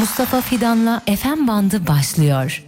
Mustafa Fidan'la FM Bandı başlıyor.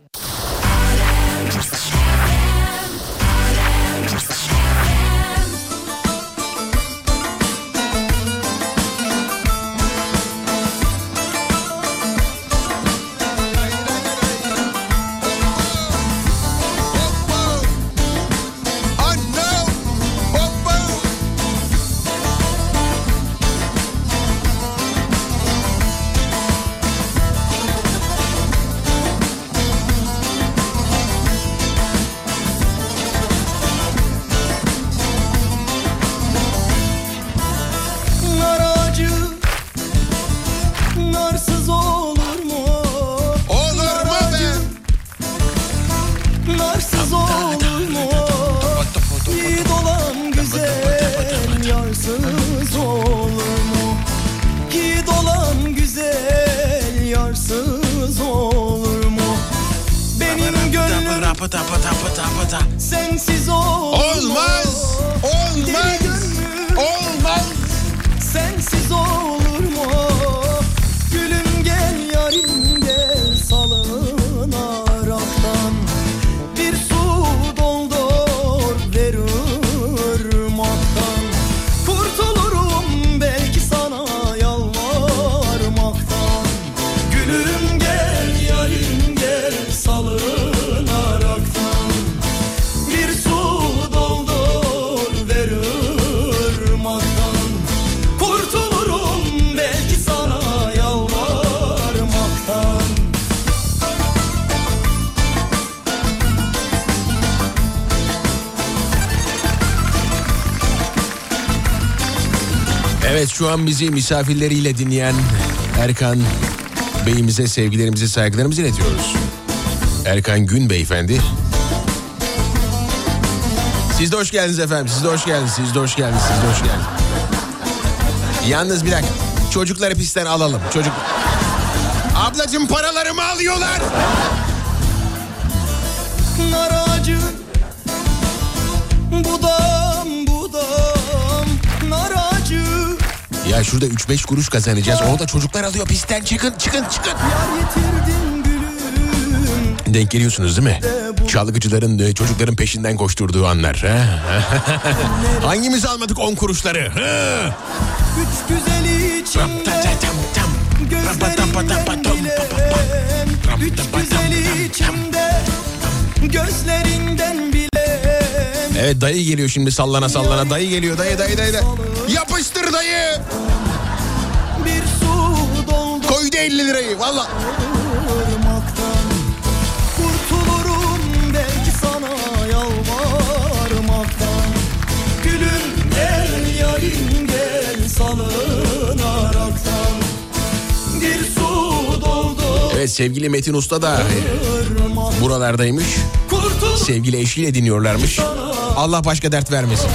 Sensiz olmaz. Olmaz. Olmaz. Sensiz olur mu? Gülüm gel yarim gel salınaraktan. Bir su doldur ver ırmaktan. Kurtulurum belki sana yalvarmaktan. Gülüm gel yarim gel salınaraktan. Evet, şu an bizi misafirleriyle dinleyen Erkan Bey'imize sevgilerimizi, saygılarımızı iletiyoruz. Erkan Gün Beyefendi. Siz de hoş geldiniz efendim. Siz de hoş geldiniz. Siz de hoş geldiniz. Siz de hoş geldiniz. Yalnız bir dakika. Çocukları pistten alalım. Ablacığım paralarımı alıyorlar. Naracı budam naracı. Ya şurada 3-5 kuruş kazanacağız. Orada çocuklar alıyor pistten. Çıkın. Denk geliyorsunuz değil mi? Çalgıcıların çocukların peşinden koşturduğu anlar. Hangimiz almadık 10 kuruşları? Üç güzeli içimde gözlerinden bilen. Üç güzeli içimde gözlerinden bilen. Evet, dayı geliyor şimdi sallana. Dayı geliyor, dayı. Yapıştır dayı. Bir su doldu. Koydu 50 lirayı valla. Kurtulurum belki sana yalvarmaktan. Gülüm gel yarim gel salınaraktan. Bir su doldu. Evet, sevgili Metin Usta da buralardaymış. Sevgili eşiyle dinliyorlarmış. Allah başka dert vermesin.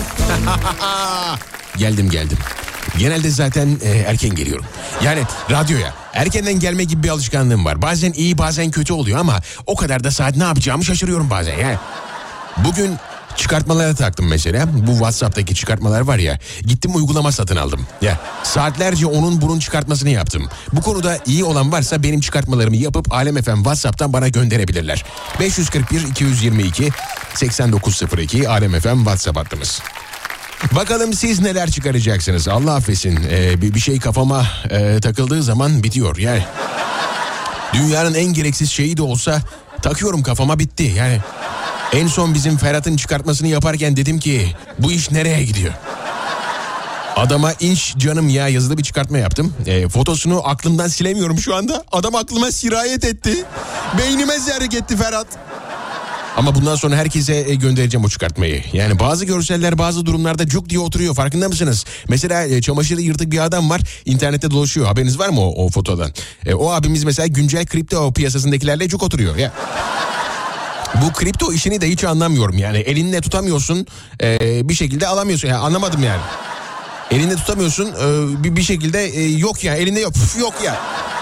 Geldim. Genelde zaten erken geliyorum. Yani radyoya erkenden gelme gibi bir alışkanlığım var. Bazen iyi bazen kötü oluyor ama o kadar da saat ne yapacağımı şaşırıyorum bazen. Yani bugün çıkartmalara taktım mesela. Bu WhatsApp'taki çıkartmalar var ya. Gittim uygulama satın aldım. Ya saatlerce onun bunun çıkartmasını yaptım. Bu konuda iyi olan varsa benim çıkartmalarımı yapıp Alem FM WhatsApp'tan bana gönderebilirler. 541 222 8902 Alem FM WhatsApp hattımız. Bakalım siz neler çıkaracaksınız? Allah affetsin. Bir şey kafama takıldığı zaman bitiyor. Yani dünyanın en gereksiz şeyi de olsa takıyorum kafama, bitti. Yani en son bizim Ferhat'ın çıkartmasını yaparken dedim ki bu iş nereye gidiyor? Adama inş canım ya yazılı bir çıkartma yaptım. Fotosunu aklımdan silemiyorum şu anda. Adam aklıma sirayet etti. Beynime zerk etti Ferhat. Ama bundan sonra herkese göndereceğim o çıkartmayı. Yani bazı görseller bazı durumlarda cuk diye oturuyor, farkında mısınız? Mesela çamaşırı yırtık bir adam var, internette dolaşıyor. Haberiniz var mı o fotodan? O abimiz mesela güncel kripto piyasasındakilerle cuk oturuyor. Ya. Bu kripto işini de hiç anlamıyorum. Yani elinle tutamıyorsun, bir şekilde alamıyorsun. Yani anlamadım yani. Elinde tutamıyorsun, bir şekilde yok ya, elinde yok ya.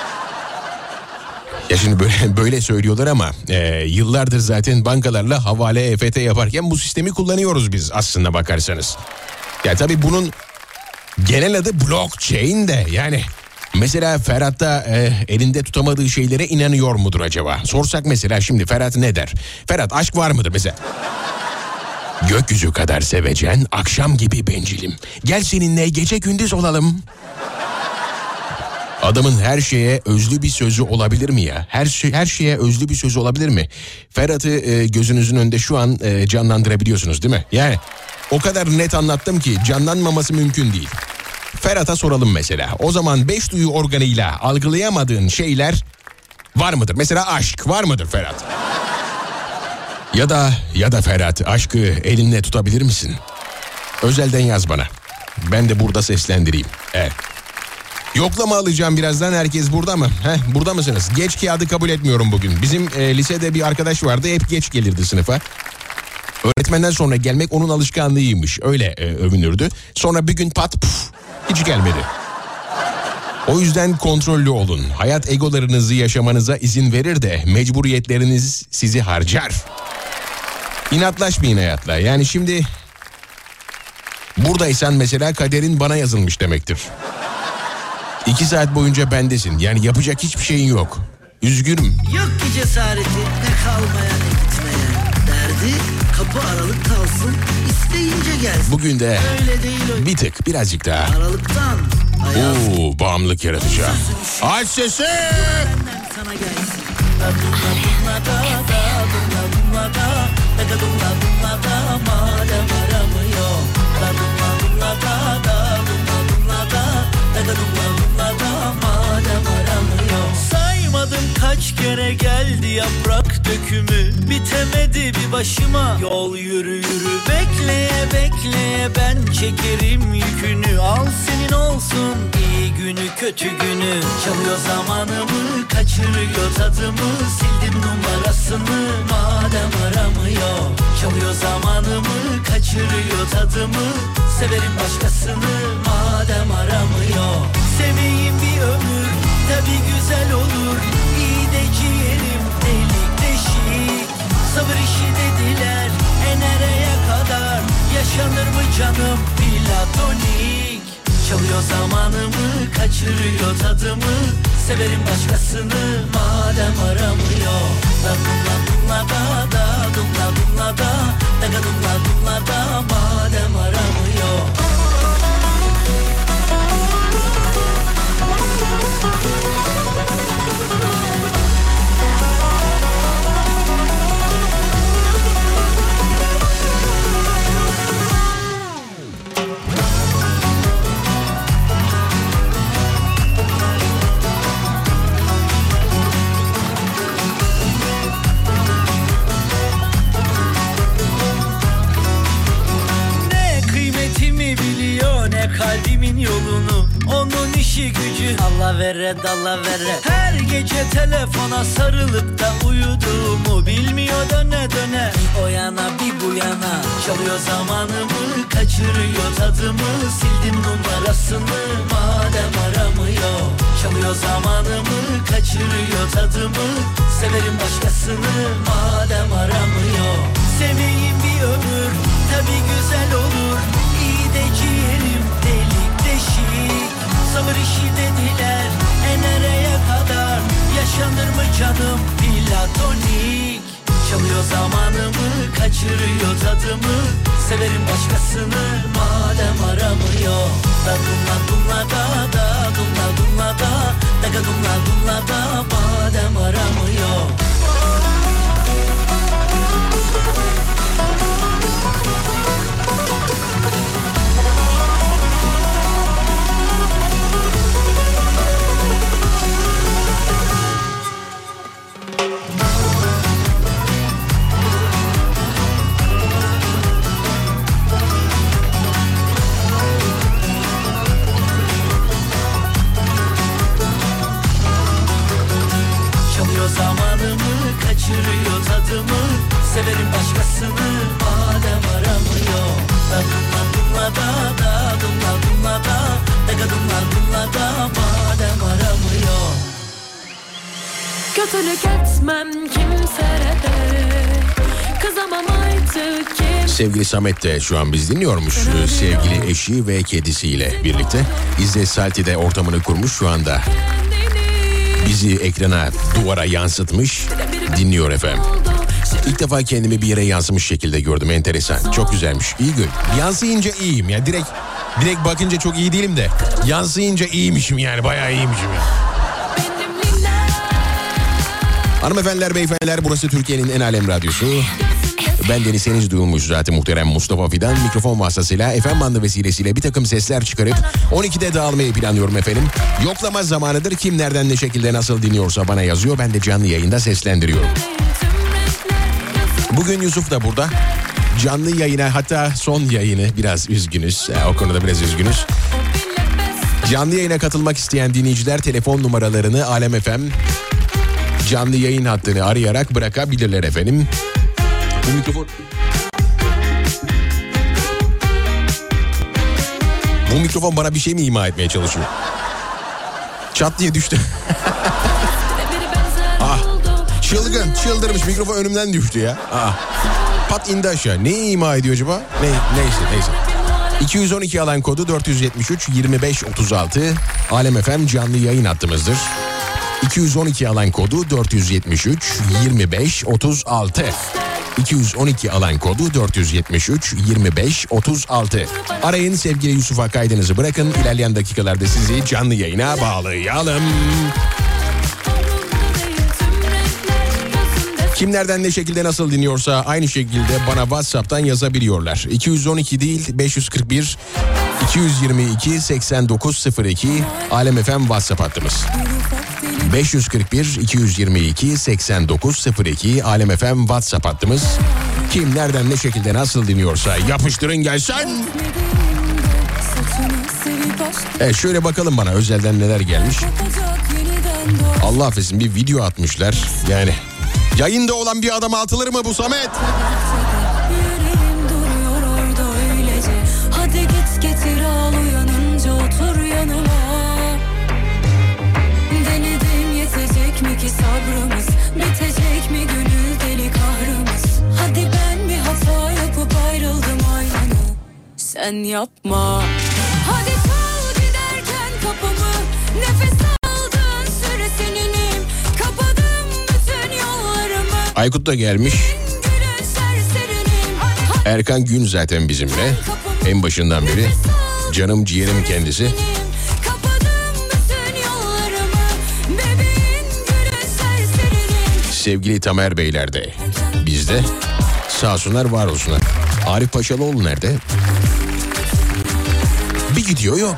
Ya şimdi böyle söylüyorlar ama yıllardır zaten bankalarla havale, EFT yaparken bu sistemi kullanıyoruz biz aslında bakarsanız. Ya tabii bunun genel adı blockchain de, yani Mesela Ferhat da elinde tutamadığı şeylere inanıyor mudur acaba? Sorsak mesela şimdi Ferhat ne der? Ferhat aşk var mıdır mesela? Gökyüzü kadar sevecen, akşam gibi bencilim. Gel seninle gece gündüz olalım. Adamın her şeye özlü bir sözü olabilir mi ya? Her şeye özlü bir sözü olabilir mi? Ferhat'ı gözünüzün önünde şu an canlandırabiliyorsunuz değil mi? Yani o kadar net anlattım ki canlanmaması mümkün değil. Ferhat'a soralım mesela. O zaman 5 duyu organıyla algılayamadığın şeyler var mıdır? Mesela aşk var mıdır Ferhat? Ya da Ferhat, aşkı elinle tutabilir misin? Özelden yaz bana. Ben de burada seslendireyim. Evet. Yoklama alacağım birazdan. Herkes burada mı? Burada mısınız? Geç kağıdı kabul etmiyorum bugün. Bizim lisede bir arkadaş vardı. Hep geç gelirdi sınıfa. Öğretmenden sonra gelmek onun alışkanlığıymış. Öyle övünürdü. Sonra bir gün pat puf hiç gelmedi. O yüzden kontrollü olun. Hayat egolarınızı yaşamanıza izin verir de mecburiyetleriniz sizi harcar. İnatlaşmayın hayatla. Yani şimdi buradaysan mesela kaderin bana yazılmış demektir. 2 saat boyunca bendesin. Yani yapacak hiçbir şeyin yok. Üzgünüm. Yok ki cesareti ne kalmaya ne gitmeye. Derdi kapı aralık kalsın, isteyince gelsin. Bugün de öyle değil bir tık birazcık daha. Aralıktan Bağımlılık yaratacağım. Aç sesi. benden sana gelsin. Madem aramıyor. Saymadım kaç kere geldi yaprak dökümü. Bitemedi bir başıma yol yürü yürü. Bekleye bekleye ben çekerim yükünü. Al senin olsun iyi günü kötü günü. Çalıyor zamanımı, kaçırıyor tadımı. Sildim numarasını madem aramıyor. Çalıyor zamanımı, kaçırıyor tadımı. Severim başkasını madem aramıyor. Seveyim bir ömür tabi güzel olur. İyi de ciğerim delik deşik. Sabır işi dediler nereye kadar. Yaşanır mı canım platonik. Çalıyor zamanımı, kaçırıyor tadımı. Severim başkasını madem aramıyor. Da dumla dumla da dumla dumla da dumla dumla da madem aramıyor. Kalbimin yolunu, onun işi gücü Allah vere dalla vere. Her gece telefona sarılıp da uyuduğumu bilmiyor döne döne. O yana bir bu yana çalıyor zamanımı, kaçırıyor tadımı. Sildim numarasını madem aramıyor. Çalıyor zamanımı, kaçırıyor tadımı. Severim başkasını madem aramıyor. Seveyim bir ömür tabi güzel olur. İyi de ciğerim delik deşik. Sabır işi dediler nereye kadar. Yaşanır mı canım platonik. Çalıyor zamanımı, kaçırıyor tadımı. Severim başkasını madem aramıyor. Da dumla dumla da dumla dumla da dumla dumla da madem aramıyor. Kaçırıyor tadımı. Severim başkasını madem aramıyor. Da dumla dumla da dumla dumla da dumla dumla da madem aramıyor. Kötülük etmem kimseye de. Kızamam artık kimseye. Sevgili Samet de şu an biz dinliyormuş. Sevgili eşi ve kedisiyle birlikte. İzzet Salti de ortamını kurmuş şu anda. Bizi ekrana, duvara yansıtmış. Dinliyor efendim. İlk defa kendimi bir yere yansımış şekilde gördüm. Enteresan. Çok güzelmiş. İyi gün. Yansıyınca iyiyim. Yani direkt bakınca çok iyi değilim de. Yansıyınca iyiymişim yani. Bayağı iyiymişim ya. Hanımefendiler, beyefendiler, burası Türkiye'nin en alem radyosu. Ben deniz duyulmuş zaten muhterem Mustafa Fidan. Mikrofon vasıtasıyla FM bandı vesilesiyle bir takım sesler çıkarıp 12'de dağılmayı planlıyorum efendim. Yoklama zamanıdır. Kim nereden ne şekilde nasıl dinliyorsa bana yazıyor. Ben de canlı yayında seslendiriyorum. Bugün Yusuf da burada. Canlı yayına, hatta son yayını biraz üzgünüz. O konuda biraz üzgünüz. Canlı yayına katılmak isteyen dinleyiciler telefon numaralarını Alem FM canlı yayın hattını arayarak bırakabilirler efendim. Bu mikrofon bana bir şey mi ima etmeye çalışıyor? Çat diye düştü. Çılgın, çıldırmış, mikrofon önümden düştü ya. Pat indi aşağı. Neyi ima ediyor acaba? Neyse. 212 alan kodu 473 25 36 Alem FM canlı yayın hattımızdır. 212 alan kodu 473 25 36. 212 alan kodu 473 25 36. Arayın, sevgili Yusuf'a kaydınızı bırakın. İlerleyen dakikalarda sizi canlı yayına bağlayalım. Kim nereden ne şekilde nasıl dinliyorsa aynı şekilde bana WhatsApp'tan yazabiliyorlar. 212 değil 541 222 8902 Alem FM WhatsApp hattımız. 541 222 8902 Alem FM WhatsApp hattımız. Kim nereden ne şekilde nasıl dinliyorsa yapıştırın gelsin. Şöyle bakalım bana özelden neler gelmiş. Allah affetsin, bir video atmışlar. Yani yayında olan bir adama atılır mı bu Samet? Hadi git getir al, uyanınca otur yanıma. Denedim, yetecek mi ki sabrımız? Bitecek mi gönül deli kahrımız? Hadi ben bir hata yapıp ayrıldım aynı. Sen yapma. Hadi çal giderken kapımı. Nefes aldığın süre seninim. Kapadım bütün yollarımı. Aykut da gelmiş. Erkan Gün zaten bizimle. En başından beri. Canım ciğerim kendisi. Sevgili Tamer Beyler de bizde. Sağ olsunlar, var olsunlar. Arif Paşalıoğlu nerede? Bir gidiyor yok.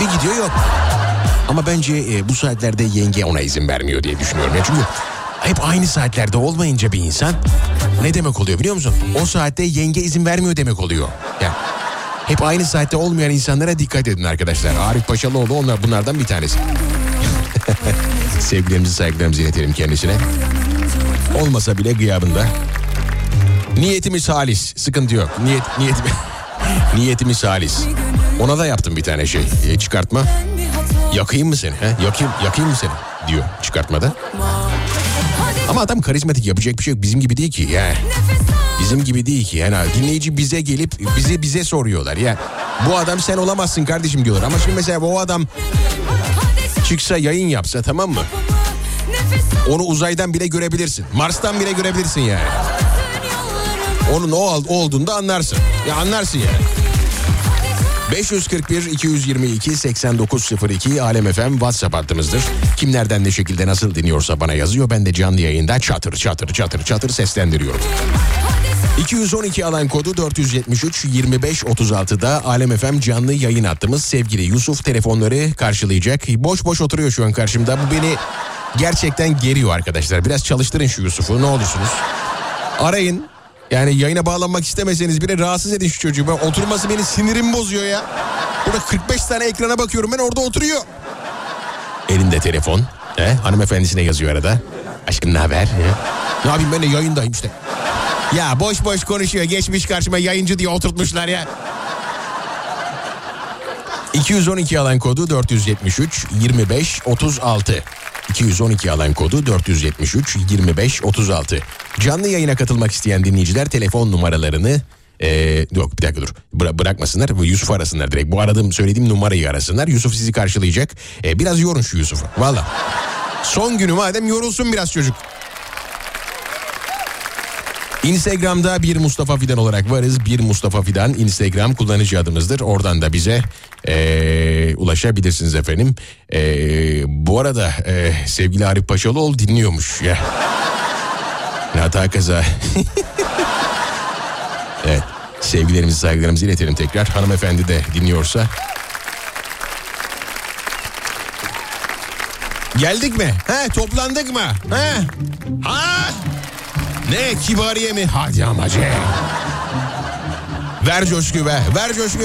Ama bence bu saatlerde yenge ona izin vermiyor diye düşünüyorum. Çünkü hep aynı saatlerde olmayınca bir insan ne demek oluyor biliyor musun? O saatte yenge izin vermiyor demek oluyor. Yani hep aynı saatte olmayan insanlara dikkat edin arkadaşlar. Arif Paşalıoğlu bunlardan bir tanesi. Sevgilerimizi, saygılarımızı iletelim kendisine. Olmasa bile gıyabında. Niyetimiz halis, sıkıntı yok. Niyetimiz halis. Ona da yaptım bir tane şey, çıkartma. Yakayım mı seni? Yakayım mı seni? Diyor çıkartmada. Ama adam karizmatik, yapacak bir şey yok. Bizim gibi değil ki ya. Bizim gibi değil ki. Yani dinleyici bize gelip bize soruyorlar ya. Bu adam sen olamazsın kardeşim diyorlar. Ama şimdi mesela o adam çıksa, yayın yapsa, tamam mı? Onu uzaydan bile görebilirsin. Mars'tan bile görebilirsin yani. Onun o olduğunda anlarsın. Ya anlarsın yani. 541 222 8902 Alem FM WhatsApp hattımızdır. Kim nereden ne şekilde nasıl dinliyorsa bana yazıyor. Ben de canlı yayında çatır seslendiriyorum. 212 alan kodu 473 25 36'da Alem FM canlı yayın hattımız. Sevgili Yusuf telefonları karşılayacak. Boş oturuyor şu an karşımda. Bu beni gerçekten geriyor arkadaşlar. Biraz çalıştırın şu Yusuf'u, ne olursunuz. Arayın. Yani yayına bağlanmak istemeseniz bile rahatsız edin şu çocuğu. Ben oturması beni sinirimi bozuyor ya. Burada 45 tane ekrana bakıyorum, ben orada oturuyor. Elinde telefon. Hanımefendisine yazıyor arada. Aşkım ne haber? Ne yapayım, ben de yayındayım işte. Ya boş konuşuyor. Geçmiş karşıma yayıncı diye oturtmuşlar ya. 212 alan kodu 473 25 36. 212 alan kodu 473 25 36. Canlı yayına katılmak isteyen dinleyiciler telefon numaralarını Yok bir dakika dur. Bırakmasınlar. Yusuf'u arasınlar direkt. Bu söylediğim numarayı arasınlar. Yusuf sizi karşılayacak. Biraz yorun şu Yusuf'u. Valla. Son günü madem yorulsun biraz çocuk. Instagram'da bir Mustafa Fidan olarak varız. Bir Mustafa Fidan Instagram kullanıcı adımızdır. Oradan da bize ulaşabilirsiniz efendim. Bu arada sevgili Arif Paşalıoğlu dinliyormuş. Ya. Hata kaza. Evet. Sevgilerimizi, saygılarımızı iletelim tekrar. Hanımefendi de dinliyorsa. Geldik mi? Toplandık mı? Ha? Ne kibariye mi? Hadi amacı. Ver coşku be. Ver coşku.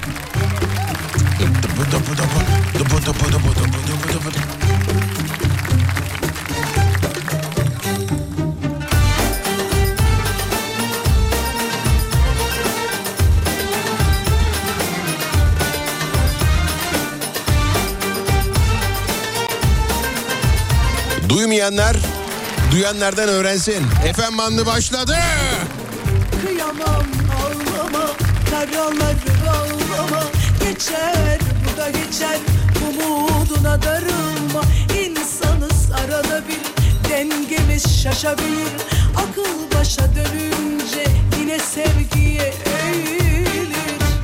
Duymayanlar duyanlardan öğrensin. FM bandı başladı. Kıyamam ağlama, karaları bağlama. Geçer bu da geçer, umuduna darılma. İnsanız arada bir, dengemiz şaşabilir. Akıl başa dönünce yine sevgiye eğilir.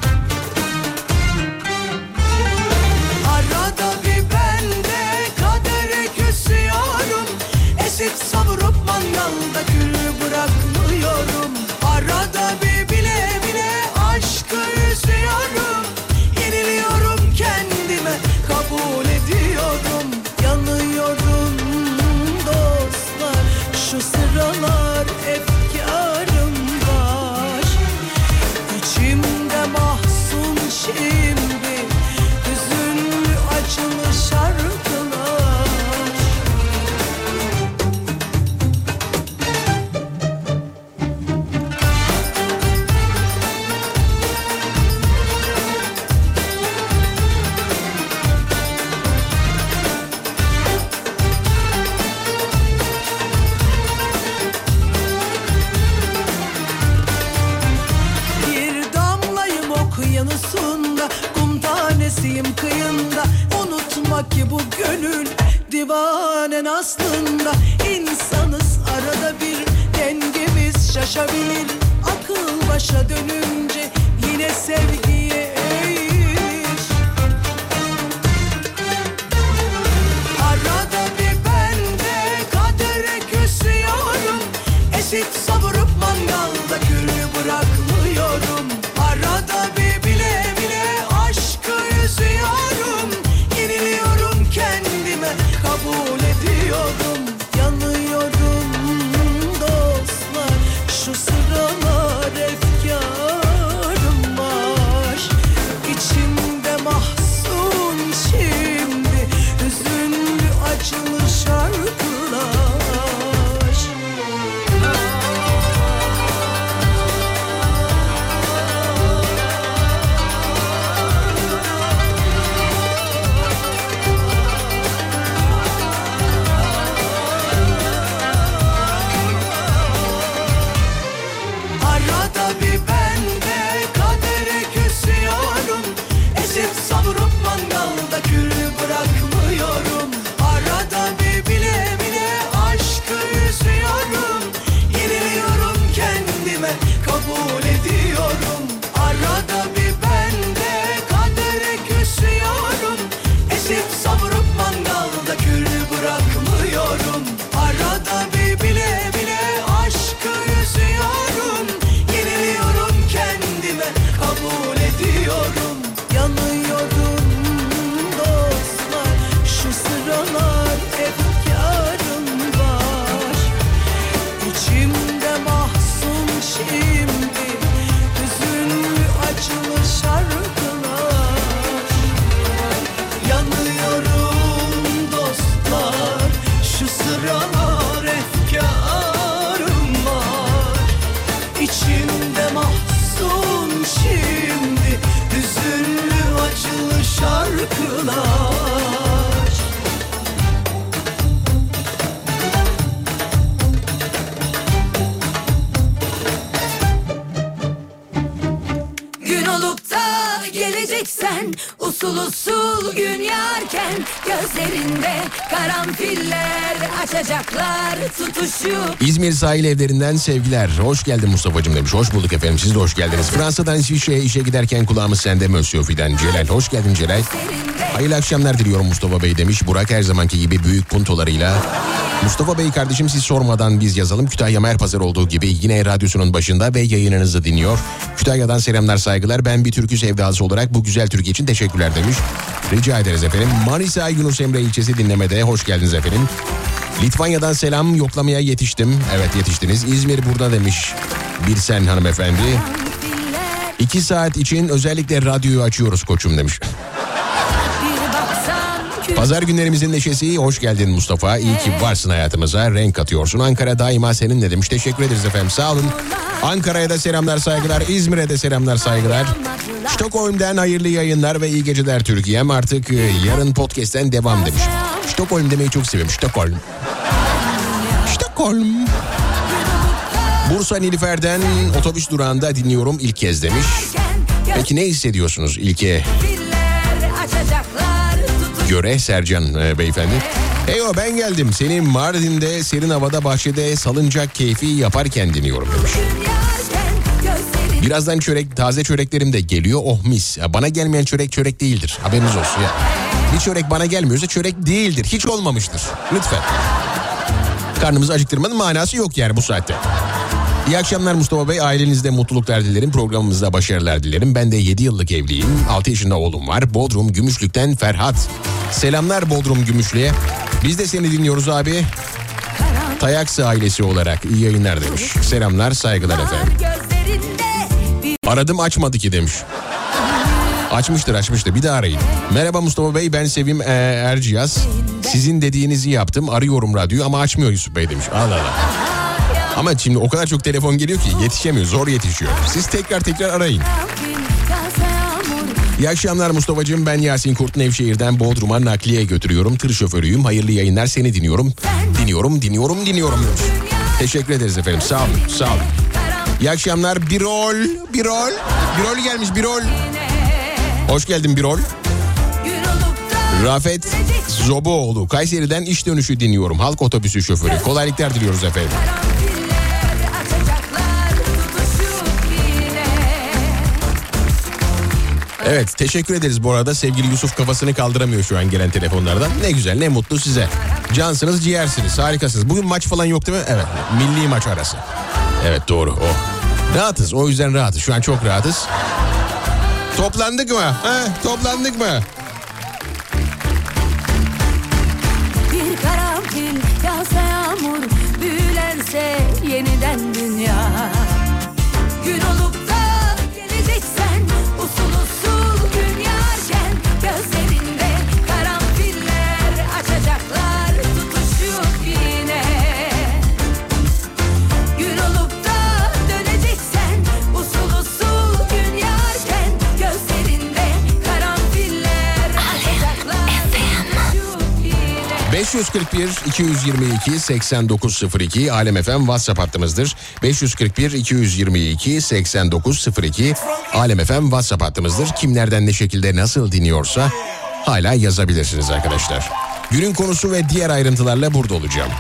Arada bir ben de kadere küsüyorum. Esip savurup mangalda kül bırakmıyorum. Arada bir bile bile aşkı üzüyorum. Yeniliyorum kendime, kabul ediyorum. Yanıyorum dostlar, şu sıralar efkarım var. İçimde mahzun şimdi, hüzünlü acılı şarkılar. Okyanusunda, kum tanesiyim kıyında. Unutma ki bu gönül divanen aslında. İnsanız arada bir, dengemiz şaşabilir. Akıl başa dönünce yine sevgiye eğilir. Arada bir ben de kadere küsüyorum. Esip savurup mangalda külü bırakmıyorum. Arada bir bile bile aşkı üzüyorum. Yeniliyorum kendime, kabul ediyorum. Yanıyorum dostlar, şu sıralar efkarım var. Usul usul gün yarken gözlerinde karanfiller açacaklar tutuşup. İzmir sahil evlerinden sevgiler. Hoş geldin Mustafa'cığım demiş. Hoş bulduk efendim, siz de hoş geldiniz. Fransa'dan İsviçre'ye işe giderken kulağımız sende Monsieur Fidan. Celal, hoş geldin Celal. Hayırlı akşamlar diliyorum Mustafa Bey demiş. Burak her zamanki gibi büyük puntolarıyla. Mustafa Bey kardeşim, siz sormadan biz yazalım. Kütahya Merpazar olduğu gibi yine radyosunun başında ve yayınınızı dinliyor. Kütahya'dan selamlar saygılar. Ben bir türkü sevdalısı olarak bu güzel türkü için teşekkürler demiş. Rica ederiz efendim. Manisa Yunus Emre ilçesi dinlemede. Hoş geldiniz efendim. Litvanya'dan selam, yoklamaya yetiştim. Evet, yetiştiniz. İzmir burada demiş Birsen hanımefendi. 2 saat için özellikle radyoyu açıyoruz koçum demiş. Pazar günlerimizin neşesi, hoş geldin Mustafa. İyi ki varsın hayatımıza, renk katıyorsun. Ankara daima seninle demiş. Teşekkür ederiz efendim, sağ olun. Ankara'ya da selamlar saygılar, İzmir'e de selamlar saygılar. Stockholm'den hayırlı yayınlar ve iyi geceler Türkiye'm. Artık yarın podcast'ten devam demiş. Stockholm demeyi çok seviyorum. Stockholm. Stockholm. Bursa Nilüfer'den otobüs durağında dinliyorum ilk kez demiş. Peki ne hissediyorsunuz ilke göre Sercan beyefendi? Heyo, ben geldim. Seni Mardin'de serin havada bahçede salıncak keyfi yaparken dinliyorum demiş. Birazdan taze çöreklerim de geliyor. Oh mis. Ya bana gelmeyen çörek değildir. Haberiniz olsun ya. Bir çörek bana gelmiyorsa çörek değildir. Hiç olmamıştır. Lütfen. Karnımızı acıktırmanın manası yok yani bu saatte. İyi akşamlar Mustafa Bey. Ailenizde mutluluklar dilerim. Programımızda başarılar dilerim. Ben de 7 yıllık evliyim. 6 yaşında oğlum var. Bodrum Gümüşlük'ten Ferhat. Selamlar Bodrum Gümüşlük'e. Biz de seni dinliyoruz abi. Tayaksı ailesi olarak iyi yayınlar demiş. Selamlar, efendim. Aradım açmadı ki demiş. Açmıştır. Bir daha arayın. Merhaba Mustafa Bey, ben Sevim Erciyaz. Sizin dediğinizi yaptım. Arıyorum radyoyu ama açmıyor Yusuf Bey demiş. Allah Allah. Ama şimdi o kadar çok telefon geliyor ki yetişemiyor. Zor yetişiyor. Siz tekrar arayın. İyi akşamlar Mustafa'cığım. Ben Yasin Kurt, Nevşehir'den Bodrum'a nakliye götürüyorum. Tır şoförüyüm. Hayırlı yayınlar, seni dinliyorum. Dinliyorum. Teşekkür ederiz efendim. Sağ olun. İyi akşamlar. Birol gelmiş. Hoş geldin Birol. Rafet Zoboğlu, Kayseri'den iş dönüşü dinliyorum. Halk otobüsü şoförü. Kolaylıklar diliyoruz efendim. Evet, teşekkür ederiz bu arada. Sevgili Yusuf kafasını kaldıramıyor şu an gelen telefonlardan. Ne güzel, ne mutlu size. Cansınız, ciğersiniz, harikasınız. Bugün maç falan yok değil mi? Evet, milli maç arası. Evet, doğru o. Rahatız, o yüzden rahatız. Şu an çok rahatız. Toplandık mı? Toplandık mı? Bir karanfil yağsa yağmur, büyülense yeniden dünya. Gün olup da geleceksen usul usul gün yarken gözlerinde karanfiller açacaklar tutuşup yine. Gün olup da döneceksen usul usul gün yarken gözlerinde karanfiller açacaklar tutuşup yine. 541 222 8902 Alem FM WhatsApp hattımızdır. 541 222 8902 Alem FM WhatsApp hattımızdır. Kimlerden ne şekilde nasıl dinliyorsa hala yazabilirsiniz arkadaşlar. Günün konusu ve diğer ayrıntılarla burada olacağım.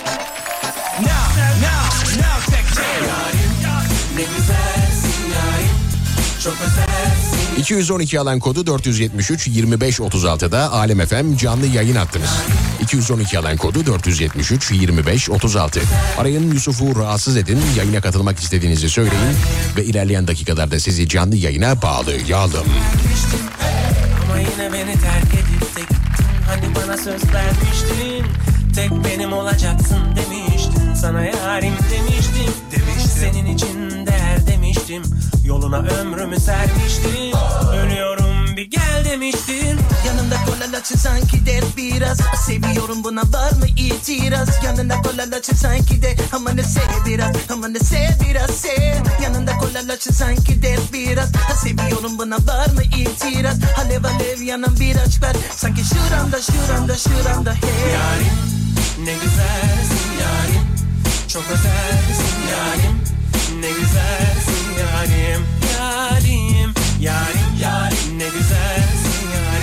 212 alan kodu 473 25 36'da Alem FM canlı yayın hattımız. 212 alan kodu 473 25 36. Arayın, Yusuf'u rahatsız edin, yayına katılmak istediğinizi söyleyin ve ilerleyen dakikalarda sizi canlı yayına bağlayalım. Ama yine beni terk edip de gittin. Hani bana söz vermiştin, tek benim olacaksın demiştin. Sana yarim demiştim. Senin için değer demiştim. Yoluna ömrümü sermiştim. Ölüyorum bir gel demiştin. Yanında kolalaçı sanki der biraz. Seviyorum, buna var mı itiraz? Yanında kolalaçı sanki de ama ne sev biraz sev. Yanında kolalaçı sanki der biraz. Seviyorum, buna var mı itiraz? Alev yanan bir aç ver. Sanki şuramda hey. Yarim ne güzelsin yarim, çok özelsin yarim. Ne güzelsin yarim, yarim ne güzelsin yarim.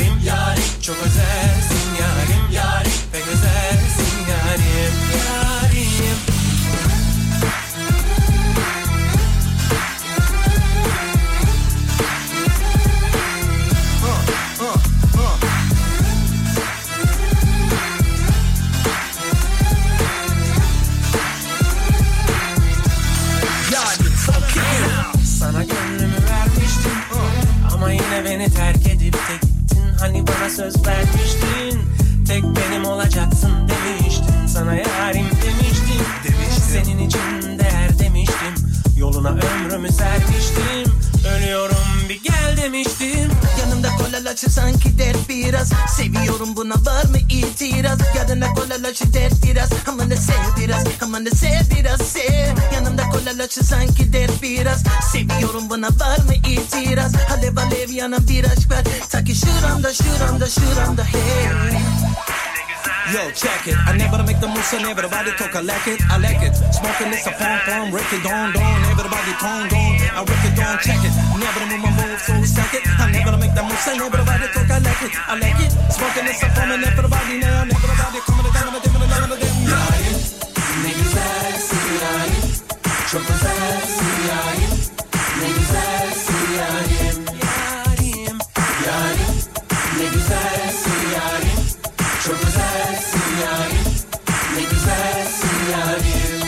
beni terk edip de gittin. Hani bana söz vermiştin, tek benim olacaksın demiştin. Sana yarim demiştim, senin için değer demiştim. Yoluna ömrümü sermiştim, ölüyorum bir gel demiştim. Yanımda kolalaşır sanki dert biraz. Seviyorum buna var mı itiraz? Yanımda kolalaşır dert biraz. Ama ne sev biraz, ama ne sev biraz sev. Yanımda kolalaşır sanki dert biraz. Seviyorum buna var mı itiraz? Alev alev yanan bir aşk var. Ta ki şuramda şuramda şuramda hey. Yo, check it. I never make the moves and everybody talk. I like it, I like it. Smoking this a pom, wreck it, don. Everybody tone, I wreck it, don't check it. Never move my move, so stack it. I never make the moves and everybody talk. I like it, I like it. Smoking this a pom and everybody now. Everybody coming down, yarim, ne güzelsin yarim. Çok güzelsin yarim. Ne güzelsin yarim. Yarim, yarim, ne güzelsin yarim. Çok güzelsin yarim, ne güzelsin yarim.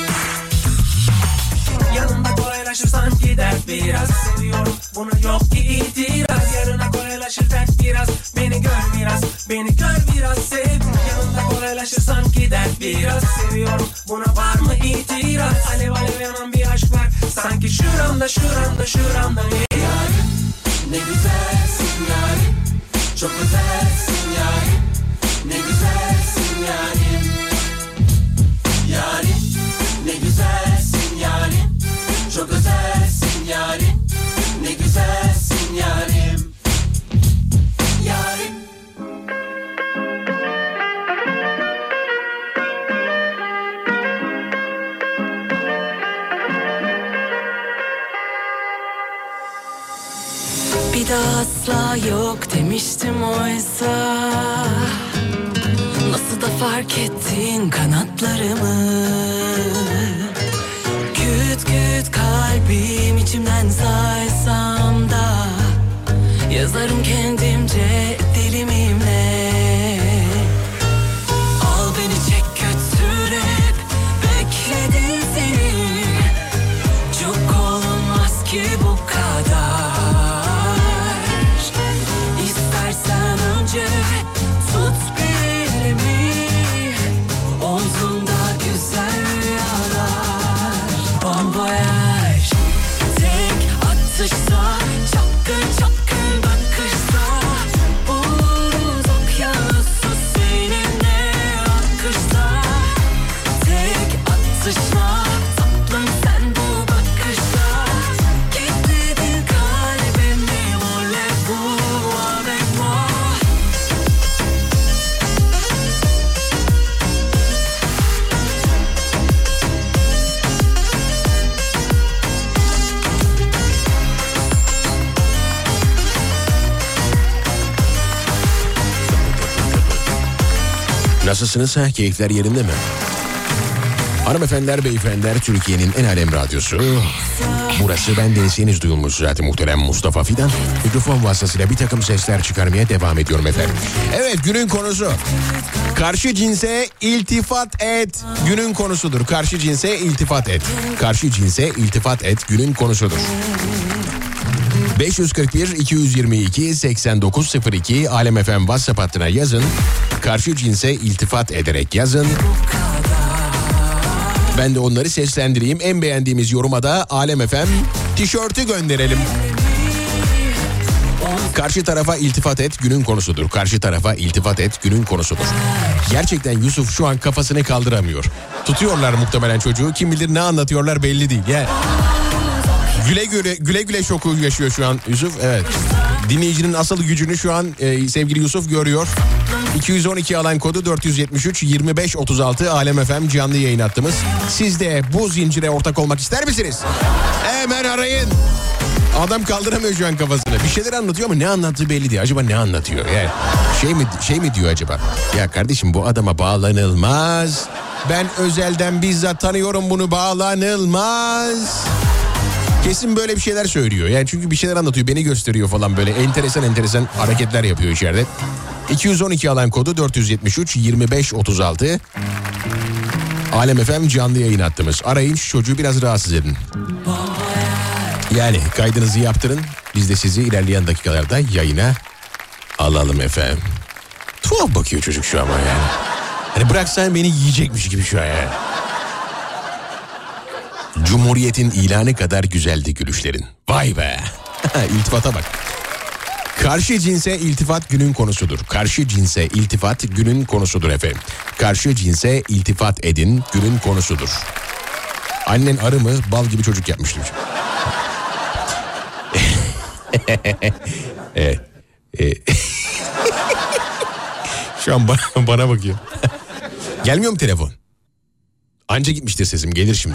Yanımda kolaylaşır sanki dert biraz. Seviyorum bunu yok ki itiraz. Yarına kolaylaşır dert biraz. Beni gör biraz, beni gör biraz sev. Yanımda kolaylaşır sanki dert biraz. Seviyorum buna var mı itiraz? Alev alev yanan bir aşk var. Sanki şuramda şuramda şuramda. Yarim, ne güzelsin yarim. Çok güzelsin yarim. Ne güzelsin yarim. Yarim, ne güzelsin yarim. Çok güzelsin yarim. Ne güzelsin yarim. Yarim. Bir daha asla yok demiştim oysa. Nasıl da fark ettin kanatlarımı. Küt küt kalbim içimden saysam da. Yazarım kendimce dilimimle. Al beni çek götür hep. Bekledim seni. Çok olmaz ki bu kadar. İstersen önce tut bir elimi. Omzumda güzel rüyalar. Bon voyage. Tek atışta çapkın çapkın bakışta. Uğurumuz okyanusu seninle akışta. Tek atışla tatlım sen bu bakışta. Kilitledin kalbimi. Voulez-vous avec moi? Nasılsınız ha? Keyifler yerinde mi? Hanımefendiler, beyefendiler, Türkiye'nin en alem radyosu. Burası bendeniz henüz duyulmuş zaten muhterem Mustafa Fidan. Mikrofon vasıtasıyla bir takım sesler çıkarmaya devam ediyorum efendim. Evet, günün konusu. Karşı cinse iltifat et. Günün konusudur. Karşı cinse iltifat et. Karşı cinse iltifat et. Günün konusudur. 541-222-8902 Alem FM WhatsApp hattına yazın. Karşı cinse iltifat ederek yazın. Ben de onları seslendireyim. En beğendiğimiz yoruma da Alem FM tişörtü gönderelim. Karşı tarafa iltifat et günün konusudur. Karşı tarafa iltifat et günün konusudur. Gerçekten Yusuf şu an kafasını kaldıramıyor. Tutuyorlar muhtemelen çocuğu. Kim bilir ne anlatıyorlar belli değil. Gel. Güle güle şoku yaşıyor şu an Yusuf. Evet. Dinleyicinin asıl gücünü şu an sevgili Yusuf görüyor. 212 alan kodu 473 25 36 Alem FM canlı yayın hattımız. Siz de bu zincire ortak olmak ister misiniz? Hemen arayın. Adam kaldıramıyor şu an kafasını. Bir şeyler anlatıyor ama ne anlattığı belli değil. Acaba ne anlatıyor? Yani şey mi diyor acaba? Ya kardeşim bu adama bağlanılmaz. Ben özelden bizzat tanıyorum bunu, bağlanılmaz. Kesin böyle bir şeyler söylüyor. Yani çünkü bir şeyler anlatıyor, beni gösteriyor falan, böyle enteresan hareketler yapıyor içeride. 212 alan kodu 473 25 36 Alem FM canlı yayın hattımız. Arayın, şu çocuğu biraz rahatsız edin. Yani kaydınızı yaptırın. Biz de sizi ilerleyen dakikalarda yayına alalım efendim. Tuhaf bakıyor çocuk şu ama yani. Hani bıraksan beni yiyecekmiş gibi şu an yani. Cumhuriyetin ilanı kadar güzeldi gülüşlerin. Vay be. İltifata bak. Karşı cinse iltifat günün konusudur. Karşı cinse iltifat günün konusudur efendim. Karşı cinse iltifat edin günün konusudur. Annen arı mı bal gibi çocuk yapmıştır. Evet. Şu an bana bakıyor. Gelmiyor mu telefon? Anca gitmiştir sesim, gelir şimdi.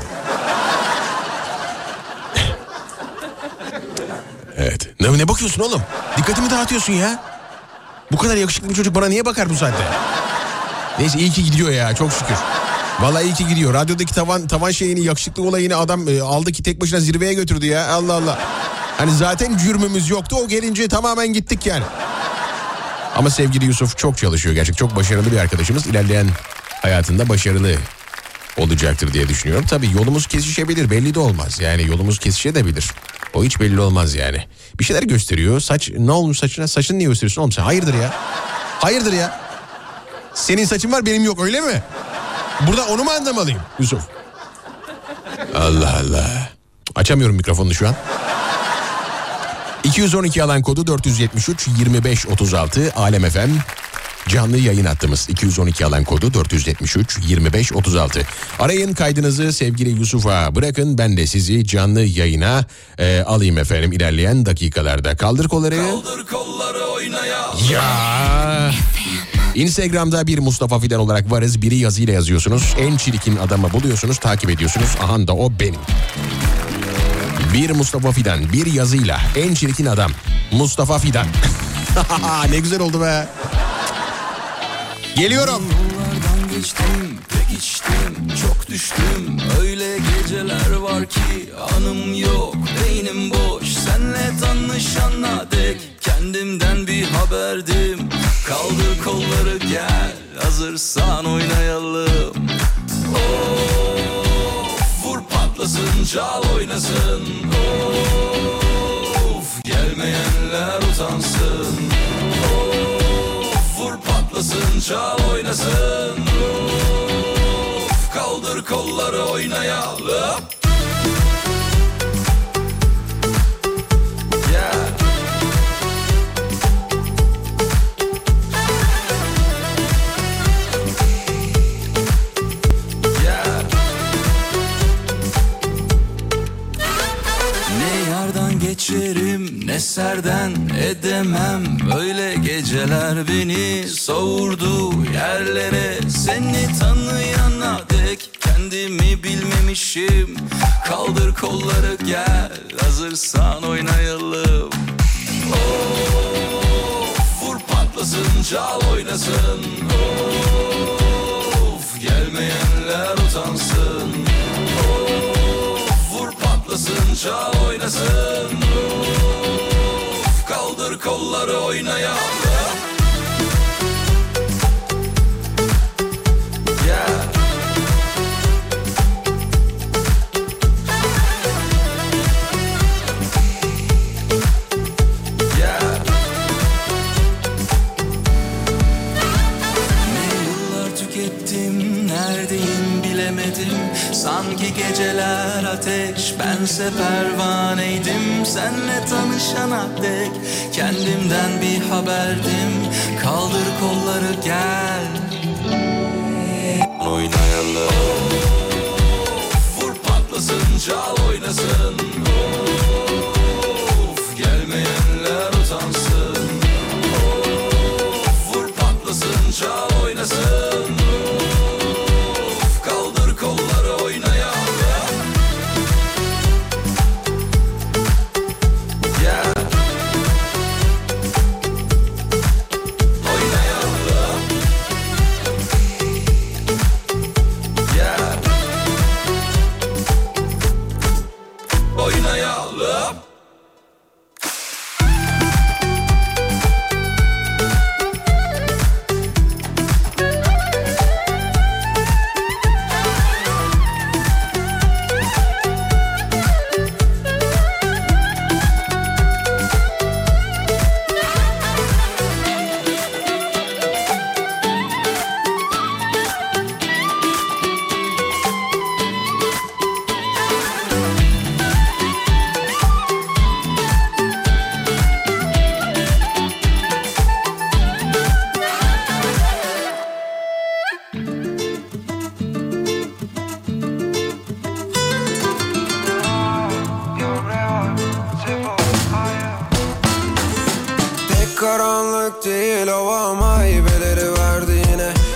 Evet. Ne bakıyorsun oğlum? Dikkatimi dağıtıyorsun ya. Bu kadar yakışıklı bir çocuk bana niye bakar bu saatte? Neyse iyi ki gidiyor ya, çok şükür. Vallahi iyi ki gidiyor. Radyodaki tavan şeyini, yakışıklı olayını adam aldı ki tek başına zirveye götürdü ya. Allah Allah. Hani zaten cürmümüz yoktu, o gelince tamamen gittik yani. Ama sevgili Yusuf çok çalışıyor gerçekten. Çok başarılı bir arkadaşımız. İlerleyen hayatında başarılı olacaktır diye düşünüyorum. Tabii yolumuz kesişebilir, belli de olmaz. Yani yolumuz kesişebilir. O hiç belli olmaz yani. Bir şeyler gösteriyor. Saç ne olmuş saçına? Saçını niye gösteriyorsun oğlum sen? Hayırdır ya? Hayırdır ya? Senin saçın var, benim yok, öyle mi? Burada onu mu anlamalıyım Yusuf? Allah Allah. Açamıyorum mikrofonunu şu an. 212 alan kodu 473 25 36 Alem FM canlı yayın hattımız. 212 alan kodu 473 25 36. Arayın, kaydınızı sevgili Yusuf'a bırakın, ben de sizi canlı yayına alayım efendim ilerleyen dakikalarda. Kaldır kolları. Kaldır kolları oynaya. Ya. Instagram'da bir Mustafa Fidan olarak varız. Biri yazıyla yazıyorsunuz. En çirkin adamı buluyorsunuz, takip ediyorsunuz. Aha da o benim. Bir Mustafa Fidan, bir yazıyla en çirkin adam Mustafa Fidan. Ne güzel oldu be. Geliyorum. Yollardan geçtim, pek içtim, çok düştüm. Öyle geceler var ki anım yok, beynim boş. Senle tanışana dek kendimden bir haberdim. Kaldır kolları gel, hazırsan oynayalım. Vur patlasın, çal oynasın. Of, gelmeyenler utansın. Vur patlasın, çal oynasın. Of, kaldır kolları oynayalım. Geçerim ne serden edemem, böyle geceler beni savurdu yerlere. Seni tanıyana dek kendimi bilmemişim. Kaldır kolları gel, hazırsan oynayalım. Vur patlasın, çal oynasın. Of, gelmeyenler utansın. Vur patlasın, çal oynasın. Of, kaldır kolları oynayalım. Sanki geceler ateş, bense pervaneydim. Senle tanışana dek kendimden bir haberdim. Kaldır kolları gel, oynayalım. Vur patlasın, çal oynasın. Of, gelmeyenler utansın. Vur patlasın, çal oynasın.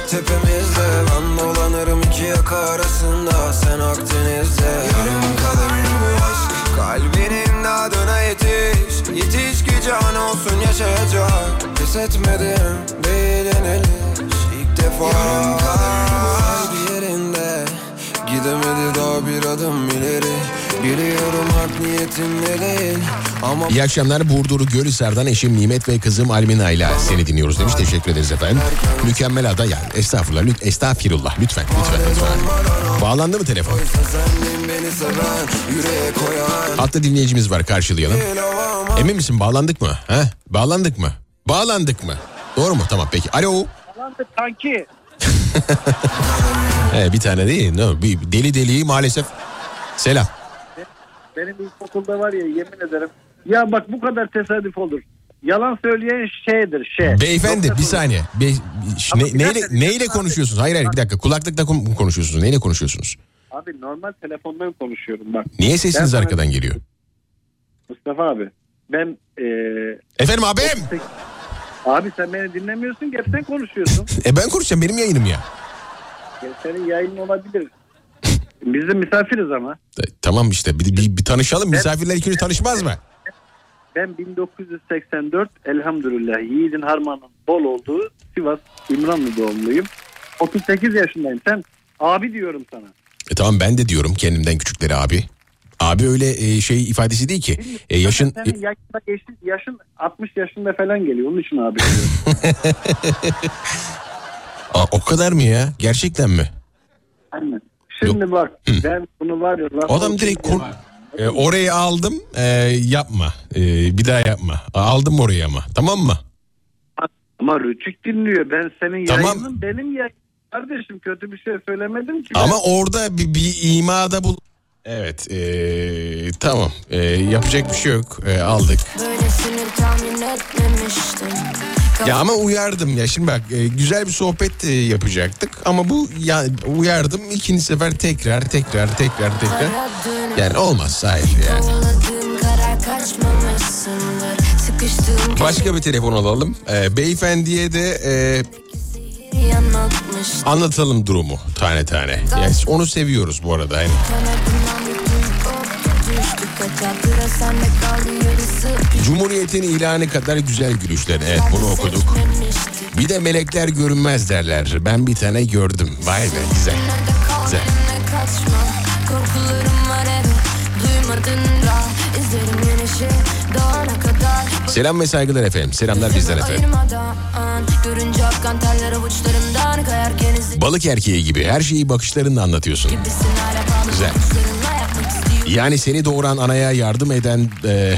tepemizde. Ben dolanırım iki yaka arasında, sen Akdeniz'de. Yarım kalır bu aşk, kalbinin adına yetiş. Yetiş ki can olsun yaşayacak. Pes etmedim değil yeniliş, ilk defa. Yarım kalır bu aşk yerinde, gidemedi daha bir adım ileri. Biliyorum art niyetin ne değil ama... İyi akşamlar, Burdur'u Gölhisar'dan eşim Nimet ve kızım Almina ile seni dinliyoruz demiş. Teşekkür ederiz efendim. Mükemmel ada yani. Estağfurullah lütfen. Bağlandı mı telefon? Hatta dinleyicimiz var, karşılayalım. Emin misin, bağlandık mı? Bağlandık mı? Doğru mu? Tamam peki. Alo. Bağlandık kanki. Bir tane değil. No, bir deli maalesef. Selam. Benim ilkokulda var ya, yemin ederim. Ya bak, bu kadar tesadüf olur. Yalan söyleyen şeydir. Beyefendi yoksa bir saniye. Neyle konuşuyorsunuz? Hayır bir dakika. Kulaklıkla konuşuyorsunuz. Neyle konuşuyorsunuz? Abi normal telefondan konuşuyorum bak. Niye sesiniz arkadan geliyor? Mustafa abi. Ben Efendim abim. Abi sen beni dinlemiyorsun ki, hep sen konuşuyorsun. Ben konuşacağım, benim yayınım ya. Senin yayının olabilir. Biz de misafiriz ama. Tamam işte bir tanışalım. Misafirler ilk önce tanışmaz mı? Ben 1984 elhamdülillah yiğidin harmanın bol olduğu Sivas İmranlı doğumluyum. 38 yaşındayım. Sen abi diyorum sana. Tamam, ben de diyorum kendimden küçükleri abi. Abi öyle şey ifadesi değil ki. Yaşın... Senin yaşın 60 yaşında falan geliyor. Onun için abi diyorum. O kadar mı ya? Gerçekten mi? Aynen. Şimdi bak ben bunu var ya... Adam direkt orayı aldım, yapma. Bir daha yapma. Aldım orayı ama. Tamam mı? Ama Rütük dinliyor. Ben senin tamam. Yayının benim yayınım. Kardeşim kötü bir şey söylemedim ki. Ama orada bir imada bul... Evet. Tamam. Yapacak bir şey yok. Aldık. Ya ama uyardım ya. Şimdi bak, güzel bir sohbet yapacaktık ama bu ya, uyardım ikinci sefer tekrar. Yani olmaz, hayır yani. Başka bir telefon alalım. Beyefendiye de anlatalım durumu tane. Yani onu seviyoruz bu arada. Yani. Cumhuriyetin ilanı kadar güzel gülüşler. Evet, bunu okuduk. Bir de melekler görünmez derler. Ben bir tane gördüm. Vay be, güzel. Selam ve saygılar efendim. Selamlar bizden efendim. Balık erkeği gibi her şeyi bakışlarınla anlatıyorsun. Güzel. Yani seni doğuran anaya yardım eden,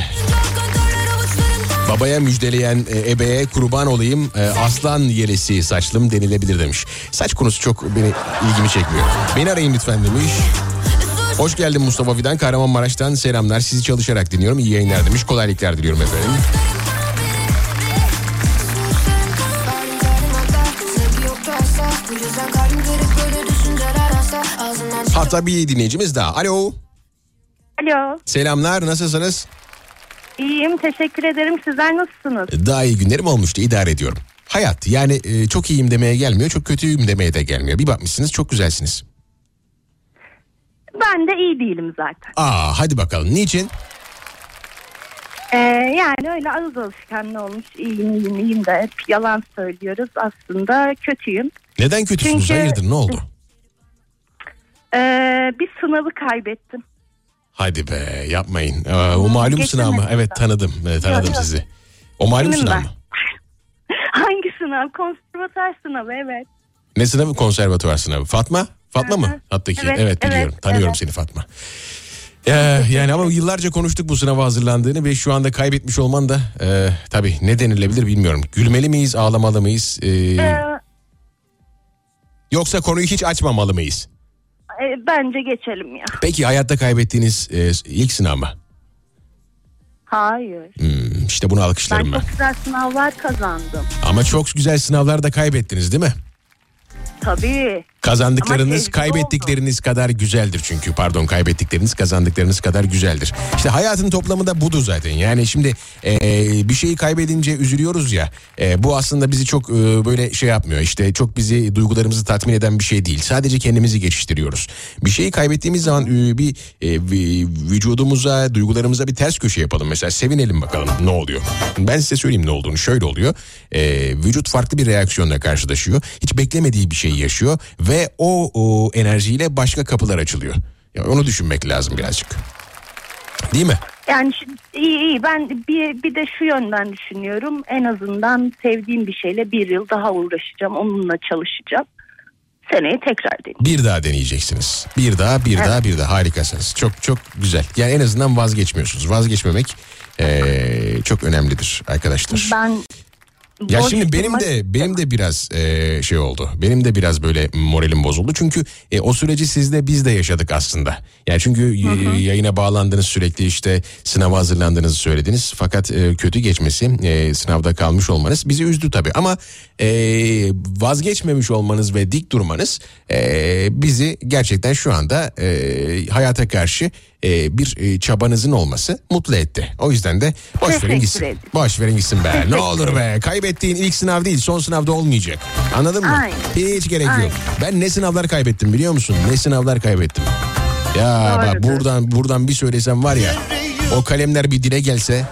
babaya müjdeleyen ebeye kurban olayım, aslan yelesi saçlım denilebilir demiş. Saç konusu çok ilgimi çekmiyor. Beni arayın lütfen demiş. Hoş geldin Mustafa Fidan, Kahramanmaraş'tan selamlar. Sizi çalışarak dinliyorum. İyi yayınlar demiş. Kolaylıklar diliyorum efendim. Hatta bir dinleyicimiz daha. Alo. Alo. Selamlar, nasılsınız? İyiyim, teşekkür ederim. Sizler nasılsınız? Daha iyi günlerim olmuştu, idare ediyorum. Hayat yani çok iyiyim demeye gelmiyor, çok kötüyüm demeye de gelmiyor. Bir bakmışsınız çok güzelsiniz. Ben de iyi değilim zaten. Hadi bakalım, niçin? Yani öyle ağız alışkanlığı olmuş. İyiyim de hep yalan söylüyoruz. Aslında kötüyüm. Neden kötüsünüz? Çünkü, hayırdır, ne oldu? Bir sınavı kaybettim. Hadi be, yapmayın. O malum sınav mı? Evet, tanıdım sizi. O malum sınav mı? Hangi sınav? Konservatuar sınavı, evet. Ne sınavı? Konservatuar sınavı. Fatma mı? Hattaki. Evet biliyorum. Tanıyorum seni Fatma. Yani ama yıllarca konuştuk bu sınava hazırlandığını ve şu anda kaybetmiş olman da tabii ne denilebilir bilmiyorum. Gülmeli miyiz, ağlamalı mıyız? Yoksa konuyu hiç açmamalı mıyız? Bence geçelim ya. Peki hayatta kaybettiğiniz ilk sınav mı? Hayır. İşte bunu alkışlarım ben. Çok güzel sınavlar kazandım. Ama çok güzel sınavlar da kaybettiniz değil mi? Tabii. Kazandıklarınız kaybettikleriniz kadar güzeldir çünkü. Pardon, kaybettikleriniz kazandıklarınız kadar güzeldir. İşte hayatın toplamı da budur zaten. Yani şimdi bir şeyi kaybedince üzülüyoruz ya. Bu aslında bizi çok böyle şey yapmıyor. İşte çok bizi, duygularımızı tatmin eden bir şey değil. Sadece kendimizi geçiştiriyoruz. Bir şeyi kaybettiğimiz zaman bir vücudumuza, duygularımıza bir ters köşe yapalım. Mesela sevinelim bakalım ne oluyor. Ben size söyleyeyim ne olduğunu. Şöyle oluyor. Vücut farklı bir reaksiyonla karşılaşıyor. Hiç beklemediği bir şeyi yaşıyor ve o enerjiyle başka kapılar açılıyor. Ya onu düşünmek lazım birazcık. Değil mi? Yani iyi. Ben bir de şu yönden düşünüyorum. En azından sevdiğim bir şeyle bir yıl daha uğraşacağım. Onunla çalışacağım. Seneye tekrar deneyeceğim. Bir daha deneyeceksiniz. Bir daha. Harikasınız. Çok çok güzel. Yani en azından vazgeçmiyorsunuz. Vazgeçmemek çok önemlidir arkadaşlar. Ya şimdi benim de biraz şey oldu. Benim de biraz böyle moralim bozuldu. Çünkü o süreci biz de yaşadık aslında. Yani çünkü yayına bağlandınız, sürekli işte sınava hazırlandığınızı söylediniz. Fakat kötü geçmesi, sınavda kalmış olmanız bizi üzdü tabii. Ama vazgeçmemiş olmanız ve dik durmanız bizi gerçekten şu anda hayata karşı bir çabanızın olması mutlu etti. O yüzden de boş verin gitsin. Boş verin gitsin be. Ne olur be. Kaybettiğin ilk sınav değil, son sınavda olmayacak. Anladın mı? Aynen. Hiç gerek yok. Ben ne sınavlar kaybettim biliyor musun? Ne sınavlar kaybettim. Ya bak buradan bir söylesem var ya, o kalemler bir dile gelse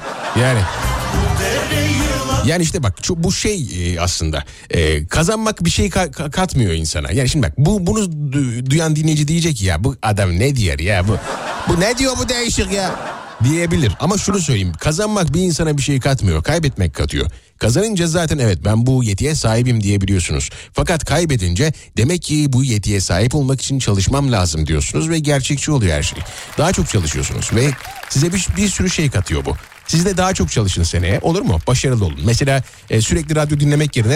yani işte bak bu şey aslında kazanmak bir şey katmıyor insana. Yani şimdi bak bunu duyan dinleyici diyecek ya, bu adam ne diyor ya, bu ne diyor, bu değişik ya diyebilir. Ama şunu söyleyeyim, kazanmak bir insana bir şey katmıyor, kaybetmek katıyor. Kazanınca zaten evet ben bu yetiye sahibim diyebiliyorsunuz. Fakat kaybedince demek ki bu yetiye sahip olmak için çalışmam lazım diyorsunuz ve gerçekçi oluyor her şey. Daha çok çalışıyorsunuz ve size bir sürü şey katıyor bu. Siz de daha çok çalışın seneye, olur mu? Başarılı olun. Mesela sürekli radyo dinlemek yerine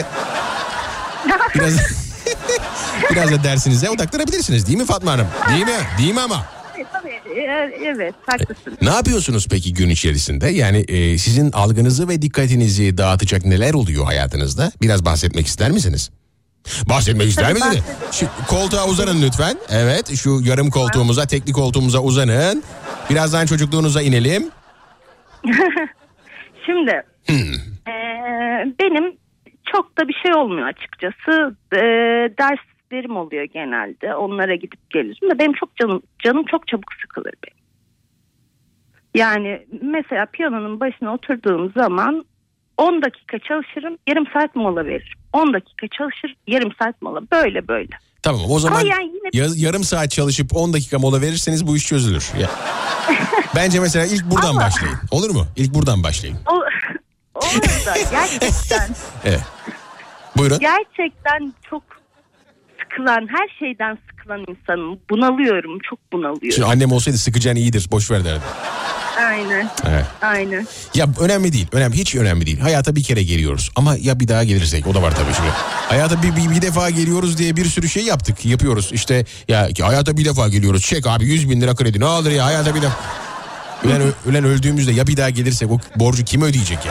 biraz da dersinize odaklanabilirsiniz, değil mi Fatma Hanım? Değil mi? Değil mi ama? Evet, haklısın. Ne yapıyorsunuz peki gün içerisinde? Yani sizin algınızı ve dikkatinizi dağıtacak neler oluyor hayatınızda? Biraz bahsetmek ister misiniz? Bahsetmek ister misiniz? Koltuğa uzanın lütfen. Evet, şu yarım koltuğumuza, teknik koltuğumuza uzanın. Birazdan çocukluğunuza inelim. Şimdi benim çok da bir şey olmuyor açıkçası. Derslerim oluyor genelde. Onlara gidip gelirim de benim çok canım çok çabuk sıkılır benim. Yani mesela piyanonun başına oturduğum zaman 10 dakika çalışırım, yarım saat mola veririm. 10 dakika çalışır, yarım saat mola. Böyle. Tamam, o zaman yani yarım saat çalışıp 10 dakika mola verirseniz bu iş çözülür. Bence mesela ilk buradan başlayın. Olur mu? İlk buradan başlayın. Olur da gerçekten. Evet. Buyurun. Gerçekten çok sıkılan, her şeyden sıkılan insanım. Bunalıyorum, çok bunalıyorum. Şimdi annem olsaydı sıkıcan iyidir, boş ver derdi. Aynen. Evet. Aynen. Ya önemli değil. Hiç önemli değil. Hayata bir kere geliyoruz. Ama ya bir daha gelirsek, o da var tabii şimdi. Hayata bir defa geliyoruz diye bir sürü şey yapıyoruz. İşte ya hayata bir defa geliyoruz. Çek abi 100.000 lira kredi. Ne olur ya, hayata bir defa. Ölen öldüğümüzde ya bir daha gelirsek o borcu kim ödeyecek ya?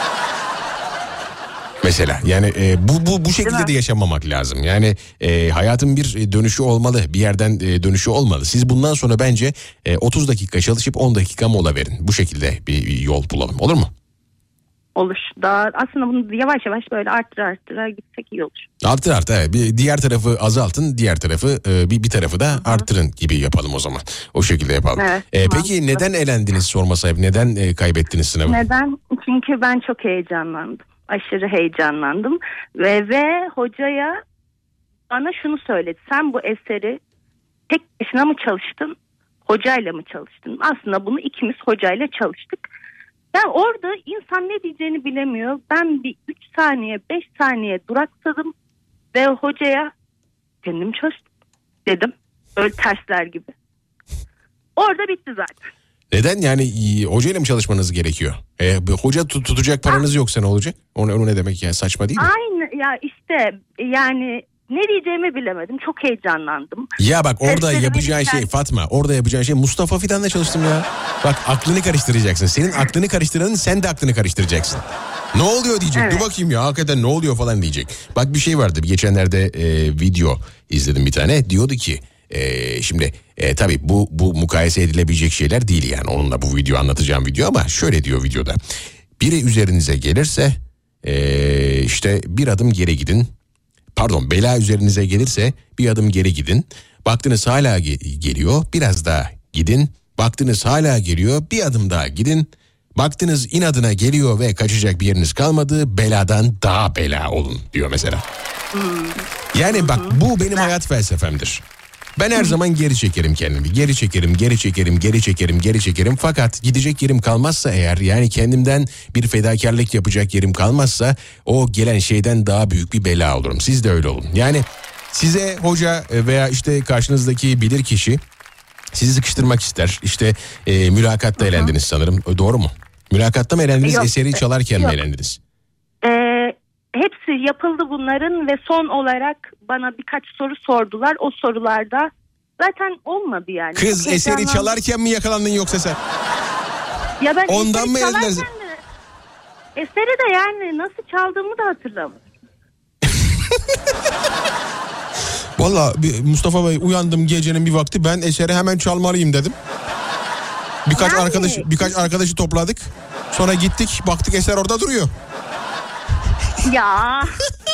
Mesela yani bu şekilde de yaşamamak lazım. Yani hayatın bir dönüşü olmalı. Bir yerden dönüşü olmalı. Siz bundan sonra bence 30 dakika çalışıp 10 dakika mola verin. Bu şekilde bir yol bulalım. Olur mu? Olur. Daha aslında bunu yavaş yavaş böyle arttıra gitsek iyi olur. Arttır evet. Bir diğer tarafı azaltın, diğer tarafı bir tarafı da arttırın gibi yapalım o zaman. O şekilde yapalım. Evet, peki neden elendiniz sorma sahibi? Neden kaybettiniz sınavı? Neden? Çünkü ben çok heyecanlandım. Aşırı heyecanlandım ve hocaya bana şunu söyledi. Sen bu eseri tek başına mı çalıştın, hocayla mı çalıştın? Aslında bunu ikimiz hocayla çalıştık. Yani orada insan ne diyeceğini bilemiyor. Ben bir 3 saniye 5 saniye duraksadım ve hocaya kendim çözdüm dedim. Öyle tersler gibi. Orada bitti zaten. Neden? Yani hocayla mı çalışmanız gerekiyor? Hoca tutacak paranız yoksa ne olacak? Onu ne demek yani, saçma değil mi? Aynı ya işte yani ne diyeceğimi bilemedim. Çok heyecanlandım. Ya bak orada yapacağın şey Fatma, orada yapacağın şey Mustafa Fidan'la çalıştım ya. Bak aklını karıştıracaksın. Senin aklını karıştıranın sen de aklını karıştıracaksın. Ne oluyor diyecek. Evet. Dur bakayım ya hakikaten ne oluyor falan diyecek. Bak bir şey vardı. Geçenlerde video izledim bir tane. Diyordu ki şimdi tabii bu mukayese edilebilecek şeyler değil yani. Onunla bu video anlatacağım video ama şöyle diyor videoda. Biri üzerinize gelirse işte bir adım geri gidin. Pardon, bela üzerinize gelirse bir adım geri gidin. Baktınız hala geliyor, biraz daha gidin. Baktınız hala geliyor, bir adım daha gidin. Baktınız inadına geliyor ve kaçacak bir yeriniz kalmadı. Beladan daha bela olun diyor mesela. Yani bak bu benim hayat felsefemdir. Ben her zaman geri çekerim kendimi. Geri çekerim. Fakat gidecek yerim kalmazsa eğer, yani kendimden bir fedakarlık yapacak yerim kalmazsa o gelen şeyden daha büyük bir bela olurum. Siz de öyle olun. Yani size hoca veya işte karşınızdaki bilir kişi sizi sıkıştırmak ister. İşte mülakatta elendiniz sanırım. Doğru mu? Mülakatta mı elendiniz? Yok, eseri çalarken yok. mi elendiniz? Hepsi yapıldı bunların ve son olarak bana birkaç soru sordular. O sorularda zaten olmadı yani. Kız Çok eseri heyecanlandım. çalarken mi yakalandın yoksa sen? Ya ben Ondan eseri mı çalarken elediler? de, eseri de yani nasıl çaldığımı da hatırlamıyorum. Valla Mustafa Bey, uyandım gecenin bir vakti, ben eseri hemen çalmalıyım dedim. Birkaç arkadaşı topladık. Sonra gittik, baktık eser orada duruyor. Ya.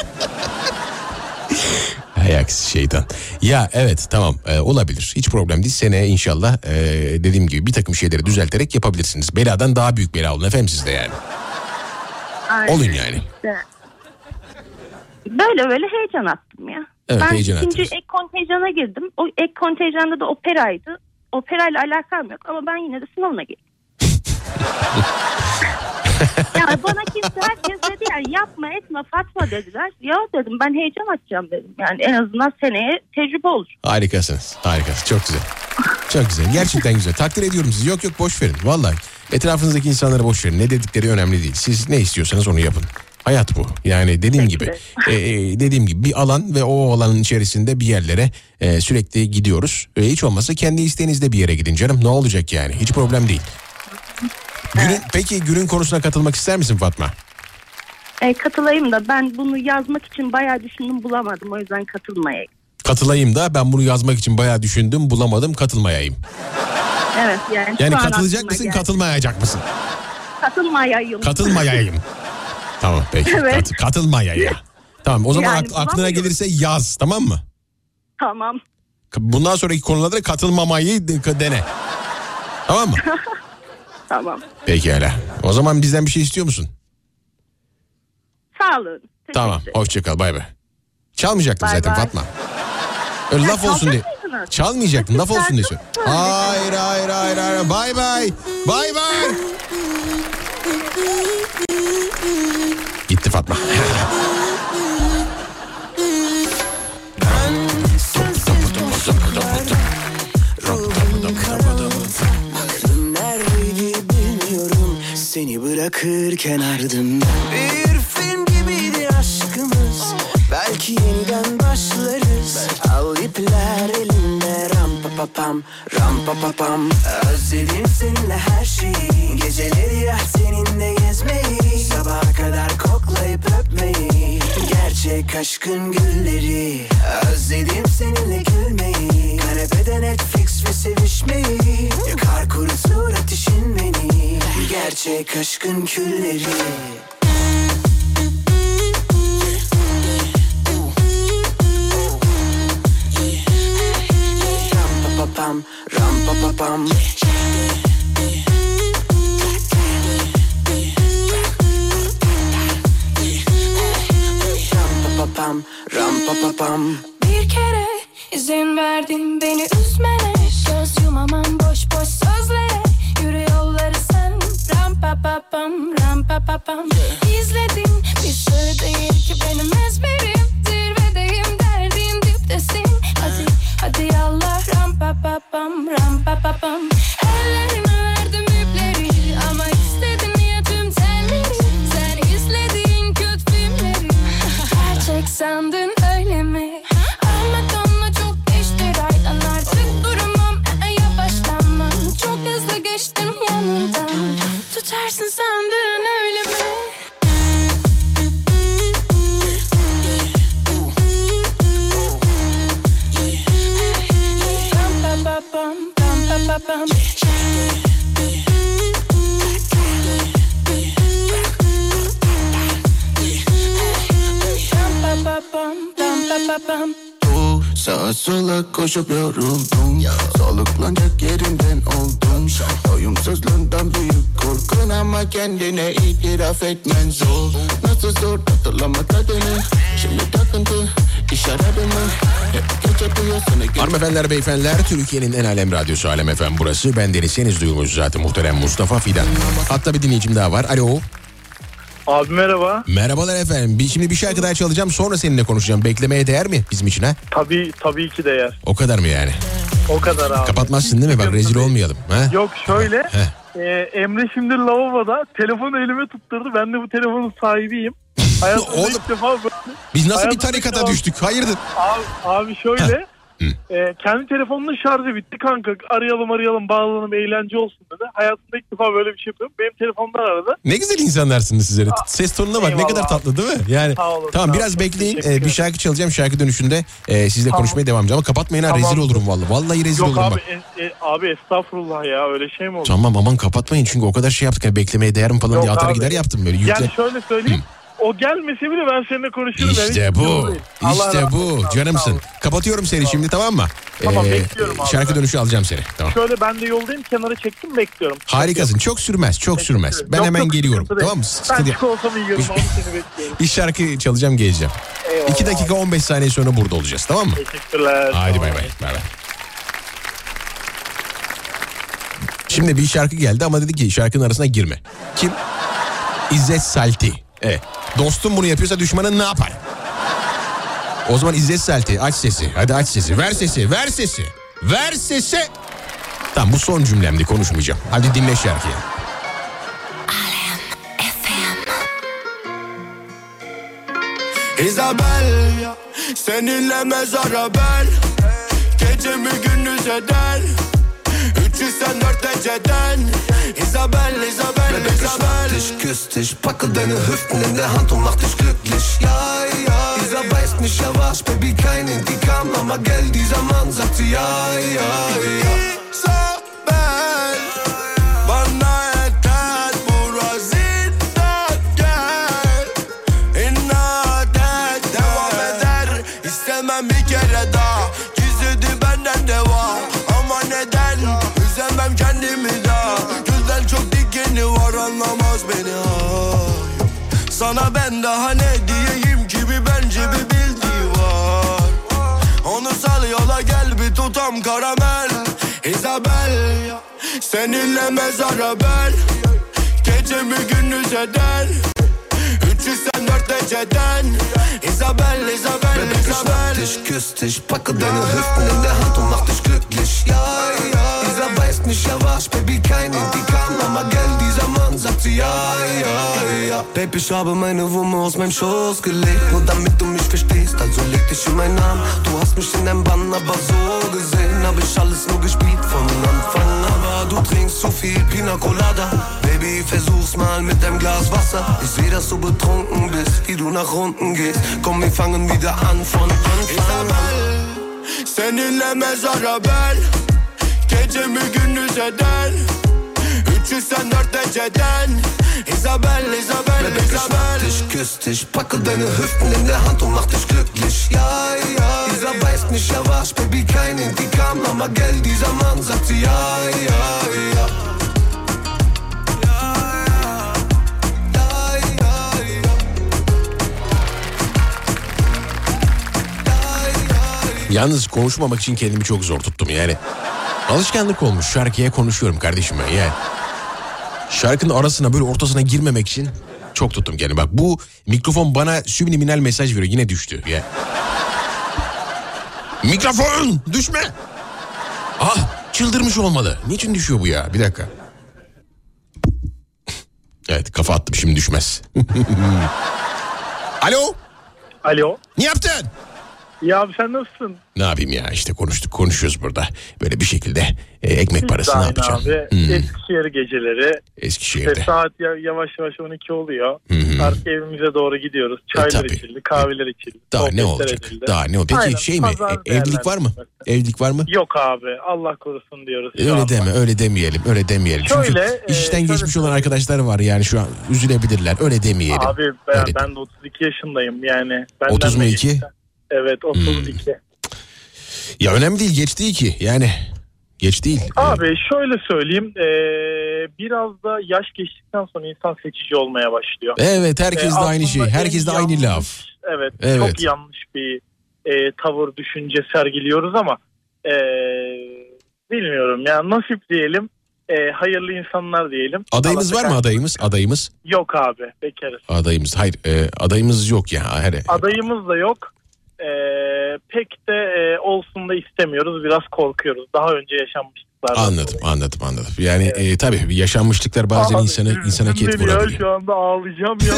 Hay aksi şeytan. Ya evet tamam, olabilir. Hiç problem değil. Seneye inşallah dediğim gibi bir takım şeyleri düzelterek yapabilirsiniz. Beladan daha büyük bela olun efendim siz de yani. Aynen. Olun yani. İşte. Böyle heyecan attım ya. Evet, ben heyecan ikinci attınız. ek kontenjana girdim. O ek kontenjanda da operaydı. Operayla alakam yok ama ben yine de sınavına girdim. Yani bana herkes dedi yani yapma etme Fatma dediler. Ya dedim ben heyecan atacağım dedim. Yani en azından seneye tecrübe olur. Harikasınız. Çok güzel. Çok güzel. Gerçekten güzel. Takdir ediyorum sizi. Yok boş verin. Vallahi etrafınızdaki insanlara boş verin. Ne dedikleri önemli değil. Siz ne istiyorsanız onu yapın. Hayat bu. Yani dediğim gibi bir alan ve o alanın içerisinde bir yerlere sürekli gidiyoruz. Hiç olmazsa kendi isteğinizde bir yere gidin canım. Ne olacak yani? Hiç problem değil. Peki günün konusuna katılmak ister misin Fatma? Katılayım da ben bunu yazmak için bayağı düşündüm bulamadım. O yüzden katılmayayım. Katılayım da ben bunu yazmak için bayağı düşündüm bulamadım, katılmayayım. Evet yani. Yani katılacak mısın katılmayacak mısın? Katılmayayım. Katılmayayım. Tamam peki. Evet. Katılmayayım. Tamam o zaman Yani aklına gelirse yaz, tamam mı? Tamam. Bundan sonraki konularda da katılmamayı dene. Tamam mı? Tamam. Pekala. O zaman bizden bir şey istiyor musun? Sağ olun. Tamam. Hoşçakal. Bay bay. Çalmayacaktın Bay zaten bay. Fatma. Öyle laf olsun diye. Çalmayacaktın. Laf olsun diye söyle. Hayır. Bay bay. Bay bay. Gitti Fatma. Seni bırakırken ardından bir film gibiydi aşkımız. Belki yeniden başlarız. Al ipler elinde ram pa pa pam, ram pa pa pam. Özledim seninle her şeyi. Geceleri ya seninle gezmeyi. Sabaha kadar koklayıp öpmeyi. Gerçek aşkın gülleri. Özledim seninle gülmeyi. Kanepede Netflix ve sevişmeyi. Yakar kurutur ateşin beni. Gerçek aşkın külleri. Ram pa pa pam. Ram pa pa pam. Bir kere izin verdin beni üzmene. Göz yumamam boş sözlere. Yürü yolları sen. Ram pa pa pam, ram pa pa pam. İzledim bir sır değil ki benim ezberim. Zirvedeyim derdin diptesin. Hadi Allah ram pa pa pam, ram pa pa pam. Ellerime verdim ipleri ama istedin ya tüm telleri. Sen izlediğin kötü filmleri. Gerçek sandın öyle mi? Anlatamla çok geçti raydan artık durmam. Yavaşlanmam çok hızlı geçtim yanından. Tutarsın sandın öyle mi? Sağa sola koşup yoruldum, soluklanacak yerinden oldum. Doyumsuzluğundan büyük korkun ama kendine itiraf etmen zor. Nasıl zor hatırlama tadını, şimdi takıntı iş aradı mı? Hanımefendiler, beyefendiler, Türkiye'nin en alem radyosu Alem FM burası. Ben Deniz, henüz duymuş zaten muhterem Mustafa Fidan. Hatta bir dinleyicim daha var. Alo. Abi merhaba. Merhabalar efendim. Şimdi bir şarkı daha çalacağım, sonra seninle konuşacağım. Beklemeye değer mi bizim için ha? Tabii ki değer. O kadar mı yani? O kadar abi. Kapatmazsın değil mi? Bak rezil olmayalım. Ha? Yok şöyle. Emre şimdi lavaboda telefonu elime tutturdu. Ben de bu telefonun sahibiyim. Hayatımda ilk defa böyle. Biz nasıl bir tarikata düştük? Hayırdır? Abi şöyle. Kendi telefonunun şarjı bitti kanka. Arayalım bağlanalım, eğlence olsun dedi. Hayatımda ilk defa böyle bir şey yapıyorum. Benim telefondan aradı. Ne güzel insanlarsınız sizlere. Ses tonuna bak, eyvallah, ne kadar tatlı değil mi? Yani tamam, biraz bekleyin. Bir şarkı çalacağım. Şarkı dönüşünde sizle konuşmaya devam edeceğim. Ama kapatmayın ha, rezil olurum vallahi. Vallahi rezil olurum abi, bak. Abi estağfurullah ya, öyle şey mi olur? Tamam aman kapatmayın, çünkü o kadar şey yaptık ya, beklemeye değer mi falan diye atar gider yaptım böyle. Yani şöyle söyleyeyim. O gelmese bile ben seninle konuşurum. İşte bu. İşte bu. Canımsın. Kapatıyorum seni şimdi, tamam mı? Tamam, bekliyorum abi. Şarkı dönüşü alacağım seni. Tamam. Şöyle ben de yoldayım, kenara çektim, bekliyorum. Harikasın. Çok sürmez. Çok sürmez. Ben hemen geliyorum. Tamam mı? Ben çık olsam iyi görürüm. Onu seni bekliyorum. Bir şarkı çalacağım, geleceğim. Eyvallah. 2 dakika 15 saniye sonra burada olacağız. Tamam mı? Teşekkürler. Haydi bay bay. Şimdi bir şarkı geldi ama dedi ki şarkının arasına girme. Kim? İzzet Salti. Evet. Dostum bunu yapıyorsa düşmanın ne yapar? O zaman İzzet Salti, aç sesi. Hadi aç sesi. Ver sesi. Ver sesi. Ver sesi. Tamam, bu son cümlemdi, konuşmayacağım. Hadi dinle şarkıyı. Isabel, seninle mezara ben, gecemi gündüz eder. 304 Ece'den. Isabel, Isabel. Ich küss dich, packe deine Hüften in der Hand und mach dich glücklich. Ja, ja. Dieser weiß nicht, er war's, Baby, kein Intikam, aber gell, dieser Mann sagt sie ja, ja, ja. Isabel, bana yeter burası da gel. İnat et, devam eder. İstemem bir kere daha, gizledi benden de var. Ama neden? Üzemem kendimi daha. Gözden çok dikeni var, anlamaz beni. Ay. Sana ben daha ne diyeyim ki, bir bence bir bildiği var. Onu sal yola, gel bir tutam karamel. Isabel, seninle mezara ben, gecemi gündüz eder. 304 Ece'den. Isabel, Isabel, Isabel. Ich küss dich, packe deine Hüften in der Hand und mach dich glücklich. Ja, ja. Dieser weiß nicht, er war's, Baby, kein Intikam, aber gell, dieser Mann sagt sie ja, ja, ja. Baby, ich habe meine Wumme aus meinem Schoß gelegt, nur damit du mich verstehst, also leg dich in meinen Arm. Du hast mich in deinem Bann aber so gesehen, hab ich alles nur gespielt von Anfang an. Aber du trinkst zu viel Pina Colada, Baby, versuch's mal mit deinem Glas Wasser. Ich seh, dass du betrunken bist, wie du nach unten gehst. Komm, wir fangen wieder an von Anfang an. Seninle mezara ben, gecemi gündüz eder. 304 Ece'den. Isabel, Isabel, Isabel. Ich küss dich, packe deine Hüften in der Hand und mach dich glücklich. Ja, ja. Dieser weiß nicht, er war's, Baby, kein Intikam, aber gell, dieser Mann sagt sie ja, ja, ja. Yalnız konuşmamak için kendimi çok zor tuttum yani. Alışkanlık olmuş, şarkıya konuşuyorum kardeşim ben yani. Şarkının arasına böyle ortasına girmemek için çok tuttum kendimi. Bak bu mikrofon bana subliminal mesaj veriyor, yine düştü ya. Mikrofon düşme. Ah, çıldırmış olmalı. Niçin düşüyor bu ya? Bir dakika. Evet, kafa attım, şimdi düşmez. Alo. Alo. Ne yaptın? Ya abi sen nasılsın? Ne yapayım ya, işte konuşuyoruz burada. Böyle bir şekilde ekmek parası ne yapacağım? Abi. Eskişehir geceleri. Eskişehir'de. İşte saat yavaş yavaş 12 oluyor. Artık evimize doğru gidiyoruz. Çaylar içildi, kahveler içildi. Daha ne olacak? Edildi. Daha ne olacak? Peki şey mi? Evlilik var mı? Evlilik var mı? Yok abi. Allah korusun diyoruz. Öyle demeyelim. Çünkü işten geçmiş olan arkadaşlar var yani şu an üzülebilirler. Öyle demeyelim. Abi ben de 32 yaşındayım yani. 30 mu 2? Evet 32. Ya önemli değil, geç değil ki yani. Geç değil. Abi şöyle söyleyeyim. Biraz da yaş geçtikten sonra insan seçici olmaya başlıyor. Evet, herkes de aynı şey. Herkes de aynı laf. Evet. Çok yanlış bir tavır, düşünce sergiliyoruz ama bilmiyorum ya, nasip diyelim. Hayırlı insanlar diyelim. Adayımız var mı adayımız? Yok abi, bekarız. Adayımız adayımız yok ya. Adayımız da yok. Pek de olsun da istemiyoruz. Biraz korkuyoruz. Daha önce yaşanmışlıklar. Anladım. Yani tabii yaşanmışlıklar bazen abi, insana ket vurabiliyor. Şu anda ağlayacağım ya.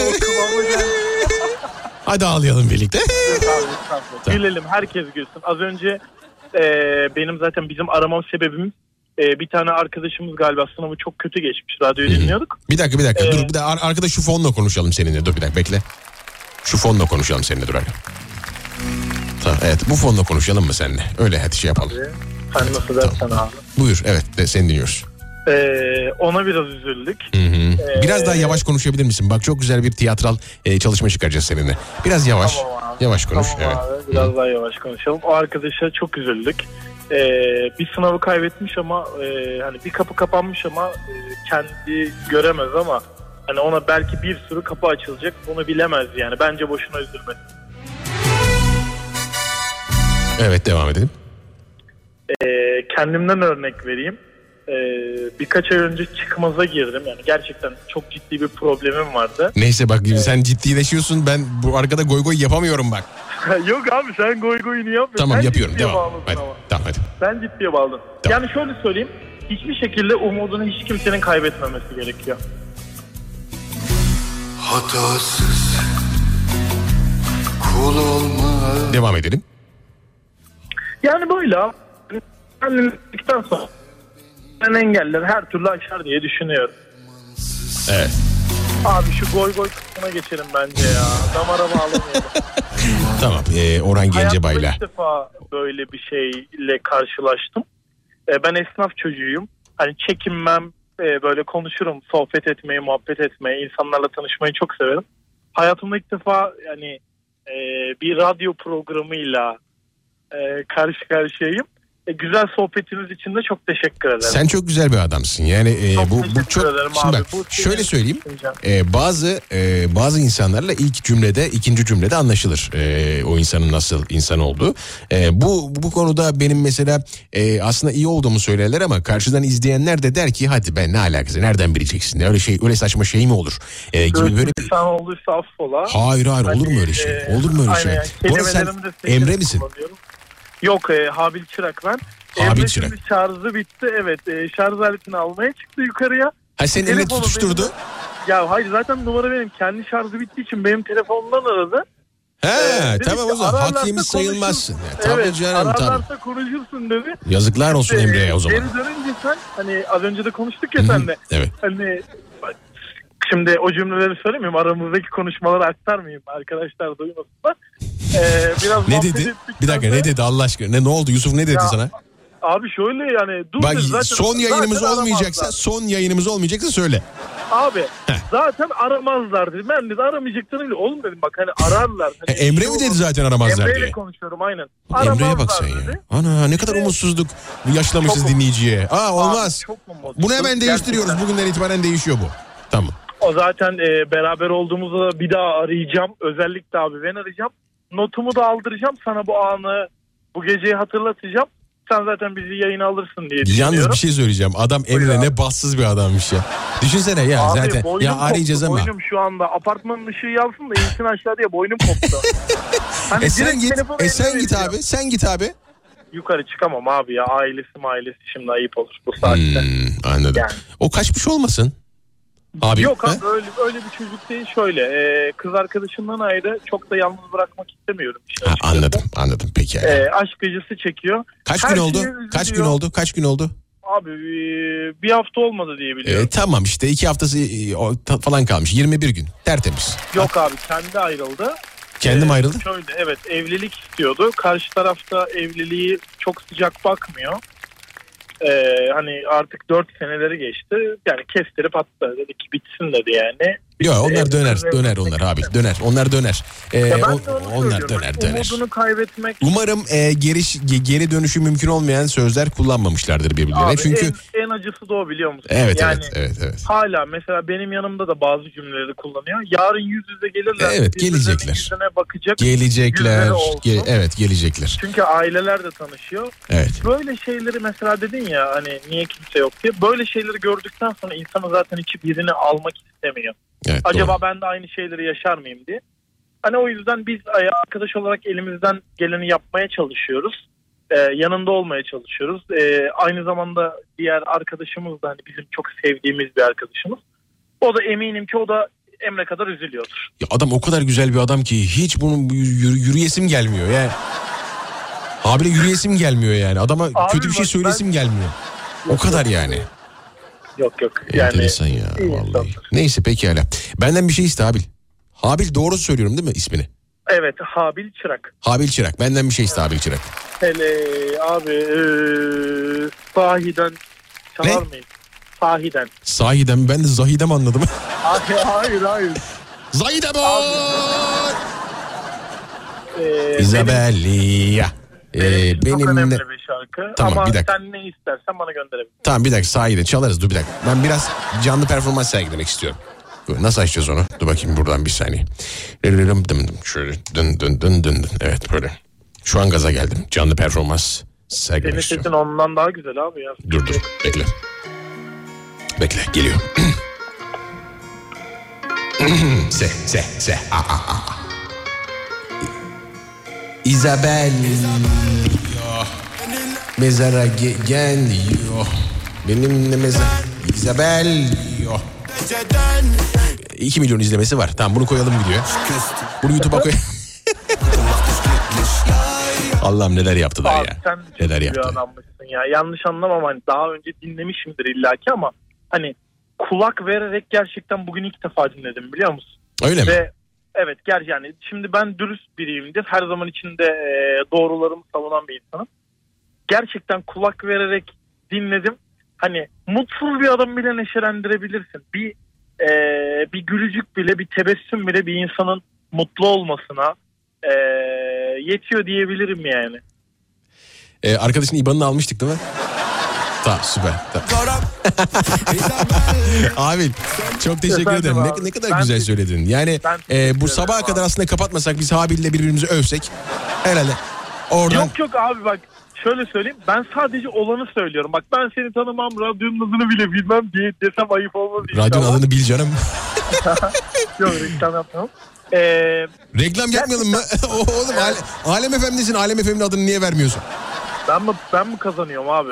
Hadi ağlayalım birlikte. Tamam. Gülelim, herkes gülsün. Az önce benim zaten bizim aramam sebebimiz bir tane arkadaşımız galiba sınavı çok kötü geçmiş. Radyoyu dinliyorduk. Bir dakika. Dur bir de arkada şu fonla konuşalım seninle. Dur bir dakika bekle. Şu fonla konuşalım seninle, dur. Tamam, evet, bu fonla konuşalım mı seninle? Öyle hadi şey yapalım. Sen nasıl dersen abi. Buyur, evet, seni dinliyoruz. Ona biraz üzüldük. Biraz daha yavaş konuşabilir misin? Bak çok güzel bir tiyatral çalışma çıkaracağız seninle. Biraz yavaş. Tamam abi. Yavaş konuş. Tamam abi, biraz daha yavaş konuşalım. O arkadaşa çok üzüldük. Bir sınavı kaybetmiş ama hani bir kapı kapanmış ama kendi göremez ama hani ona belki bir sürü kapı açılacak, bunu bilemez yani. Bence boşuna üzülme. Evet, devam edelim. Kendimden örnek vereyim. Birkaç ay önce çıkmaza girdim. Yani gerçekten çok ciddi bir problemim vardı. Neyse bak, sen ciddileşiyorsun. Ben bu arkada goy goy yapamıyorum bak. Yok abi, sen goy goyunu yapma. Tamam, sen yapıyorum. Devam. Hadi. Ben ciddiye bağladım. Tamam. Yani şöyle söyleyeyim. Hiçbir şekilde umudunu hiç kimsenin kaybetmemesi gerekiyor. Hatasız kul olma. Devam edelim. Yani böyle abi. Kendimden sonra ben engeller her türlü aşar diye düşünüyorum. Evet. Abi şu goy goy kısmına geçelim bence ya. Damara bağlamayalım. Tamam. Orhan Gencebay'la. Hayatımda ilk defa böyle bir şeyle karşılaştım. Ben esnaf çocuğuyum. Hani çekinmem, böyle konuşurum, sohbet etmeyi, muhabbet etmeyi, insanlarla tanışmayı çok severim. Hayatımda ilk defa yani bir radyo programıyla karşı karşıyayım. Güzel sohbetiniz için de çok teşekkür ederim. Sen çok güzel bir adamsın. Yani bu çok ederim şimdi abi. bak, şöyle söyleyeyim. Bazı insanlarla ilk cümlede, ikinci cümlede anlaşılır. O insanın nasıl insan olduğu. Bu konuda benim mesela aslında iyi olduğumu söylerler ama karşıdan izleyenler de der ki hadi ben ne alakası, nereden bileceksin? Öyle saçma şey mi olur? Gibi böyle bir insan olduysa affola. Hayır, olur mu öyle şey? Olur mu öyle şey? Bu arada sen Emre misin? Yok, Habil Çırak ben. Habil Çırak. Şimdi şarjı bitti, evet. Şarj aletini almaya çıktı yukarıya. Ha, senin eline tutuşturdu. Ya hayır, zaten numara benim. Kendi şarjı bittiği için benim telefonumdan aradı. Tamam, o zaman hak yemiş sayılmazsın. Tabii canım, ararlarsa konuşursun dedi. Yazıklar olsun Emre'ye o zaman. Geri dönünce sen hani az önce de konuştuk ya seninle. Evet. Hani şimdi o cümleleri söylemeyeyim, aramızdaki konuşmaları aktarmayayım, arkadaşlar duymasınlar. Biraz ne dedi? Bir dakika, ne dedi Allah aşkına? Ne oldu? Yusuf ne dedi sana? Abi şöyle yani bak, son yayınımız olmayacaksa söyle. Abi zaten aramazlar dedi. Ben de aramayacaklarını bile. Oğlum dedim bak, hani ararlar. Hani Emre mi dedi zaten aramazlar diye? Emre'yle konuşuyorum aynen. Emre'ye bak sen ya. Ana ne kadar umutsuzluk yaşlamışız dinleyiciye. Olmaz. Bunu hemen değiştiriyoruz. Bugünden itibaren değişiyor bu. Tamam. O zaten beraber olduğumuzda bir daha arayacağım. Özellikle abi ben arayacağım. Notumu da aldıracağım. Sana bu anı, bu geceyi hatırlatacağım. Sen zaten bizi yayına alırsın diye düşünüyorum. Yalnız bir şey söyleyeceğim. Adam Emre ne bassız bir adammış ya. Düşünsene ya abi, zaten. Ya arayacağız koptu, ama. Boynum şu anda apartmanın ışığı yansın da insin aşağı diye boynum koptu. Hani sen git abi. Yukarı çıkamam abi ya. Ailesi şimdi ayıp olur bu saatte. Anladım. Yani. O kaçmış olmasın? Abi. Yok abi öyle bir çocuk değil, şöyle. Kız arkadaşından ayrı, çok da yalnız bırakmak istemiyorum. Ha, anladım peki. Yani. Aşk acısı çekiyor. Kaç gün oldu? Kaç gün oldu? Abi bir hafta olmadı diye biliyorum. Tamam işte 2 haftası falan kalmış. 21 gün. Tertemiz. Yok abi kendi ayrıldı. Kendi mi ayrıldı? Şöyle, evet, evlilik istiyordu. Karşı tarafta evliliği çok sıcak bakmıyor. Hani artık 4 seneleri geçti. Yani kestirip attı. Dedi ki bitsin dedi yani. Yok onlar döner onlar abi. Onlar döner. Onlar döner. Umudunu kaybetmek. Umarım geri dönüşü mümkün olmayan sözler kullanmamışlardır birbirlerine. Abi, çünkü en acısı da o, biliyor musun? Evet, yani evet. Hala mesela benim yanımda da bazı cümleleri kullanıyor. Yarın yüz yüze gelirler. Evet, gelecekler. Yüzüne bakacak. Gelecekler. Evet, gelecekler. Çünkü aileler de tanışıyor. Evet. Böyle şeyleri mesela dedin ya hani niye kimse yok diye. Böyle şeyleri gördükten sonra insanı zaten içi birini almak istemiyor. Evet, acaba doğru. ben de aynı şeyleri yaşar mıyım diye. Hani o yüzden biz arkadaş olarak elimizden geleni yapmaya çalışıyoruz. Yanında olmaya çalışıyoruz. Aynı zamanda diğer arkadaşımız da hani bizim çok sevdiğimiz bir arkadaşımız. O da eminim ki o da Emre kadar üzülüyordur. Ya adam o kadar güzel bir adam ki hiç bunun yürüyesim gelmiyor yani. Abine yürüyesim gelmiyor yani. Adama abi kötü bir şey söylesim gelmiyor. O kadar yani. Yok. Enteresan ya vallahi. Neyse pekala. Benden bir şey iste Habil. Habil doğru söylüyorum değil mi ismini? Evet, Habil Çırak. Habil Çırak. Benden bir şey iste Habil Çırak. Hele abi sahiden çalar mıyım? Sahiden. Sahiden ben de Zahidem anladım. Hayır. Zahidem Isabella. Çok önemli bir şarkı. Tamam, ama bir dakika. sen ne istersen bana gönderebilirsin. Tamam bir dakika sahiden çalarız, dur bir dakika. Ben biraz canlı performans sergilemek istiyorum. Nasıl açacağız onu? Dur bakayım buradan bir saniye. Şöyle dın. Evet böyle. Şu an gaza geldim. Canlı performans sergilemek Senin istiyorum. sesin ondan daha güzel abi ya. Dur bekle. Bekle geliyor. Se. Isabel. Mezara geliyor. Benimle mezar. Isabel. 2 milyon izlemesi var. Tamam bunu koyalım videoya. Bunu YouTube'a koy. Allah'ım neler yaptılar abi, ya. Sen neler bir yaptı. adammışsın ya. Yanlış anlamam, hani daha önce dinlemişimdir illaki ama hani kulak vererek gerçekten bugün ilk defa dinledim, biliyor musun? Öyle mi? Ve evet yani şimdi ben dürüst biriyimdir. Her zaman içinde doğrularımı savunan bir insanım. Gerçekten kulak vererek dinledim. Hani mutsuz bir adam bile neşelendirebilirsin. Bir gülücük bile, bir tebessüm bile bir insanın mutlu olmasına yetiyor diyebilirim yani. Arkadaşın IBAN'ını almıştık değil mi? Tamam süper. Tamam. Abi çok teşekkür ederim. Ne kadar güzel söyledin. Yani bu sabaha kadar aslında kapatmasak biz Habil'le birbirimizi övsek herhalde oradan. Yok abi bak şöyle söyleyeyim. Ben sadece olanı söylüyorum. Bak ben seni tanımam, radyonun adını bile bilmem diye desem ayıp olmaz inşallah. Radyonun adını bil canım. Yok reklam yapmam. Reklam yapmayalım mı? Oğlum Alem FM'desin. Alem FM'in adını niye vermiyorsun? Ben mi kazanıyorum abi?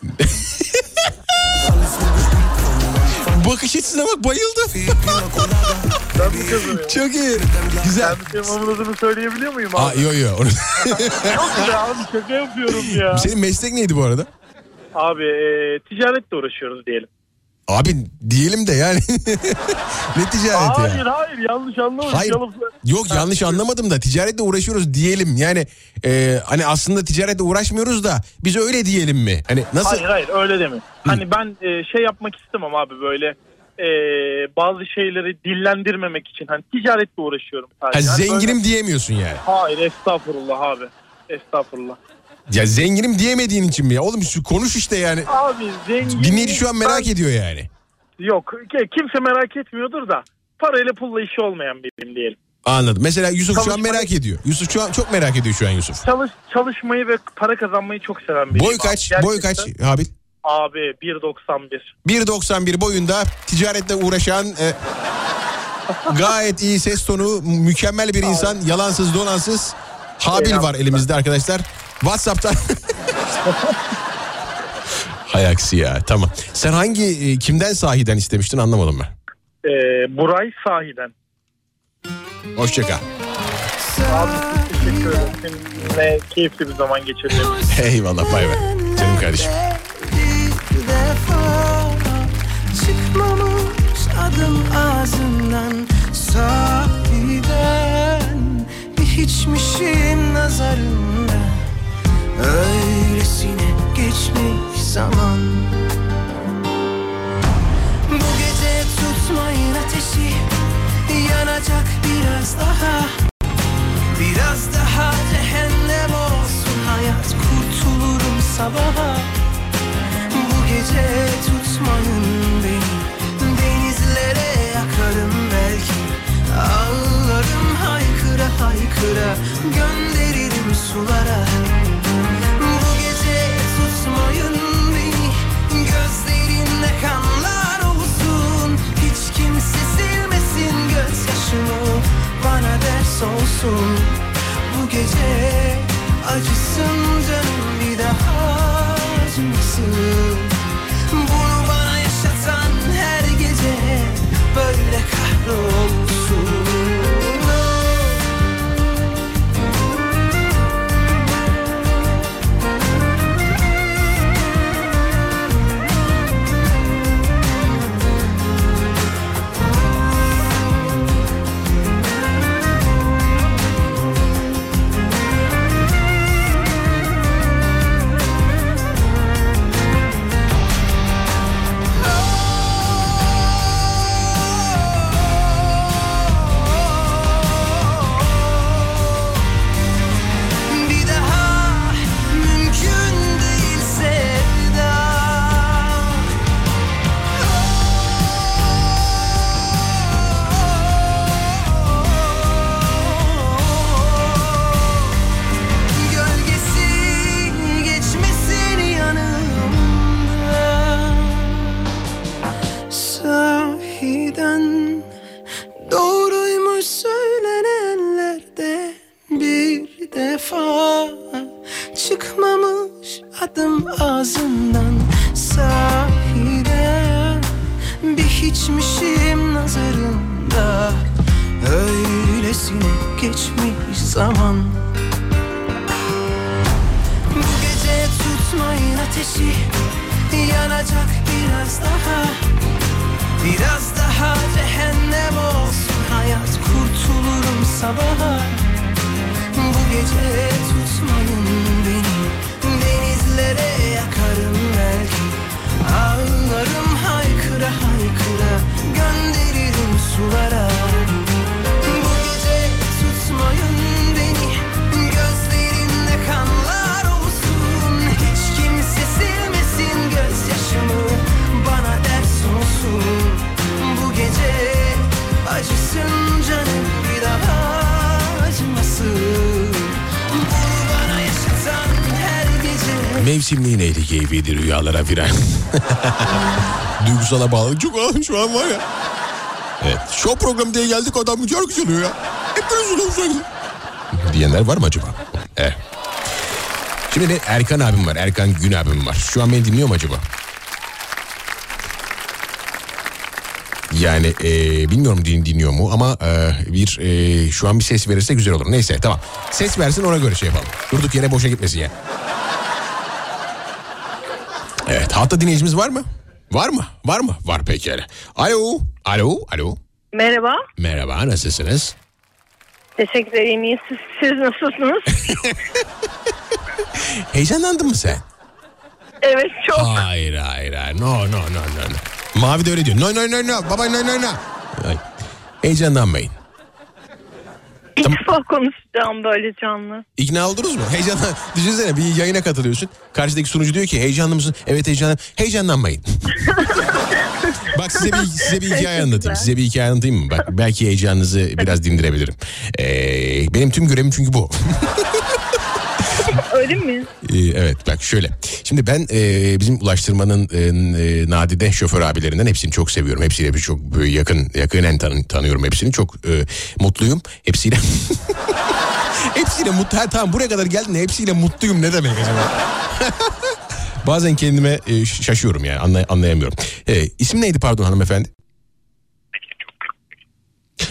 Bakış açısına bak, bayıldım. Ben mi kazanıyorum? Çok iyi. Güzel. Ben senin adını söyleyebiliyor muyum abi? Yok. Çok güzel abi, şaka yapıyorum ya. Senin meslek neydi bu arada? Abi ticaretle uğraşıyoruz diyelim. Abi diyelim de yani. Ne ticareti hayır, ya? Hayır yanlış anlamadım. Hayır. Yok yanlış anlamadım da ticaretle uğraşıyoruz diyelim. Yani hani aslında ticaretle uğraşmıyoruz da biz öyle diyelim mi? Hani nasıl? Hayır öyle deme. Hani ben şey yapmak istemem abi böyle bazı şeyleri dillendirmemek için. Hani ticaretle uğraşıyorum sadece. Ha, hani zenginim böyle... diyemiyorsun yani. Hayır estağfurullah abi. Estağfurullah. Ya zenginim diyemediğin için mi ya? Oğlum şu konuş işte yani. Abi zengin. Dinleyici şu an merak ediyor yani. Yok kimse merak etmiyordur da parayla pulla işi olmayan biriyim diyelim. Anladım. Mesela Yusuf şu an merak ediyor. Yusuf şu an çok merak ediyor şu an Yusuf. Çalışmayı ve para kazanmayı çok seven biriyim. Boy kaç Habil? Abi 1.91. 1.91 boyunda ticaretle uğraşan gayet iyi ses tonu, mükemmel bir insan, yalansız dolansız Habil var elimizde arkadaşlar. WhatsApp'tan. Hay aksi ya, tamam. Sen kimden sahiden istemiştin anlamadım ben. Buray Sahiden. Hoşça kal. Abi teşekkür ederim. Seninle keyifli bir zaman geçirdim. Eyvallah, bay bay. Canım kardeşim. Bir defa çıkmamış adım ağzından, sahiden bir hiçmişim nazarında. Öylesine geçmiş zaman. Bu gece tutmayın ateşi, yanacak biraz daha. Biraz daha cehennem olsun hayat, kurtulurum sabaha. Bu gece tutmayın beni, denizlere yakarım belki. Ağlarım haykıra haykıra, gönderirim sulara. Bu gece tutmayın beni, gözlerinde kanlar olsun. Hiç kimse silmesin gözyaşımı, bana ders olsun. Bu gece acısın canım, bir daha acımasın. Bunu bana yaşatan her gece böyle kahrolsun. Çıkmamış adım ağzından, sahiden bir hiçmişim nazarında. Öylesine geçmiş zaman. Bu gece tutmayın ateşi, yanacak biraz daha. Biraz daha cehennem olsun hayat, kurtulurum sabaha. Bu gece tutmayın beni, denizlere yakarım belki. Ağlarım haykıra haykıra, gönderirim sulara. Bu gece tutmayın beni, gözlerinde kanlar olsun. Hiç kimse silmesin gözyaşımı, bana ders olsun. Bu gece acısın canım, bir daha acımasın. Mevsimliğin ehli keyfiydi rüyalara firan. Duygusala bağlı. Çok şu an var ya. Evet. Show programı diye geldik, adam şarkı söylüyor ya. Hep böyle söylüyor. Diyenler var mı acaba? Evet. Şimdi de Erkan abim var. Erkan Gün abim var. Şu an beni dinliyor mu acaba? Yani bilmiyorum dinliyor mu ama şu an bir ses verirse güzel olur. Neyse tamam. Ses versin, ona göre şey yapalım. Durduk yere boşa gitmesin ya. Evet, hatta dinleyicimiz var mı? Var mı? Var mı? Var pekala. Alo. Alo. Alo. Merhaba. Merhaba, nasılsınız? Teşekkür ederim. İyi. Siz nasılsınız? Heyecanlandın mı sen? Evet, çok. Hayır. No. Mavi de öyle diyor. No. Baba no. Ay. Heyecanlanmayın. İlk defa konuşacağım böyle canlı. İkna oldunuz mu? Düşünsene, bir yayına katılıyorsun. Karşıdaki sunucu diyor ki heyecanlı mısın? Evet heyecanlıyım. Heyecanlanmayın. Bak size bir hikaye anlatayım. Size bir hikaye anlatayım mı? Bak, belki heyecanınızı biraz dindirebilirim. Benim tüm görevim çünkü bu. Öyle mi? Evet, bak şöyle. Şimdi ben bizim Ulaştırma'nın nadide şoför abilerinden, hepsini çok seviyorum. Hepsiyle bir çok yakinen tanıyorum hepsini. Çok mutluyum. Hepsiyle mutlu. Tamam, buraya kadar geldin de hepsiyle mutluyum ne demek acaba? Bazen kendime şaşıyorum yani, anlayamıyorum. İsim neydi pardon hanımefendi?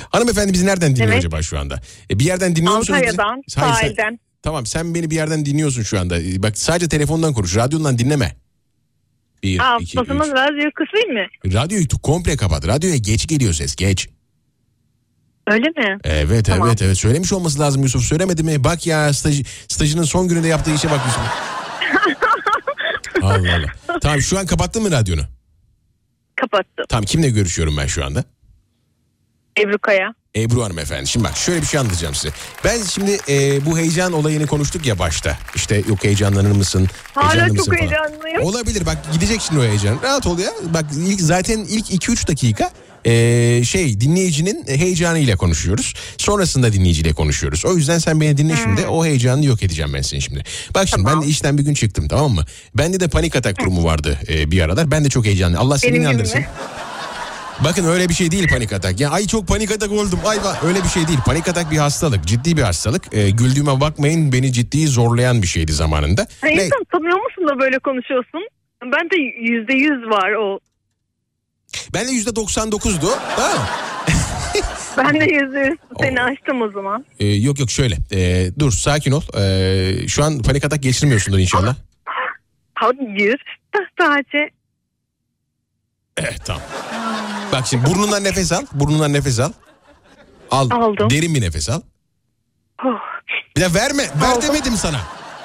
Hanımefendi bizi nereden dinliyor Evet. acaba şu anda? Bir yerden dinliyor musunuz bizi? Antalya'dan, Hayır, sahilden. Tamam, sen beni bir yerden dinliyorsun şu anda. Bak sadece telefondan konuş, radyondan dinleme. 1, 2, 3. Basımız radyo kısayım mı? Radyoyu komple kapat. Radyoya geç geliyor ses, geç. Öyle mi? Evet, Tamam. evet. Söylemiş olması lazım Yusuf. Söylemedi mi? Bak ya, stajının son gününde yaptığı işe bak Yusuf. Allah Allah. Tamam, şu an kapattın mı radyonu? Kapattım. Tamam, kimle görüşüyorum ben şu anda? Ebru Kaya. Ebru Hanım efendim. Şimdi bak şöyle bir şey anlatacağım size. Ben şimdi bu heyecan olayını konuştuk ya başta. İşte yok heyecanlanır mısın? Hala Heyecanlı çok mısın falan. heyecanlıyım. Olabilir, bak gidecek şimdi o heyecan. Rahat ol ya. Bak zaten ilk 2-3 dakika dinleyicinin heyecanıyla konuşuyoruz. Sonrasında dinleyiciyle konuşuyoruz. O yüzden sen beni dinle şimdi. O heyecanı yok edeceğim ben seni şimdi. Bak şimdi ben de işten bir gün çıktım, tamam mı? Bende de panik atak durumu vardı bir aralar. Ben de çok heyecanlıyım. Allah seni Benim gibi inandırsın. mi? Bakın öyle bir şey değil panik atak. Ya ay çok panik atak oldum. Ay öyle bir şey değil. Panik atak bir hastalık. Ciddi bir hastalık. Güldüğüme bakmayın, beni ciddi zorlayan bir şeydi zamanında. Sen insan tanıyor musun da böyle konuşuyorsun? Ben de %100 var o. Ben de %99'du. Tamam mı? Ben de %100 seni açtım o zaman. Yok şöyle. Dur sakin ol. Şu an panik atak geçirmiyorsundur inşallah. Hayır. Sadece. Evet, tamam. Bak şimdi burnundan nefes al. Burnundan nefes al. Aldım. Derin bir nefes al. Bir de verme. Ver demedim sana.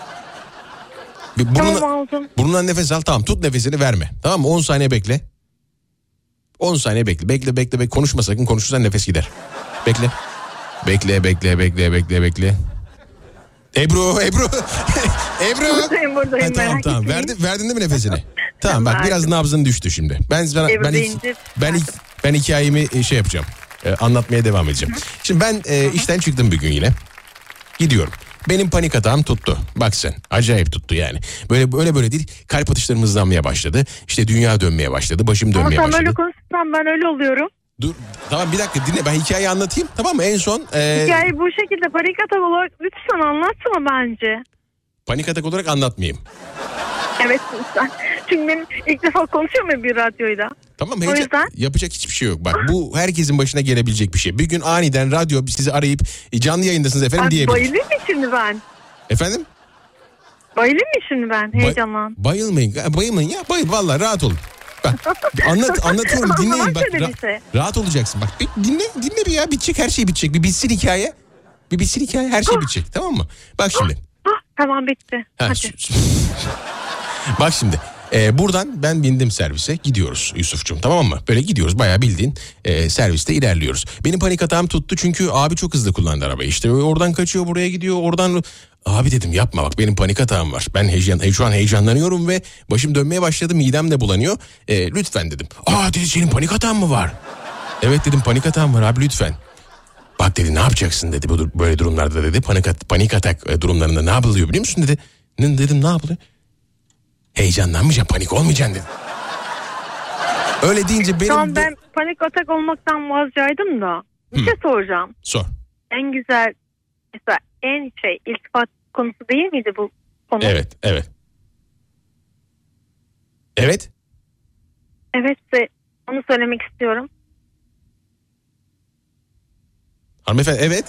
Tamam, aldım. Burnundan nefes al. Tamam, tut nefesini, verme. Tamam mı? 10 saniye bekle. 10 saniye bekle. Bekle. Konuşma sakın. Konuşursan nefes gider. Bekle. Bekle. Ebru. Buradayım. Tamam. Verdin değil mi nefesini? Tamam bak, biraz nabzın düştü şimdi. Ben hikayemi yapacağım. Anlatmaya devam edeceğim. Şimdi ben işten çıktım bir gün yine. Gidiyorum. Benim panik atağım tuttu. Bak sen, acayip tuttu yani. Böyle değil. Kalp atışlarım hızlanmaya başladı. İşte dünya dönmeye başladı. Başım dönmeye başladı. Ama sen böyle konuşursan ben öyle oluyorum. Dur tamam, bir dakika dinle, ben hikayeyi anlatayım, tamam mı? En son hikayeyi bu şekilde panik atak olarak lütfen anlatsana bence. Panik atak olarak anlatmayayım. Evet lütfen. Çünkü benim ilk defa konuşuyorum ya bir radyoyla. Tamam, o yüzden yapacak hiçbir şey yok. Bak bu herkesin başına gelebilecek bir şey. Bir gün aniden radyo sizi arayıp canlı yayındasınız efendim diyebilir. Bayılayım mı şimdi ben? Efendim? Bayılayım mı şimdi ben? Heyecanlan. Bayılmayın ya, vallahi rahat olun. Bak anlatıyorum, dinleyin bak. Rahat olacaksın. Bak dinle bir ya, bitecek, her şey bitecek. Bir bitsin hikaye. Her şey bitecek, tamam mı? Bak şimdi. Tamam, bitti. Hadi. Bak şimdi. Buradan ben bindim servise, gidiyoruz Yusuf'cum, tamam mı? Böyle gidiyoruz, bayağı bildiğin serviste ilerliyoruz. Benim panik atağım tuttu çünkü abi çok hızlı kullandı arabayı. İşte oradan kaçıyor, buraya gidiyor, oradan... Abi dedim yapma, bak benim panik atağım var. Ben şu an heyecanlanıyorum ve başım dönmeye başladı, midem de bulanıyor. Lütfen dedim. Dedi senin panik atağın mı var? Evet dedim, panik atağım var abi, lütfen. Bak dedi, ne yapacaksın dedi böyle durumlarda dedi. Panik atak durumlarında ne yapılıyor biliyor musun dedi. Dedim ne yapılıyor? Heyecanlanmayacaksın, panik olmayacaksın dedi. Öyle deyince benim... Tamam, ben panik atak olmaktan vazgeçtim da. Bir şey soracağım. Sor. En güzel, mesela iltifat konusu değil miydi bu konu? Evet. Evetse onu söylemek istiyorum. Hanımefendi, evet.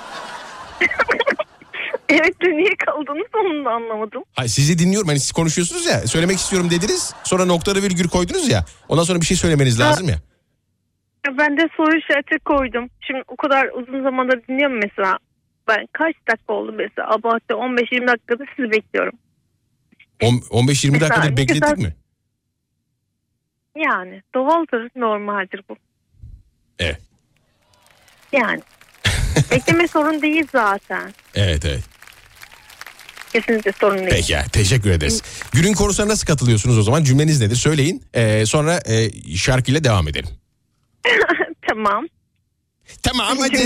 Evet de niye kaldınız onu da anlamadım. Hayır, sizi dinliyorum. Hani siz konuşuyorsunuz ya, söylemek istiyorum dediniz. Sonra noktalı virgül koydunuz ya. Ondan sonra bir şey söylemeniz lazım ya. Ben de soru işareti koydum. Şimdi o kadar uzun zamandır dinliyorum mesela. Ben kaç dakika oldu mesela? Abartı 15-20 dakikada sizi bekliyorum. 15-20 dakikadır beklettik mi? Yani doğaldır, normaldir bu. Evet. Yani. Bekleme sorun değil zaten. Evet. Kesinlikle sorun değil. Peki ya, teşekkür ederiz. Günün konusuna nasıl katılıyorsunuz o zaman? Cümleniz nedir? Söyleyin. Sonra şarkıyla devam edelim. Tamam. Tamam hadi.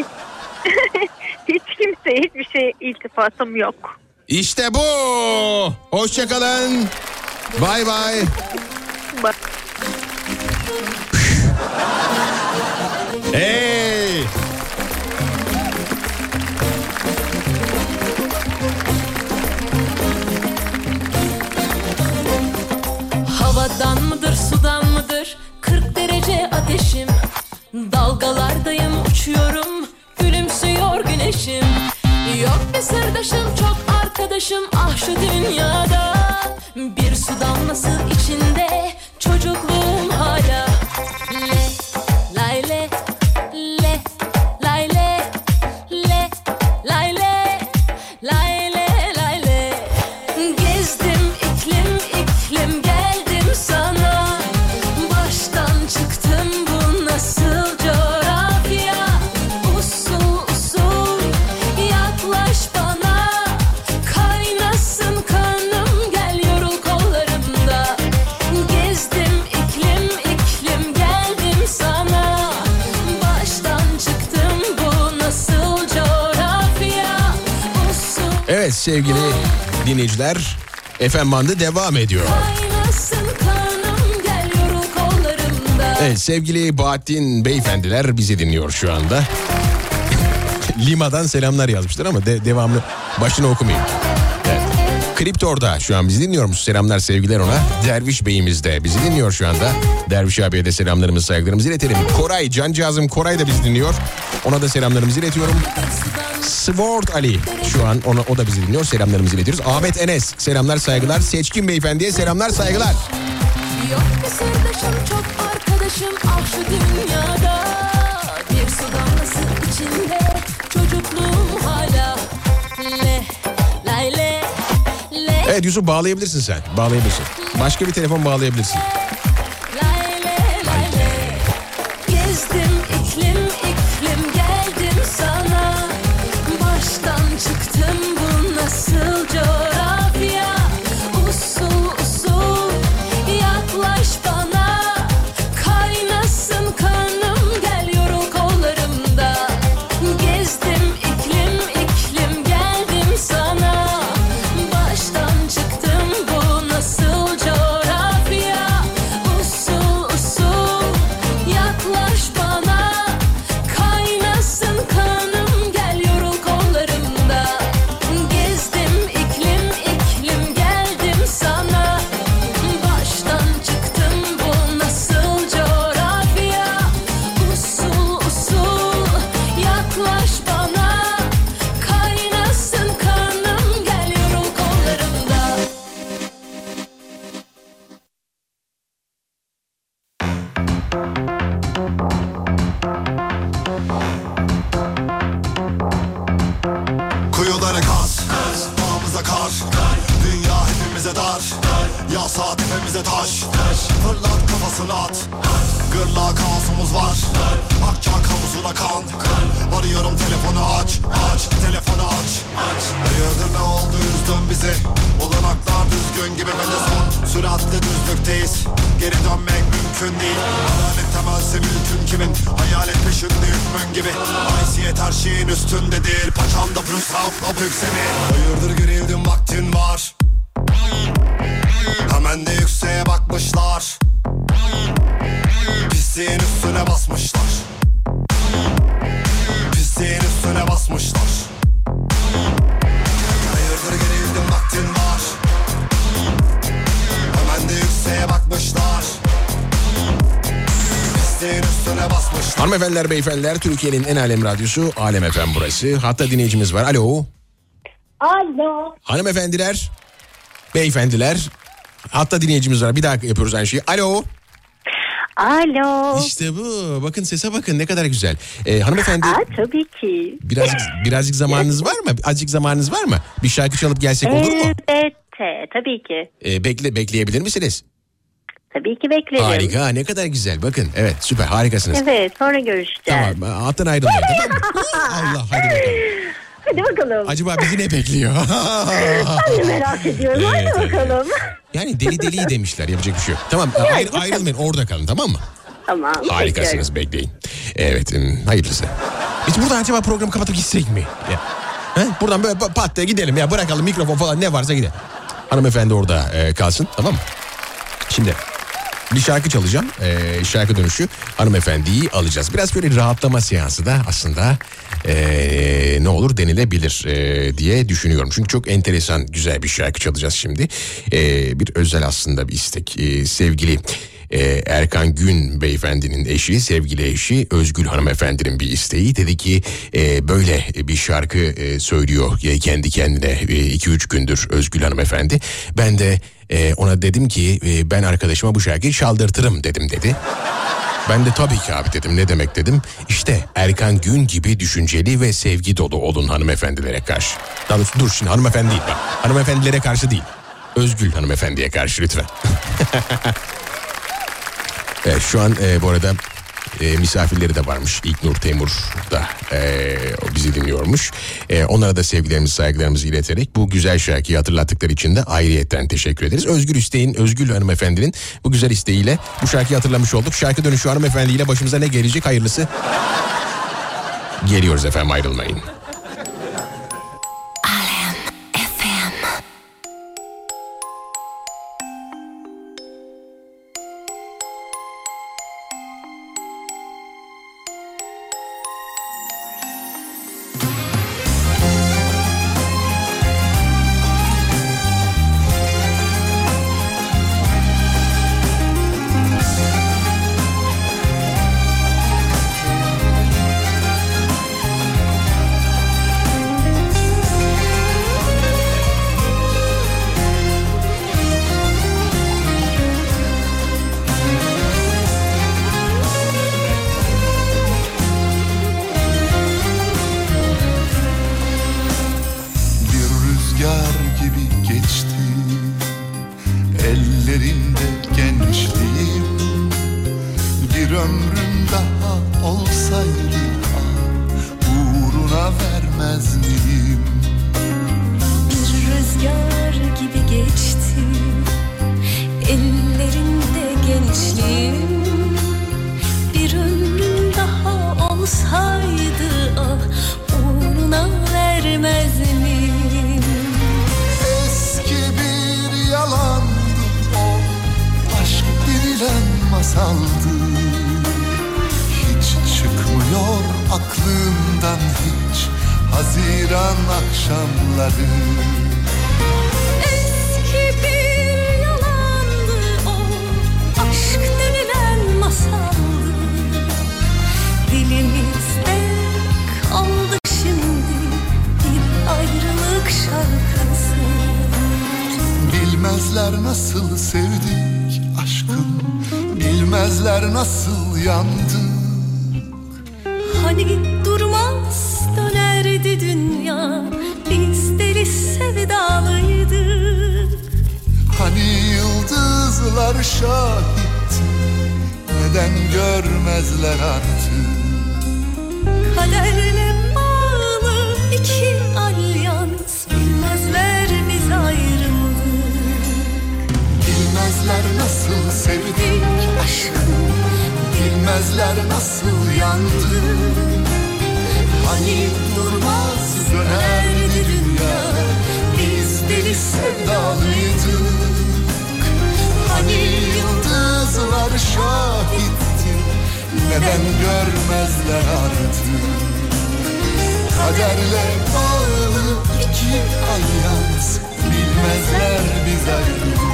Hiç kimseye hiçbir şey iltifatım yok. İşte bu. Hoşçakalın. Bay bay. Hey. Havadan mıdır, sudan mıdır? 40 derece ateşim. Dalgalardayım, uçuyorum. sırdaşım ah şu dünyada. Bir su damlası içinde çocukluğum hala. Le, lay le, le, lay le, le, lay le, lay le, lay le. Gezdim iklim iklim geldim sana. Baştan çıktım bu nasıl coğrafya. Usul usul yaklaş bana. Kaynasın kanım gel yorul kollarımda. Gezdim iklim iklim geldim sana. Baştan çıktım bu nasıl coğrafya. Usul Evet sevgili dinleyiciler, FM bandı devam ediyor. kaynasın kanım gel yorul kollarımda. Evet sevgili Bahattin beyefendiler bizi dinliyor şu anda. Lima'dan selamlar yazmışlar ama devamlı başını okumayayım. Evet. Kriptor'da şu an bizi dinliyormuş. Selamlar sevgiler ona. Derviş Bey'imiz de bizi dinliyor şu anda. Derviş abiye de selamlarımızı saygılarımızı iletelim. Koray, cancağızım Koray da bizi dinliyor. Ona da selamlarımızı iletiyorum. Sword Ali şu an o da bizi dinliyor. Selamlarımızı iletiyoruz. Ahmet Enes selamlar saygılar. Seçkin Beyefendi'ye selamlar saygılar. Yok bir sırdaşım çok arkadaşım ah şu dünyada. Bir su damlası içinde çocukluğum hala. Le, lay le, le, Evet Yusuf bağlayabilirsin sen. Bağlayabilirsin. Başka bir telefon bağlayabilirsin. lay le, lay le. Gezdim iklim iklim geldim sana. Baştan çıktım bu nasıl coğrafya. Usul usul yaklaş bana. Kaynasın kanım gel yorul kollarımda. Gezdim iklim iklim geldim sana. Baştan çıktım bu nasıl coğrafya. Usul usul yaklaş bana. Kaynasın kanım gel yorul kollarımda. Gezdim iklim iklim geldim sana. Baştan çıktım bu nasıl coğrafya. Usul usul yaklaş bana. Kaynasın kanım gel yorul kollarımda. Kuyuları kaz, dağımıza kar, dünya hepimize dar, yasa tepemize taş, fırlat kafasına at, gırla kaosumuz var, akacak havuzuna kan, arıyorum telefonu aç, telefonu aç, hayırdır ne oldu üzdün bizi, olanaklar düzgün gibi ve de son, süratle düzlükteyiz, geri dönmek mümkün değil, adalet temelse mülkün kimin, hayalet peşinde hükmün gibi, haysiyet her şeyin üstünde değil, paçanda Brüssel'la bükseni, hayırdır gerildim vaktin var, hemen de yükseğe bakmışlar, pisliğin üstüne basmışlar, pisliğin üstüne basmışlar, hayırdır gerildim vaktin var, hemen de yükseğe bakmışlar, pisliğin üstüne basmışlar. Hanımefendiler beyefendiler, Türkiye'nin en alem radyosu Alem FM burası. Hatta dinleyicimiz var. Alo. Alo. Hanımefendiler, beyefendiler, hatta dinleyicimiz var. Bir daha yapıyoruz aynı şeyi. Alo. Alo. İşte bu. Bakın sese bakın ne kadar güzel. Hanımefendi. Tabii ki. Birazcık zamanınız var mı? Azıcık zamanınız var mı? Bir şarkı çalıp gelsek olur mu? Evet. Tabii ki. Bekleyebilir misiniz? Tabii ki beklerim. Harika, ne kadar güzel. Bakın evet, süper, harikasınız. Evet, sonra görüşeceğiz. Tamam, hattan ayrılmayın, tamam mı? Allah, hadi bakalım. Hadi bakalım. Acaba bizi ne bekliyor? Ben de merak ediyorum. Evet, hadi bakalım. Yani deli demişler, yapacak bir şey yok. Tamam, ayrılmayın, orada kalın, tamam mı? Tamam. Harikasınız, bekleyin. Evet, hayırlısı. Biz buradan acaba programı kapatıp gitsek mi? Ya. Buradan böyle pat diye gidelim ya, bırakalım mikrofon falan ne varsa gidelim. Hanımefendi orada kalsın, tamam mı? Şimdi bir şarkı çalacağım. Şarkı dönüşü hanımefendiyi alacağız. Biraz böyle rahatlama seansı da aslında ne olur denilebilir diye düşünüyorum. Çünkü çok enteresan, güzel bir şarkı çalacağız şimdi. Bir özel aslında bir istek. Sevgili Erkan Gün beyefendinin eşi, sevgili eşi Özgül hanımefendinin bir isteği. Dedi ki böyle bir şarkı söylüyor kendi kendine 2-3 gündür Özgül hanımefendi. Ben de ona dedim ki ben arkadaşıma bu şarkıyı çaldırtırım dedim dedi. Ben de tabii ki abi dedim, ne demek dedim. İşte Erkan Gün gibi düşünceli ve sevgi dolu olun hanımefendilere karşı. Daha doğrusu dur şimdi hanımefendi değil bak. Hanımefendilere karşı değil. Özgül hanımefendiye karşı lütfen. Evet, şu an bu arada misafirleri de varmış. İlknur Temur da bizi dinliyormuş. Onlara da sevgilerimizi, saygılarımızı ileterek bu güzel şarkıyı hatırlattıkları için de ayrıyetten teşekkür ederiz. Özgül hanımefendinin bu güzel isteğiyle bu şarkıyı hatırlamış olduk. Şarkı dönüşü hanımefendiyle başımıza ne gelecek hayırlısı. Geliyoruz efendim, ayrılmayın. Bilmezler nasıl sevdik aşkım, bilmezler nasıl yandık. Hani durmaz dönerdi dünya, biz deli sevdalıydık. Hani yıldızlar şahitti, neden görmezler artık. Kaderle bağlı iki alyans, bilmezler biz ayrıldık. Bilmezler nasıl sevdik aşkım, bilmezler nasıl yandık. Hani durmaz dönerdi dünya, biz deli sevdalıydık. Hani yıldızlar şahitti, neden görmezler artık. Kaderle bağlı iki alyans, bilmezler biz ayrıldık.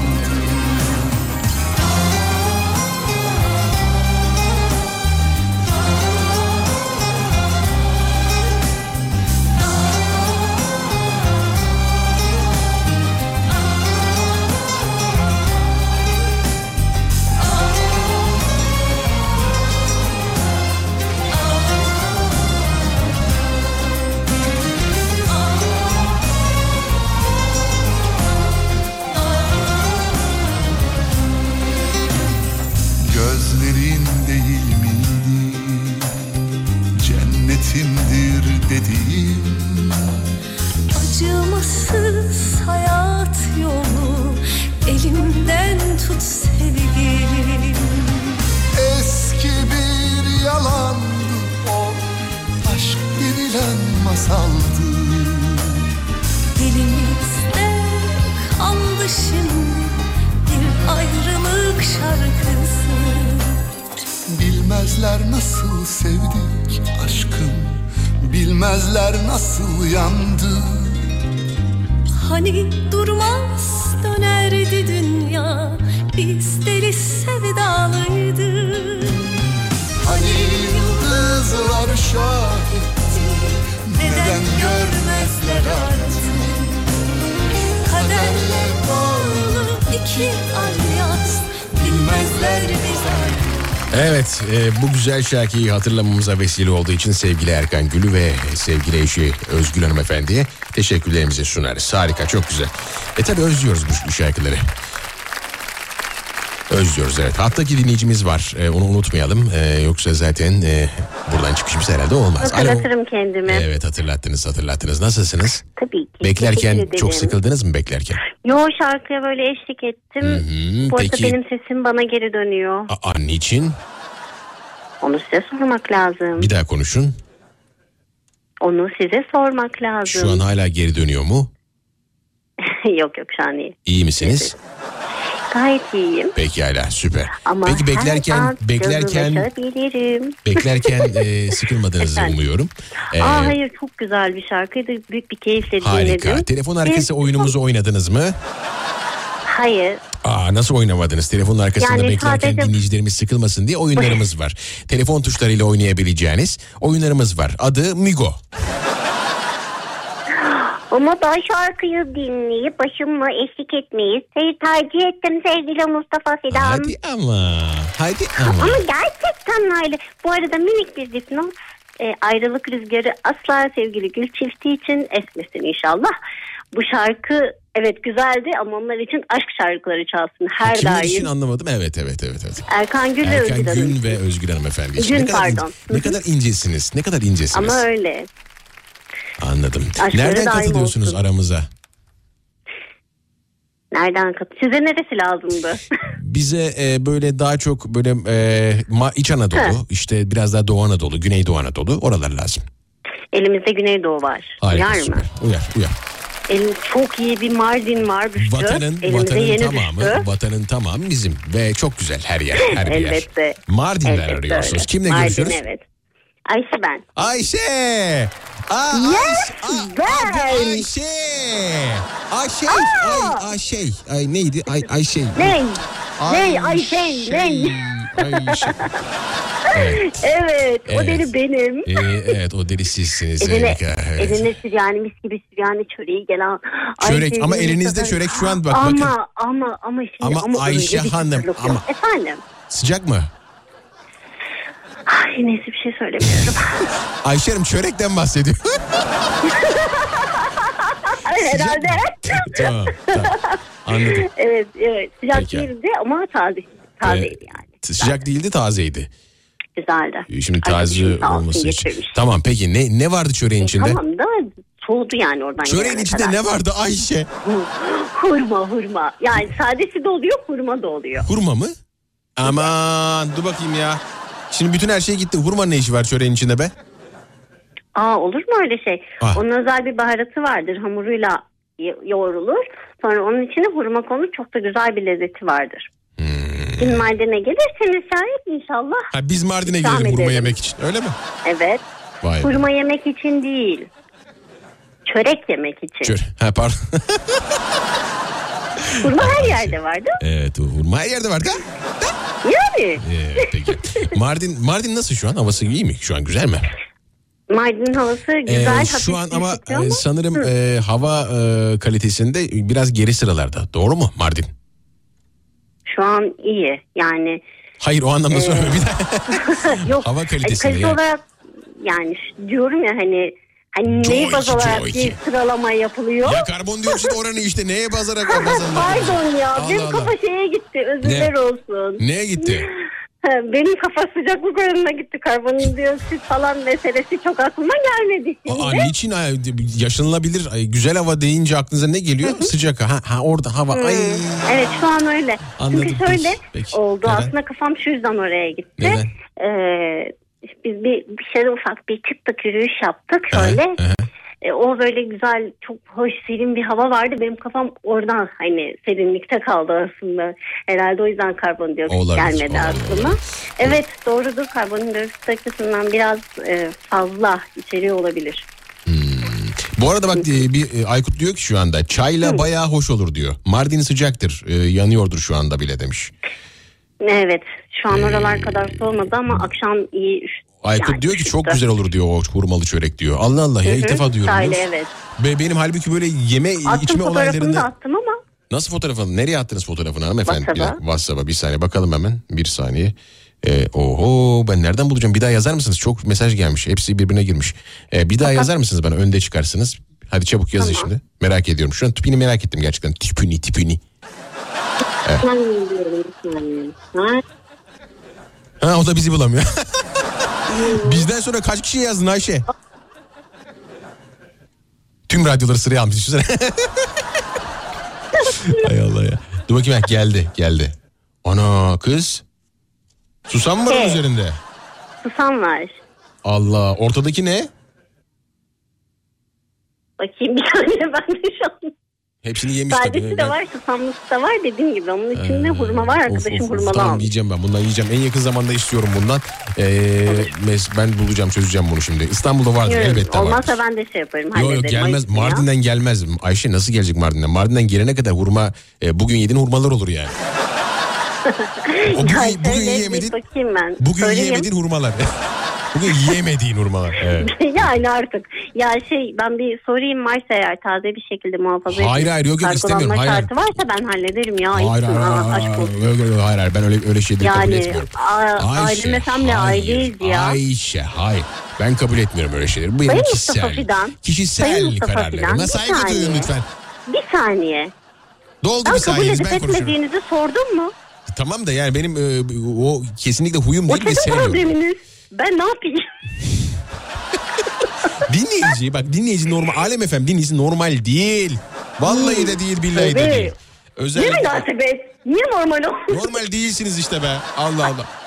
Cennetimdir dediğim acımasız hayat yolu, elimden tut sevgilim. Eski bir yalandı o, aşk denilen masaldı. Dilimizde kaldı şimdi bir ayrılık şarkısı. Bilmezler nasıl sevdik aşkım, bilmezler nasıl yandık. Hani durmaz dönerdi dünya, biz deli sevdalı şahit. Neden görmezler artık? Kaderle bağlı iki alyans, bilmezler biz artık. Evet, bu güzel şarkıyı hatırlamamıza vesile olduğu için sevgili Erkan Gül'ü ve sevgili eşi Özgül hanımefendiye teşekkürlerimizi sunarız. Harika, çok güzel. Tabii özlüyoruz bu şarkıları. Özlüyoruz, evet. Hattaki dinleyicimiz var, onu unutmayalım. Yoksa zaten buradan çıkışımız herhalde olmaz. Hatırlatırım kendimi. Evet, hatırlattınız. Nasılsınız? Tabii ki. Beklerken çok sıkıldınız mı beklerken? Yo, şarkıya böyle eşlik ettim. Hı-hı, bu arada peki. benim sesim bana geri dönüyor. Niçin? Onu size sormak lazım. Bir daha konuşun. Onu size sormak lazım. Şu an hala geri dönüyor mu? yok şu an iyi. İyi misiniz? Gayet iyiyim. Pekala, süper. Ama peki beklerken sıkılmadığınızı umuyorum. Hayır, çok güzel bir şarkıydı. Büyük bir keyifle harika. dinledim. Telefon arkası oyunumuzu oynadınız mı? Hayır. Nasıl oynamadınız? Telefonun arkasında Yani beklerken sadece... dinleyicilerimiz sıkılmasın diye oyunlarımız var. Telefon tuşlarıyla oynayabileceğiniz oyunlarımız var. Adı Migo. Ama ben şarkıyı dinleyip başımla eşlik etmeyi tercih ettim sevgili Mustafa Fidan. Hadi ama. Ama gerçekten öyle. Bu arada minik bir dipnot. Ayrılık rüzgarı asla sevgili Gül çifti için esmesin inşallah. Bu şarkı evet güzeldi ama onlar için aşk şarkıları çalsın her Kimler daim. için anlamadım. Evet. Erkan Gül ve Özgür hanımefendi için. Gün pardon. Ne kadar incesiniz. Ama öyle. Anladım. Aşkları nereden katılıyorsunuz olsun. aramıza? Nereden Size neresi lazımdı? Bize böyle daha çok böyle İç Anadolu, işte biraz daha Doğu Anadolu, Güneydoğu Anadolu, oralar lazım. Elimizde Güneydoğu var. Harika, Uyar süper. mı? Uyar. Çok iyi bir Mardin var düştü. Vatanın tamamı bizim ve çok güzel her yer. Elbette. Yer. Mardin'den arıyorsunuz. Öyle. Kimle Mardin, görüşüyoruz? Evet. Ayşe ben. Ayşe! Neydi? Ayşe. Evet. O deli benim. Evet, o deli sizsiniz. Eline süryani, mis gibi süryani çöreği gelen. Çörek ama elinizde çörek şu an bak. Ama Ayşe Hanım. Efendim. Sıcak mı? Ay neyse bir şey söylemiyorum. Ayşe Hanım çörekten bahsediyor. Herhalde. Tamam. Anladım. Evet. Sıcak değildi ama tazeydi yani. Sıcak değildi, tazeydi. Güzeldi. Şimdi taze olması için. Tamam, peki ne vardı çöreğin içinde? Tamam da soğudu yani oradan. Çöreğin içinde ne vardı Ayşe? Hurma. Yani sadesi de oluyor, hurma da oluyor. Hurma mı? Aman dur bakayım ya. Şimdi bütün her şey gitti. Hurma ne işi var çöreğin içinde be? Olur mu öyle şey? Onun özel bir baharatı vardır. Hamuruyla yoğrulur. Sonra onun içine hurma konur. Çok da güzel bir lezzeti vardır. Şimdi Mardin'e gelirseniz şayet inşallah. Biz Mardin'e gelelim hurma yemek için, öyle mi? Evet. Vay hurma yemek için değil. Çörek yemek için. Pardon. Hurma her yerde vardı. Evet, hurma her yerde vardı. Yani. Peki. Mardin nasıl şu an? Havası iyi mi? Şu an güzel mi? Mardin'in havası güzel. Şu an ama sanırım hava kalitesinde biraz geri sıralarda. Doğru mu Mardin? Şu an iyi. Yani. Hayır, o anlamda söylemiyorum. Yok. Hava kalitesinde. Kalite olarak yani diyorum ya hani neyi baz olarak bir sıralama yapılıyor? Ya karbondioksit oranı işte neye baz olarak? Pardon ya. Benim kafa şeye gitti. Özürler olsun. Neye gitti? Benim kafa sıcaklık oranına gitti. Karbondioksit falan meselesi çok aklıma gelmedi şimdi. Niçin yaşanılabilir? Güzel hava deyince aklınıza ne geliyor? Sıcak. Orada hava. Evet, şu an öyle. Anladım. Çünkü şöyle oldu. Neden? Aslında kafam şu yüzden oraya gitti. Neden? Biz bir ufak bir çıktık, yürüyüş yaptık şöyle. O böyle güzel, çok hoş, serin bir hava vardı. Benim kafam oradan serinlikte kaldı aslında. Herhalde o yüzden karbondioksit gelmedi aklıma. Evet, doğrudur. Karbondioksit açısından biraz fazla içeriği olabilir. Bu arada bak bir Aykut diyor ki şu anda çayla bayağı hoş olur diyor. Mardin sıcaktır, yanıyordur şu anda bile demiş. Evet, şu an oralar kadar soğumadı ama akşam iyi Aykut Yani diyor ki çok çıktı. güzel olur diyor o hurmalı çörek diyor. Allah Allah ya, ilk defa duyuyorum. Öyle, biliyor musun? evet. Ve benim halbuki böyle yeme Attım, içme fotoğrafını olaylarında... da attım ama. Nasıl fotoğrafını? Nereye attınız fotoğrafını hanımefendi? WhatsApp'a. WhatsApp'a bir saniye bakalım hemen. Bir saniye. Oho, ben nereden bulacağım? Bir daha yazar mısınız? Çok mesaj gelmiş. Hepsi birbirine girmiş. Bir daha yazar mısınız bana? Önde çıkarsınız. Hadi çabuk yazın şimdi. Merak ediyorum. Şu an tipini merak ettim gerçekten. Tipini. Evet. Ha, o da bizi bulamıyor. Bizden sonra kaç kişi yazdın Ayşe? Tüm radyoları sıraya almış. Düşünsene. Hay Allah ya. Dur bakayım, geldi. Ana kız. Susam mı var onun üzerinde? Susam var. Allah, ortadaki ne? Bakayım bir saniye, ben de şu an. Hepsini yemiş tabii. Sadesi de var, susamlısı da var dediğim gibi. Onun içinde hurma var, arkadaşım hurmalı Tamam, almış. yiyeceğim ben. Bundan yiyeceğim. En yakın zamanda istiyorum bundan. Ben bulacağım, çözeceğim bunu şimdi. İstanbul'da vardır elbette. Olmazsa ben de şey yaparım. Yok gelmez. Mardin'den gelmez. Ayşe nasıl gelecek Mardin'den? Mardin'den gelene kadar hurma, bugün yediğin hurmalar olur yani. Bugün yiyemedin. Bugün yiyemediğin hurmalar. Bugün yiyemediğin hurmalar. Evet. Yani artık. Ya ben bir sorayım, varsa eğer taze bir şekilde muhafaza edeyim. Hayır yok istemiyorum. Hayır. Şartı varsa ben hallederim ya. Hayır ben öyle şeyleri kabul etmiyorum. Ailem efemle aileyiz ya. Ayşe hayır. Ben kabul etmiyorum öyle şeyleri. Bu benim kişisel kararlarıma saygı duyun lütfen. Bir saniye. Doldu bir saniyeniz, ben konuşurum. Etmediğinizi sordun mu? Tamam da yani benim o kesinlikle huyum değil ve sevmiyorum. Probleminiz. Ben ne yapayım? Dinleyici normal. Alem FM dinleyicisi normal değil. Vallahi de değil, billahi de değil. Ne münasebet? Niye normal olsun? Normal değilsiniz işte be. Allah.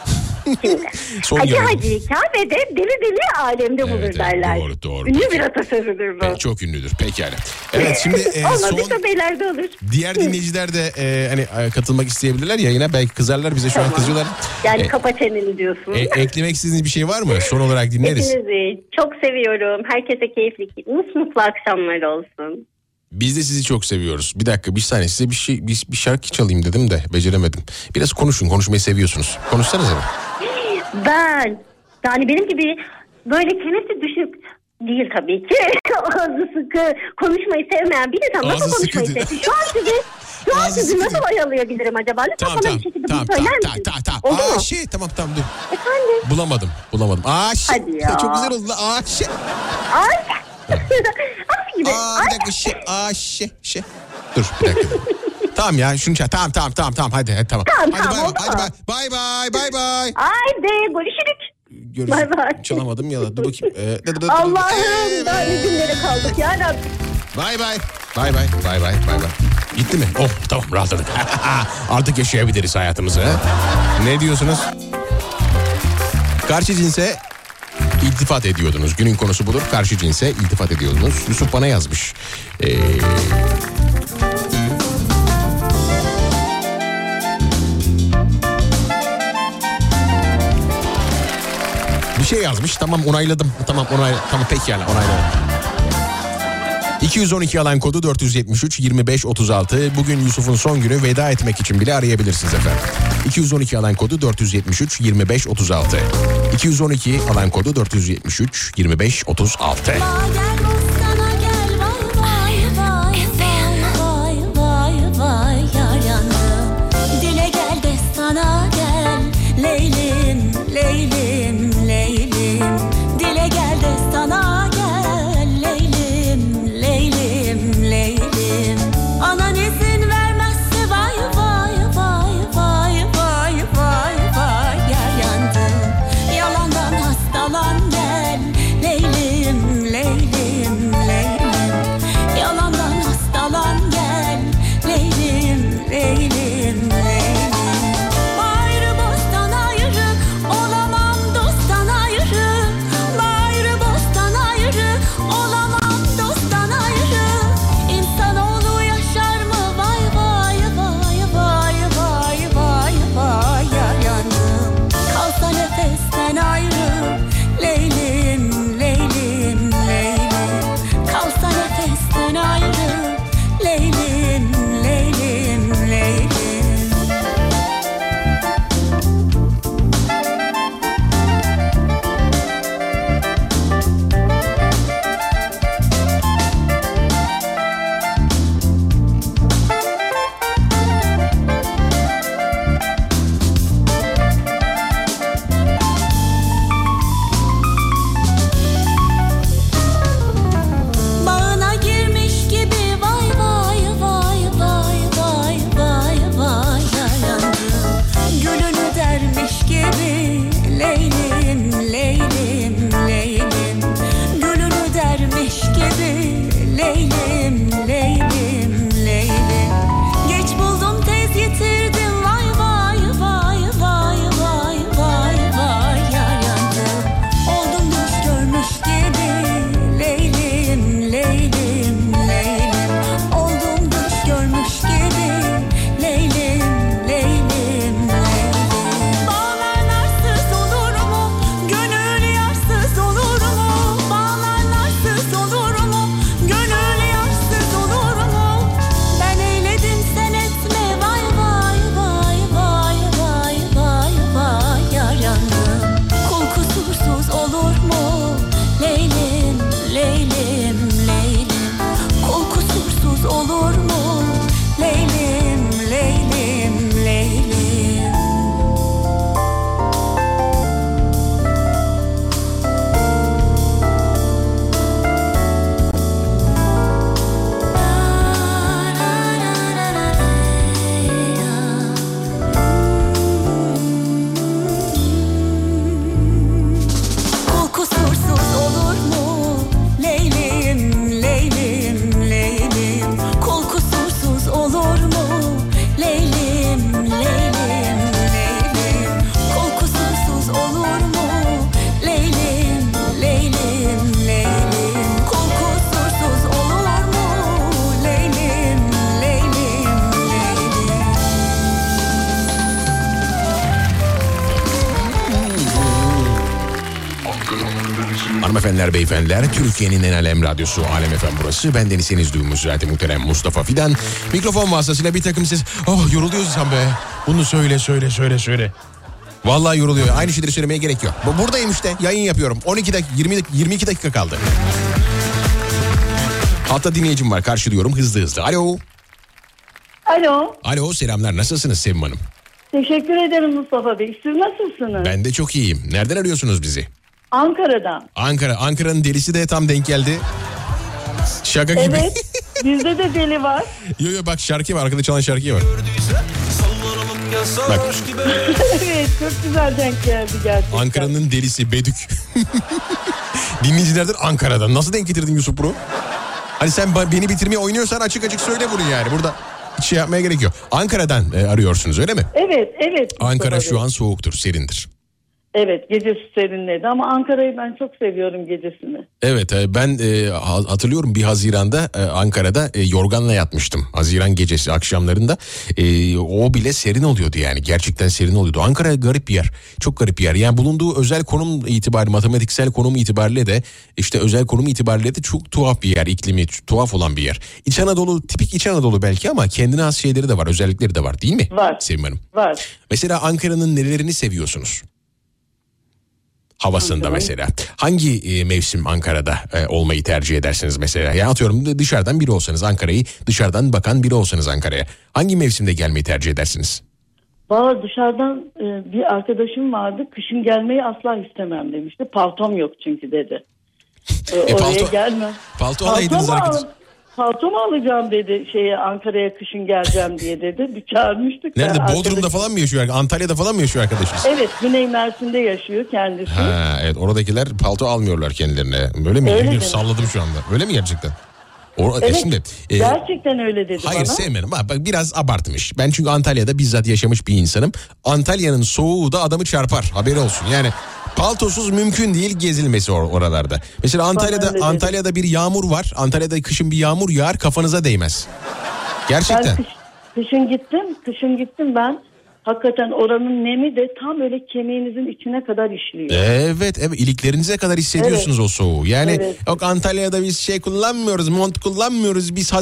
Hacı Kabe'de deli alemde bulur derler. Doğru. Ünlü bir atasözüdür bu. Çok ünlüdür. Pekala. Evet şimdi olmadıkça beylerde olur. Diğer dinleyiciler de hani katılmak isteyebilirler yayına. Belki kızarlar, bize şu an kızıyorlar. Yani kapa çeneni diyorsun. Eklemek istediğiniz bir şey var mı? Son olarak dinleriz. Hepinizi çok seviyorum. Herkese keyifli, mutlu akşamlar olsun. Biz de sizi çok seviyoruz. Bir dakika, bir saniye, size bir şarkı çalayım dedim de beceremedim. Biraz konuşmayı seviyorsunuz. Konuşsanıza mı? Yani benim gibi böyle çenesi düşük değil tabii ki. Ağzı sıkı, konuşmayı sevmeyen bir insan nasıl konuşmayı sevdi? Şu an sizi nasıl oyalayabilirim acaba? Lütfen bana bir şekilde bunu söyler misin? Oldu mu? Tamam dur. Efendim? Bulamadım. Hadi ya. Çok güzel oldu. Ayşe. Bir dakika Dur bir dakika. Tamam ya şunu çal. Tamam. Hadi tamam. Hadi bay bay. Haydi görüşürüz. Bay. Çalamadım ya. Dur bakayım. Allah'ım daha ne günlere kaldık ya Rabbim. Bay. Gitti mi? Oh tamam, rahatladık. Artık yaşayabiliriz hayatımızı. Ne diyorsunuz? Karşı cinse iltifat ediyordunuz. Günün konusu budur. Karşı cinse iltifat ediyordunuz. Yusuf bana yazmış. Bir şey yazmış. Tamam onayladım. Tamam pekala onayladım. 212 alan kodu 473 25 36. Bugün Yusuf'un son günü, veda etmek için bile arayabilirsiniz efendim. 212 alan kodu 473 25 36. 212 alan kodu 473 25 36. Dile gel de sana gel Leylim, Leylim, Leylim. Dile gel de sana gel Leylim, Leylim, Leylim. Anan izin vermezse vay yar yandım. Yalandan hastalan gel Leylim, Leylim, Hanımefendiler, beyefendiler, Türkiye'nin en alem radyosu Alem FM burası. Ben denizseniz duyduğumuz zaten muhterem Mustafa Fidan. Mikrofon vasıtasıyla bir takım ses. Oh, yoruluyoruz sen be. Bunu söyle. Vallahi yoruluyor. Aynı şeyleri söylemeye gerek yok. Buradayım işte, yayın yapıyorum. 22 dakika kaldı. Hatta dinleyicim var, karşılıyorum hızlı. Alo. Alo, selamlar, nasılsınız Sevim Hanım? Teşekkür ederim Mustafa Bey. Siz nasılsınız? Ben de çok iyiyim. Nereden arıyorsunuz bizi? Ankara'dan. Ankara'nın delisi de tam denk geldi. Şaka gibi. Evet, bizde de deli var. Yo bak, şarkı var, arkada çalan şarkı var. Bak. Evet, çok güzel denk geldi gerçekten. Ankara'nın delisi Bedük. Dinleyicilerden Ankara'dan. Nasıl denk getirdin Yusuf Bro? Hani sen beni bitirmeye oynuyorsan açık söyle bunu yani. Burada hiç şey yapmaya gerek yok. Ankara'dan arıyorsunuz öyle mi? Evet. Ankara şu an soğuktur, serindir. Evet, gecesi serinledi ama Ankara'yı ben çok seviyorum gecesini. Evet, ben hatırlıyorum bir Haziran'da Ankara'da yorganla yatmıştım. Haziran gecesi akşamlarında o bile serin oluyordu yani, gerçekten serin oluyordu. Ankara garip bir yer, çok garip bir yer. Yani bulunduğu özel konum itibariyle, matematiksel konum itibariyle de işte özel konum itibariyle de çok tuhaf bir yer, iklimi tuhaf olan bir yer. İç Anadolu, tipik İç Anadolu belki ama kendine has şeyleri de var, özellikleri de var değil mi? Var. Sevim Hanım. Var. Mesela Ankara'nın nelerini seviyorsunuz? Havasında mesela. Hangi mevsim Ankara'da olmayı tercih edersiniz mesela? Ya atıyorum dışarıdan biri olsanız, Ankara'yı dışarıdan bakan biri olsanız Ankara'ya, hangi mevsimde gelmeyi tercih edersiniz? Valla dışarıdan bir arkadaşım vardı. Kışın gelmeyi asla istemem demişti. Paltom yok çünkü dedi. Oraya gelme. Palto alaydınız arkadaş. Palto mu alacağım dedi Ankara'ya kışın geleceğim diye dedi. Bir çağırmıştık. Nerede? Bodrum'da falan mı yaşıyor? Antalya'da falan mı yaşıyor arkadaşınız? Evet, Güney Mersin'de yaşıyor kendisi. Evet, oradakiler palto almıyorlar kendilerine. Böyle mi? Öyle salladım şu anda. Öyle mi gerçekten? Evet, şimdi, gerçekten öyle dedi hayır, bana. Hayır, sevmiyorum. Bak biraz abartmış. Ben çünkü Antalya'da bizzat yaşamış bir insanım. Antalya'nın soğuğu da adamı çarpar. Haberi olsun. Yani paltosuz mümkün değil gezilmesi oralarda. Mesela Antalya'da bir yağmur var. Antalya'da kışın bir yağmur yağar, kafanıza değmez. Gerçekten. Ben kışın gittim ben. Hakikaten oranın nemi de tam öyle kemiğinizin içine kadar işliyor. Evet, iliklerinize kadar hissediyorsunuz o soğuğu. Yani yok, Antalya'da biz kullanmıyoruz, mont kullanmıyoruz. Biz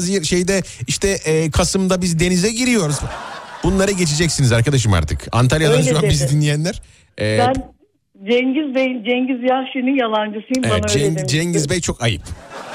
Kasım'da biz denize giriyoruz. Bunlara geçeceksiniz arkadaşım artık. Antalya'dan öyle şu an bizi dinleyenler. Ben Cengiz Yahşi'nin yalancısıyım, bana öyle demişti. Cengiz Bey çok ayıp.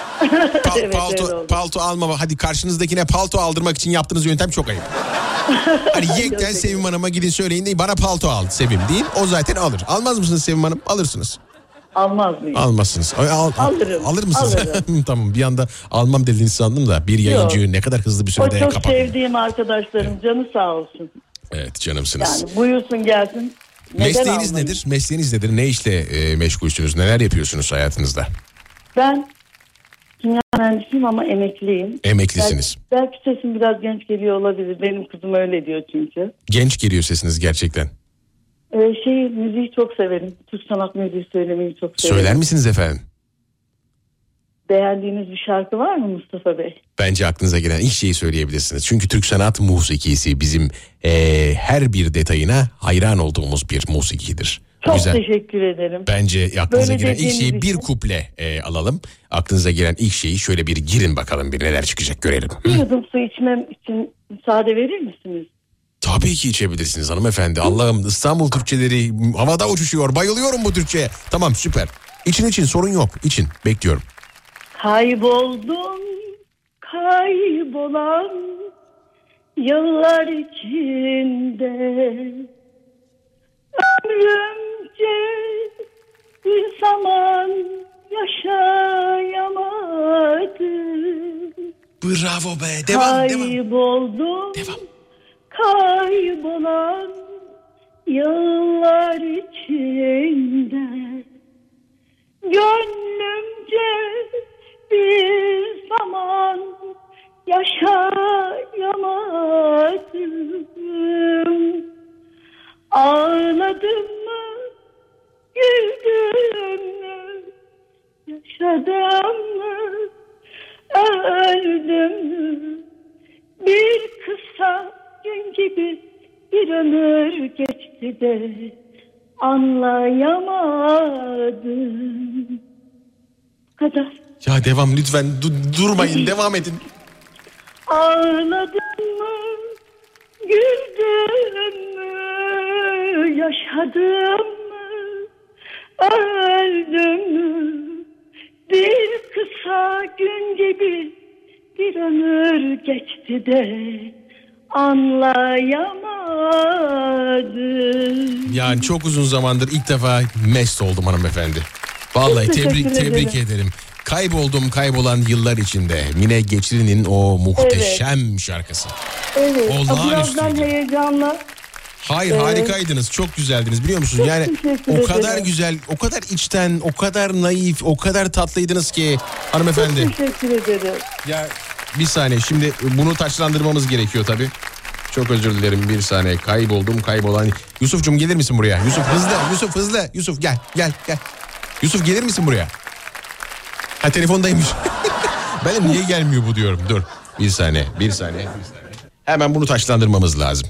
Palto almama, hadi karşınızdakine palto aldırmak için yaptığınız yöntem çok ayıp. Hani yekten Sevim Hanım'a gidin söyleyin değil, bana palto al Sevim deyin, o zaten alır. Almaz mısınız Sevim Hanım? Alırsınız. Almaz mıyım? Almazsınız. Alırım. Alır mısınız? Alırım. Tamam, bir anda almam dediğinizi sandım da bir yayıncıyı ne kadar hızlı bir sürede kapattım. O kapattım. çok sevdiğim arkadaşlarım, canı sağ olsun. Evet, canımsınız. Yani buyursun gelsin. Mesleğiniz nedir? Mesleğiniz nedir? Ne işle meşgulsünüz? Neler yapıyorsunuz hayatınızda? Ben kimya mühendisiyim ama emekliyim. Emeklisiniz. Belki sesim biraz genç geliyor olabilir. Benim kızım öyle diyor çünkü. Genç geliyor sesiniz gerçekten. Müziği çok severim. Türk sanat müziği söylemeyi çok severim. Söyler misiniz efendim? Beğendiğiniz bir şarkı var mı Mustafa Bey? Bence aklınıza gelen ilk şeyi söyleyebilirsiniz. Çünkü Türk sanat musikisi bizim her bir detayına hayran olduğumuz bir musikidir. Çok teşekkür ederim. Bence aklınıza gelen ilk şeyi bir kuple alalım. Aklınıza gelen ilk şeyi şöyle bir girin bakalım, bir neler çıkacak görelim. Bir yudum su içmem için müsaade verir misiniz? Tabii ki içebilirsiniz hanımefendi. Allah'ım, İstanbul Türkçeleri havada uçuşuyor. Bayılıyorum bu Türkçeye. Tamam, süper. İçin sorun yok. İçin, bekliyorum. Kayboldum, kaybolan yıllar içinde, ömrümce bir zaman yaşayamadım. Bravo be, devam. Kayboldum, kaybolan yıllar içinde, gönlümce bir zaman yaşayamadım. Ağladım mı, güldüm mü, yaşadım mı, öldüm mü? Bir kısa gün gibi bir ömür geçti de anlayamadım. kadar. Ya devam lütfen durmayın, devam edin. Ağladın mı, güldün mü, yaşadın mı, öldün mü? Bir kısa gün gibi bir ömür geçti de anlayamadım. Yani çok uzun zamandır ilk defa mest oldum hanımefendi. Vallahi tebrik ederim. Kaybolan yıllar içinde Mine Geçiri'nin o muhteşem şarkısı. Evet. Olağanüstü. Birazdan heyecanla. Hayır, harikaydınız, çok güzeldiniz biliyor musunuz? Yani o kadar güzel, o kadar içten, o kadar naif, o kadar tatlıydınız ki hanımefendi. Çok teşekkür ederim. Ya bir saniye, şimdi bunu taçlandırmamız gerekiyor tabii. Çok özür dilerim, bir saniye. Kaybolan. Yusuf'cum gelir misin buraya? Yusuf hızlı. Yusuf gel. Yusuf gelir misin buraya? Ha, telefondaymış. Ben niye gelmiyor bu diyorum. Dur bir saniye. Hemen bunu taçlandırmamız lazım.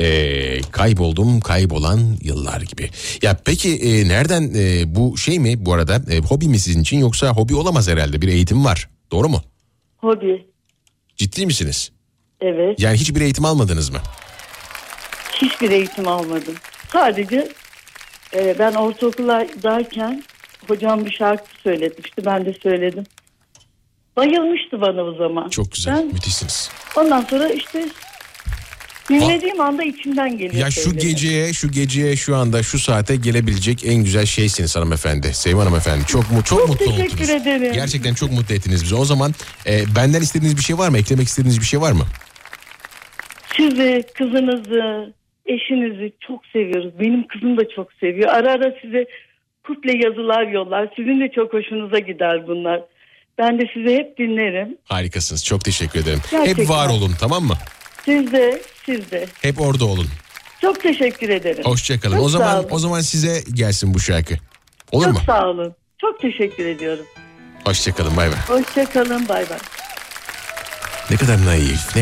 Kaybolan yıllar gibi. Ya peki nereden bu şey mi bu arada? Hobi mi sizin için, yoksa hobi olamaz herhalde, bir eğitim var. Doğru mu? Hobi. Ciddi misiniz? Evet. Yani hiçbir eğitim almadınız mı? Hiçbir eğitim almadım. Sadece ben ortaokuldayken hocam bir şarkı söyletmişti. Ben de söyledim. Bayılmıştı bana o zaman. Çok güzel, müthişsiniz. Ondan sonra işte dinlediğim anda içimden geliyor. Ya şu geceye şu anda şu saate gelebilecek en güzel şeysiniz hanımefendi. Sevim hanımefendi. Çok mutlu oldunuz. Teşekkür ederim. Gerçekten çok mutlu ettiniz bizi. O zaman benden istediğiniz bir şey var mı? Eklemek istediğiniz bir şey var mı? Sizi, kızınızı, eşinizi çok seviyoruz. Benim kızım da çok seviyor. Ara ara size kuple yazılar yollar. Sizin de çok hoşunuza gider bunlar. Ben de sizi hep dinlerim. Harikasınız. Çok teşekkür ederim. Gerçekten. Hep var olun, tamam mı? Siz de. Hep orada olun. Çok teşekkür ederim. Hoşçakalın. O zaman size gelsin bu şarkı. Olur mu? Çok sağ olun. Çok teşekkür ediyorum. Hoşçakalın. Bay bay. Hoşçakalın. Bay bay. Ne kadar naif,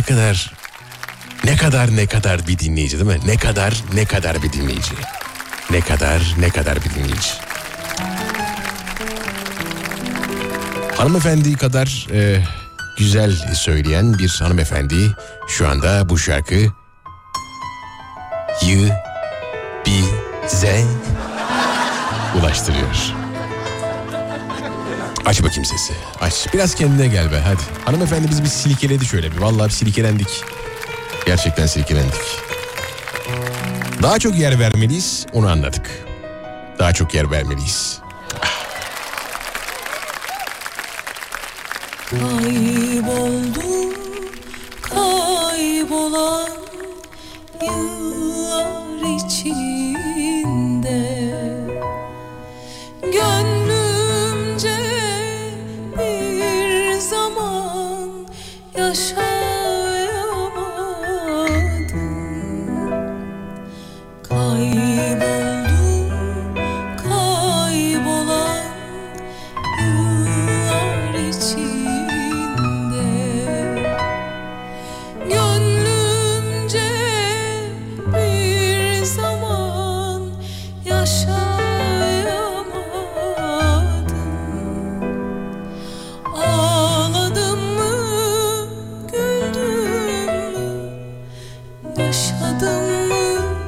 ne kadar bir dinleyici değil mi? Ne kadar bir dinleyici. Ne kadar bir dinleyici. Hanımefendi kadar güzel söyleyen bir hanımefendi şu anda bu şarkıyı bize ulaştırıyor. Aç bakayım sesi. Aç. Biraz kendine gel be hadi. Hanımefendi bizi bir silkeledi şöyle bir. Vallahi bir silkelendik. Gerçekten silkelendik. Daha çok yer vermeliyiz, onu anladık. Daha çok yer vermeliyiz. Kayboldum, kaybolan yıllar içinde gönlümce bir zaman yaşayamadım. Kayboldum, kaybolan yıllar içinde gönlümce bir zaman yaşayamadım. Ağladım mı, güldüm mü, yaşadım mı,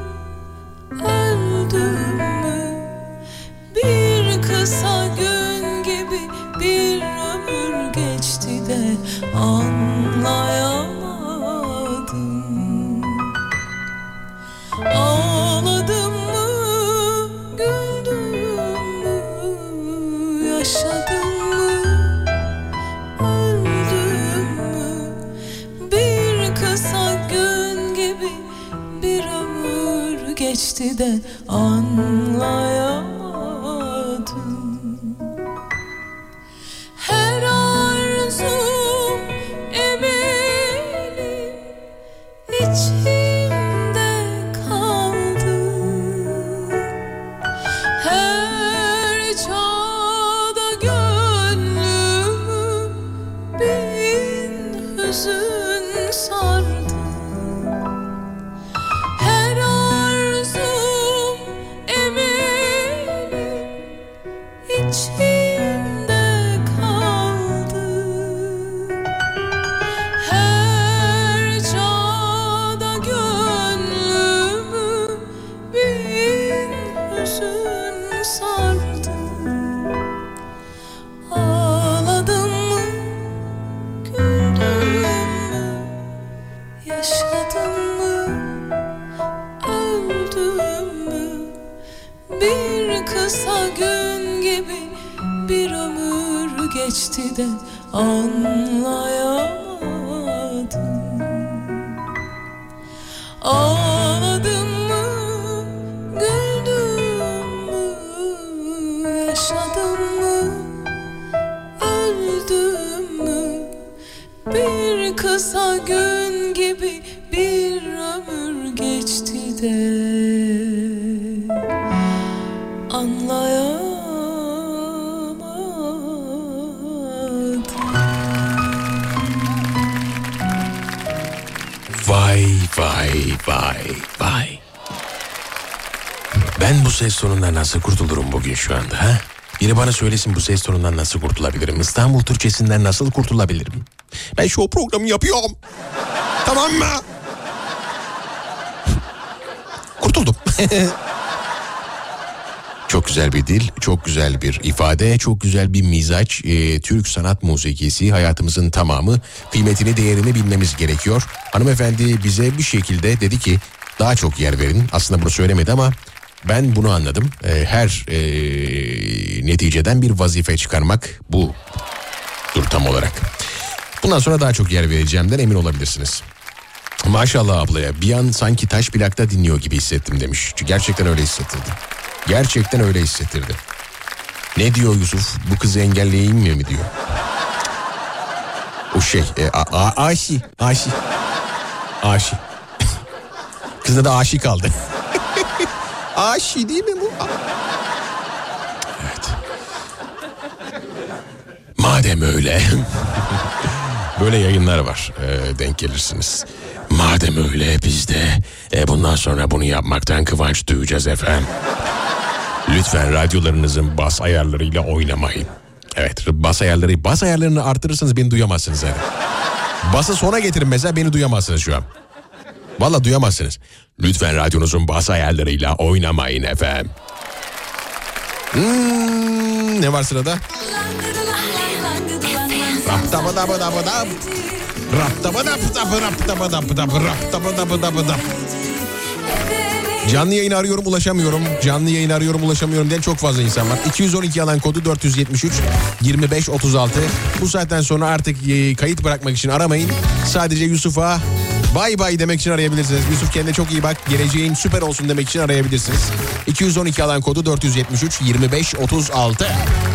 öldüm mü? Bir kısa gün gibi bir ömür geçti de anlayamadım. Ağladım mı, güldüm mü, yaşadım mı, öldüm mü? Bir kısa gün gibi bir ömür geçti de anlayamadım. Her arzum emelim içimde kaldı. Her çağda gönlümü bin hüzün sardı. Her arzum emelim hüzün sardı. Ağladım mı, güldüm mü, yaşadım mı, öldüm mü? Bir kısa gün gibi bir ömür geçti de anlayamadım. Ağladım mı, güldüm mü, yaşadım mı, öldüm mü? Bir kısa gün gibi bir ömür geçti de anlayamadım. Vay vay vay vay. Ben bu ses tonundan nasıl kurtulurum bugün şu anda ha? Biri bana söylesin, bu ses tonundan nasıl kurtulabilirim? İstanbul Türkçesinden nasıl kurtulabilirim? Ben şu programı yapıyorum. Tamam mı? Kurtuldum. Çok güzel bir dil, çok güzel bir ifade, çok güzel bir mizaç. Türk sanat musikisi hayatımızın tamamı. Kıymetini, değerini bilmemiz gerekiyor. Hanımefendi bize bir şekilde dedi ki daha çok yer verin. Aslında bunu söylemedi ama ben bunu anladım. Her neticeden bir vazife çıkarmak budur tam olarak. Bundan sonra daha çok yer vereceğimden emin olabilirsiniz. Maşallah ablaya, bir an sanki taş plakta dinliyor gibi hissettim demiş. Gerçekten öyle hissettirdi. Gerçekten öyle hissettirdi. Ne diyor Yusuf? Bu kızı engelleyeyim mi diyor. O şey Aşi. Kızda da Aşi kaldı. Aşi değil mi bu? Evet. Madem öyle. Böyle yayınlar var, denk gelirsiniz. Madem öyle biz de bundan sonra bunu yapmaktan kıvanç duyacağız efendim. Lütfen radyolarınızın bas ayarlarıyla oynamayın. Evet, bas ayarlarını artırırsanız beni duyamazsınız yani. Bası sona getirin mesela, beni duyamazsınız şu an. Vallahi duyamazsınız. Lütfen radyonuzun bas ayarlarıyla oynamayın efendim. Ne var sırada? Canlı yayını arıyorum ulaşamıyorum diyen çok fazla insan var. 212 alan kodu 473 25 36. Bu saatten sonra artık kayıt bırakmak için aramayın. Sadece Yusuf'a bay bay demek için arayabilirsiniz. Yusuf kendine çok iyi bak, geleceğin süper olsun demek için arayabilirsiniz. 212 alan kodu 473 25 36.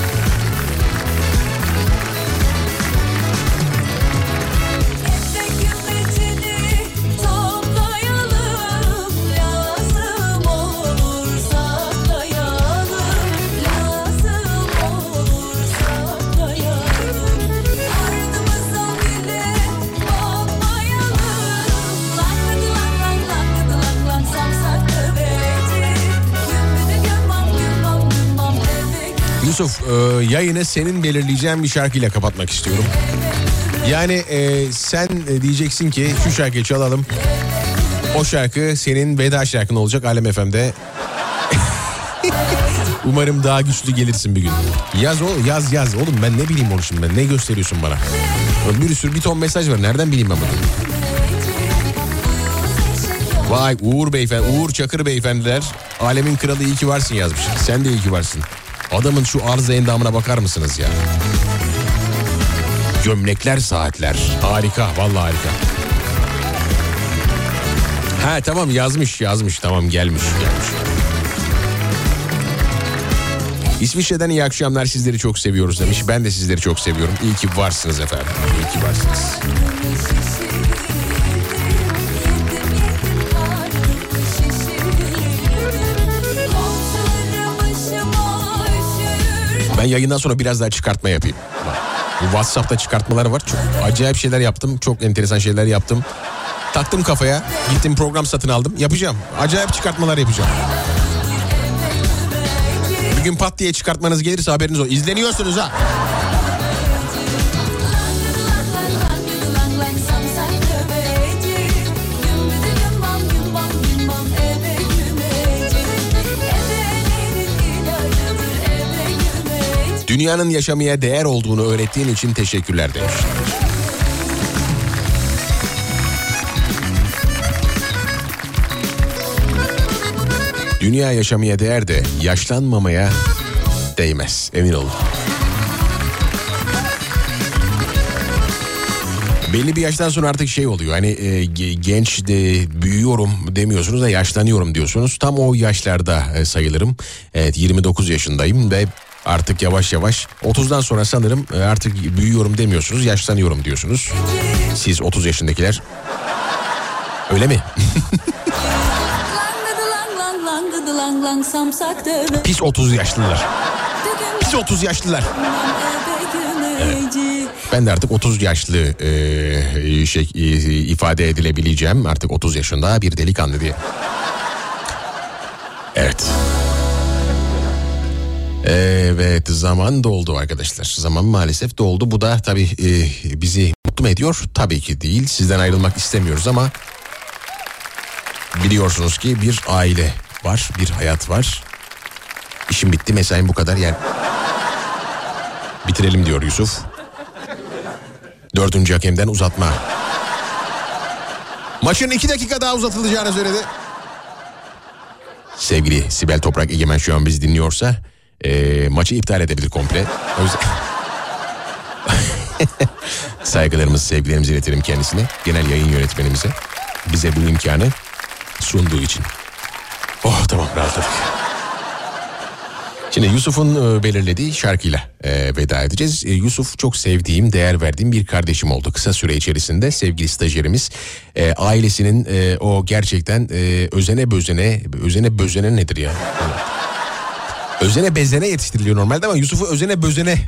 Yusuf, yayını senin belirleyeceğin bir şarkıyla kapatmak istiyorum. Yani sen diyeceksin ki şu şarkıyı çalalım. O şarkı senin veda şarkın olacak Alem FM'de. Umarım daha güçlü gelirsin bir gün. Yaz oğlum, ben ne bileyim onu şimdi, ben ne gösteriyorsun bana? Bir ton mesaj var, nereden bileyim ben bunu? Vay Uğur Çakır beyefendiler, alemin kralı iyi ki varsın yazmış. Sen de iyi ki varsın. Adamın şu arıza endamına bakar mısınız ya? Gömlekler, saatler. Harika, vallahi harika. Ha tamam, yazmış tamam, gelmiş. İsviçre'den iyi akşamlar, sizleri çok seviyoruz demiş. Ben de sizleri çok seviyorum. İyi ki varsınız efendim. İyi ki varsınız. Ben yayından sonra biraz daha çıkartma yapayım. Bu WhatsApp'ta çıkartmalar var. Çok acayip şeyler yaptım. Çok enteresan şeyler yaptım. Taktım kafaya. Gittim program satın aldım. Yapacağım. Acayip çıkartmalar yapacağım. Bir gün pat diye çıkartmanız gelirse haberiniz olsun. İzleniyorsunuz ha. Dünyanın yaşamaya değer olduğunu öğrettiğin için teşekkürler demiş. Dünya yaşamaya değer de yaşlanmamaya değmez, emin olun. Belli bir yaştan sonra artık şey oluyor, hani genç de büyüyorum demiyorsunuz da yaşlanıyorum diyorsunuz. Tam o yaşlarda sayılırım. Evet, 29 yaşındayım ve artık yavaş yavaş 30'dan sonra sanırım artık büyüyorum demiyorsunuz, yaşlanıyorum diyorsunuz. Siz 30 yaşındakiler öyle mi? Pis 30 yaşlılar. Pis 30 yaşlılar. Evet. Ben de artık 30 yaşlı ifade edilebileceğim. Artık 30 yaşında bir delikanlı diye. Evet. Evet, zaman doldu arkadaşlar. Zaman maalesef doldu. Bu da tabii bizi mutlu mu ediyor? Tabii ki değil. Sizden ayrılmak istemiyoruz ama biliyorsunuz ki bir aile var, bir hayat var. İşim bitti, mesaim bu kadar, yani bitirelim diyor Yusuf. 4. hakemden uzatma. Maçın 2 dakika daha uzatılacağını söyledi. Sevgili Sibel Toprak Egemen şu an bizi dinliyorsa maçı iptal edebilir komple. O yüzden saygılarımızı, sevgilerimizi iletelim kendisine. Genel yayın yönetmenimize. Bize bu imkanı sunduğu için. Oh, tamam, rahatladık. Şimdi Yusuf'un belirlediği şarkıyla veda edeceğiz. Yusuf çok sevdiğim, değer verdiğim bir kardeşim oldu. Kısa süre içerisinde sevgili stajyerimiz, ailesinin o gerçekten özene bözene nedir ya? Özene bezene yetiştiriliyor normalde ama Yusuf'u özene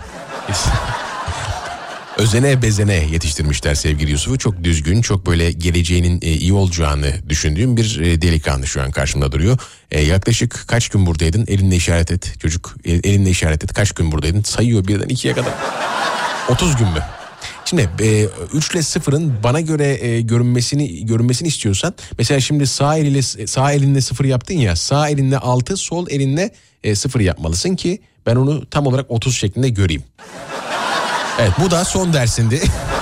bezene yetiştirmişler sevgili Yusuf'u. Çok düzgün, çok böyle geleceğinin iyi olacağını düşündüğüm bir delikanlı şu an karşımda duruyor. Yaklaşık kaç gün buradaydın? Elinle işaret et çocuk. Elinle işaret et. Kaç gün buradaydın? Sayıyor birden 2'ye kadar. 30 gün mü? Şimdi 3 ile 0'ın bana göre görünmesini istiyorsan, mesela şimdi sağ elinle 0 yaptın ya, sağ elinle 6, sol elinle 0 yapmalısın ki ben onu tam olarak 30 şeklinde göreyim. Evet, bu da son dersindi.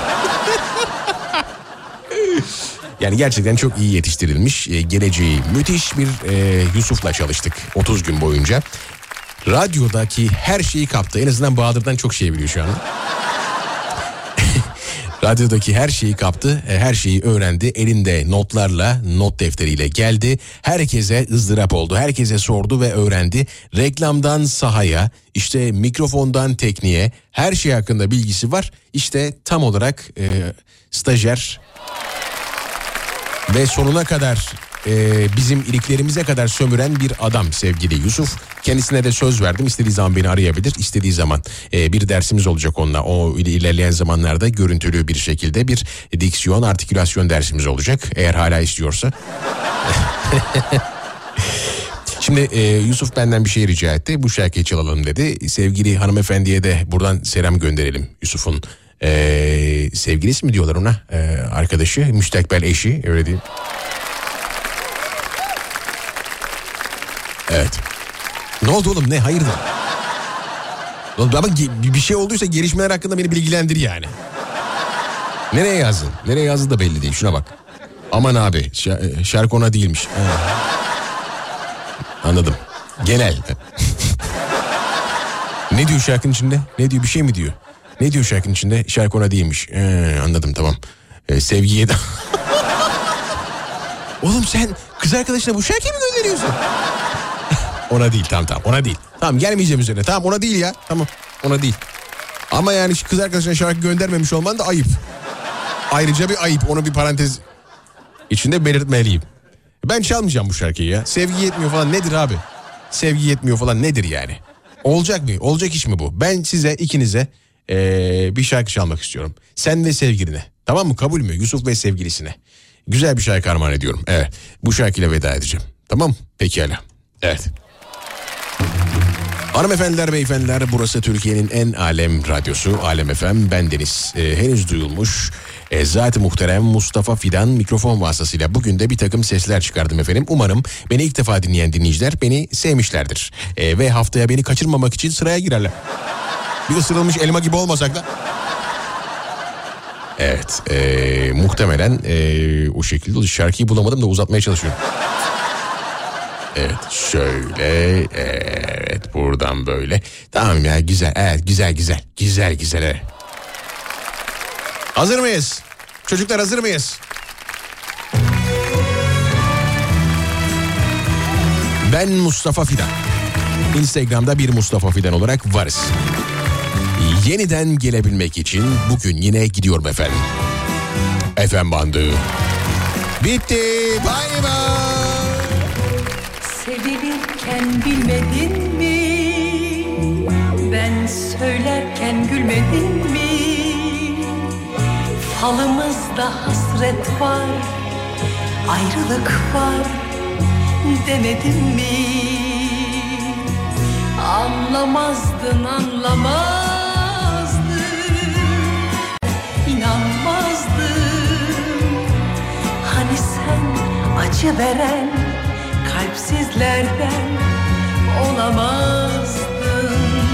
Yani gerçekten çok iyi yetiştirilmiş, geleceği müthiş bir Yusuf'la çalıştık 30 gün boyunca. Radyodaki her şeyi kaptı. En azından Bahadır'dan çok şey biliyor şu an. Radyodaki her şeyi kaptı, her şeyi öğrendi. Elinde notlarla, not defteriyle geldi. Herkese ızdırap oldu. Herkese sordu ve öğrendi. Reklamdan sahaya, işte mikrofondan tekniğe, her şey hakkında bilgisi var. İşte tam olarak stajyer ve sonuna kadar bizim iliklerimize kadar sömüren bir adam sevgili Yusuf. Kendisine de söz verdim, istediği zaman beni arayabilir, istediği zaman bir dersimiz olacak onunla. O ilerleyen zamanlarda görüntülü bir şekilde bir diksiyon, artikülasyon dersimiz olacak eğer hala istiyorsa. Şimdi Yusuf benden bir şey rica etti, bu şarkıyı çalalım dedi. Sevgili hanımefendiye de buradan selam gönderelim. Yusuf'un sevgilisi mi diyorlar ona, arkadaşı, müstakbel eşi, öyle diyeyim. Evet. Ne oldu oğlum, ne, hayırdır? Ama bir şey olduysa gelişmeler hakkında beni bilgilendir yani. Nereye yazdın? Nereye yazdın da belli değil, şuna bak. Aman abi, şarkı ona değilmiş. Anladım. Genel. Ne diyor şarkının içinde? Ne diyor, bir şey mi diyor? Ne diyor şarkının içinde? Şarkı ona değilmiş. Anladım, tamam. Sevgiye de... Oğlum sen kız arkadaşına bu şarkıyı mı gönderiyorsun? Ona değil, tamam ona değil. Tamam, gelmeyeceğim üzerine, tamam ona değil ya. Tamam, ona değil. Ama yani kız arkadaşına şarkı göndermemiş olman da ayıp. Ayrıca bir ayıp, onu bir parantez içinde belirtmeliyim. Ben çalmayacağım bu şarkıyı ya. Sevgi yetmiyor falan nedir abi? Sevgi yetmiyor falan nedir yani? Olacak mı? Olacak iş mi bu? Ben size, ikinize bir şarkı çalmak istiyorum. Sen ve sevgiline. Tamam mı? Kabul mü? Yusuf ve sevgilisine. Güzel bir şarkı armağan ediyorum. Evet. Bu şarkıyla veda edeceğim. Tamam? Pekala. Evet. Hanımefendiler, beyefendiler, burası Türkiye'nin en alem radyosu Alem FM. Bendeniz henüz duyulmuş Zat-ı Muhterem Mustafa Fidan mikrofon vasıtasıyla bugün de bir takım sesler çıkardım efendim. Umarım beni ilk defa dinleyen dinleyiciler beni sevmişlerdir ve haftaya beni kaçırmamak için sıraya girerler. Bir ısırılmış elma gibi olmasak da. Evet, muhtemelen o şekilde şarkıyı bulamadım da uzatmaya çalışıyorum. Evet, şöyle, evet, buradan böyle. Tamam ya, güzel, evet, güzel, evet. Hazır mıyız? Çocuklar, hazır mıyız? Ben Mustafa Fidan. Instagram'da bir Mustafa Fidan olarak varız. Yeniden gelebilmek için bugün yine gidiyorum efendim. FM bandı. Bitti. Bay bay. Sevilirken bilmedin mi? Ben söylerken gülmedin mi? Falımızda hasret var, ayrılık var demedim mi? Anlamazdın, inanmazdın. Hani sen acı veren kalpsizlerden olamazdın.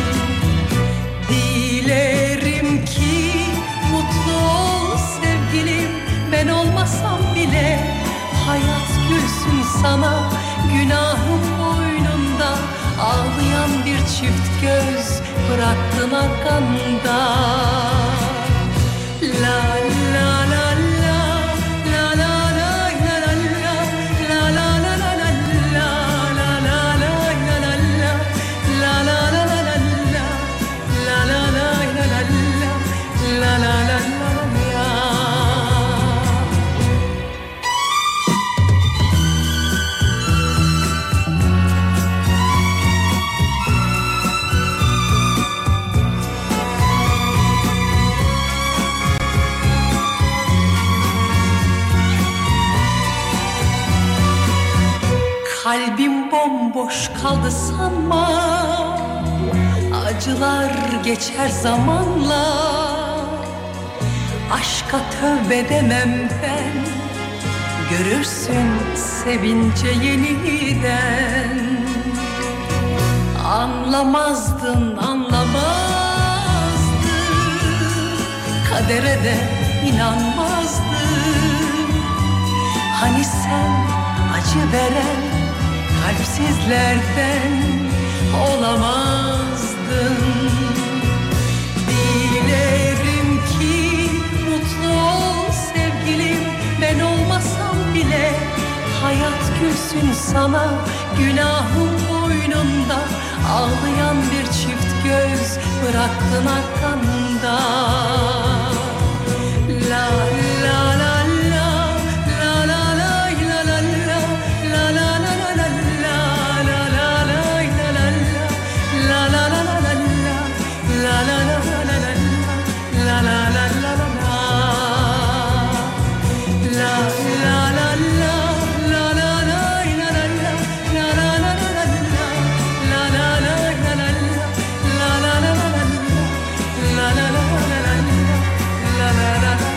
Dilerim ki mutlu ol sevgilim, ben olmasam bile hayat gülsün sana. Günahım boynunda, ağlayan bir çift göz bıraktın arkanda. La la la la la la la la la la la la la la la la la. Kalbim bomboş kaldı sanma, acılar geçer zamanla. Aşka tövbe demem ben, görürsün sevince yeniden. Anlamazdın, kadere de inanmazdın. Hani sen acı veren kalpsizlerden olamazdın. Dilerim ki mutlu ol sevgilim, ben olmasam bile hayat gülsün sana. Günahım boynunda, ağlayan bir çift göz bıraktın arkanda. La la la la la la la la la la la la la. La la la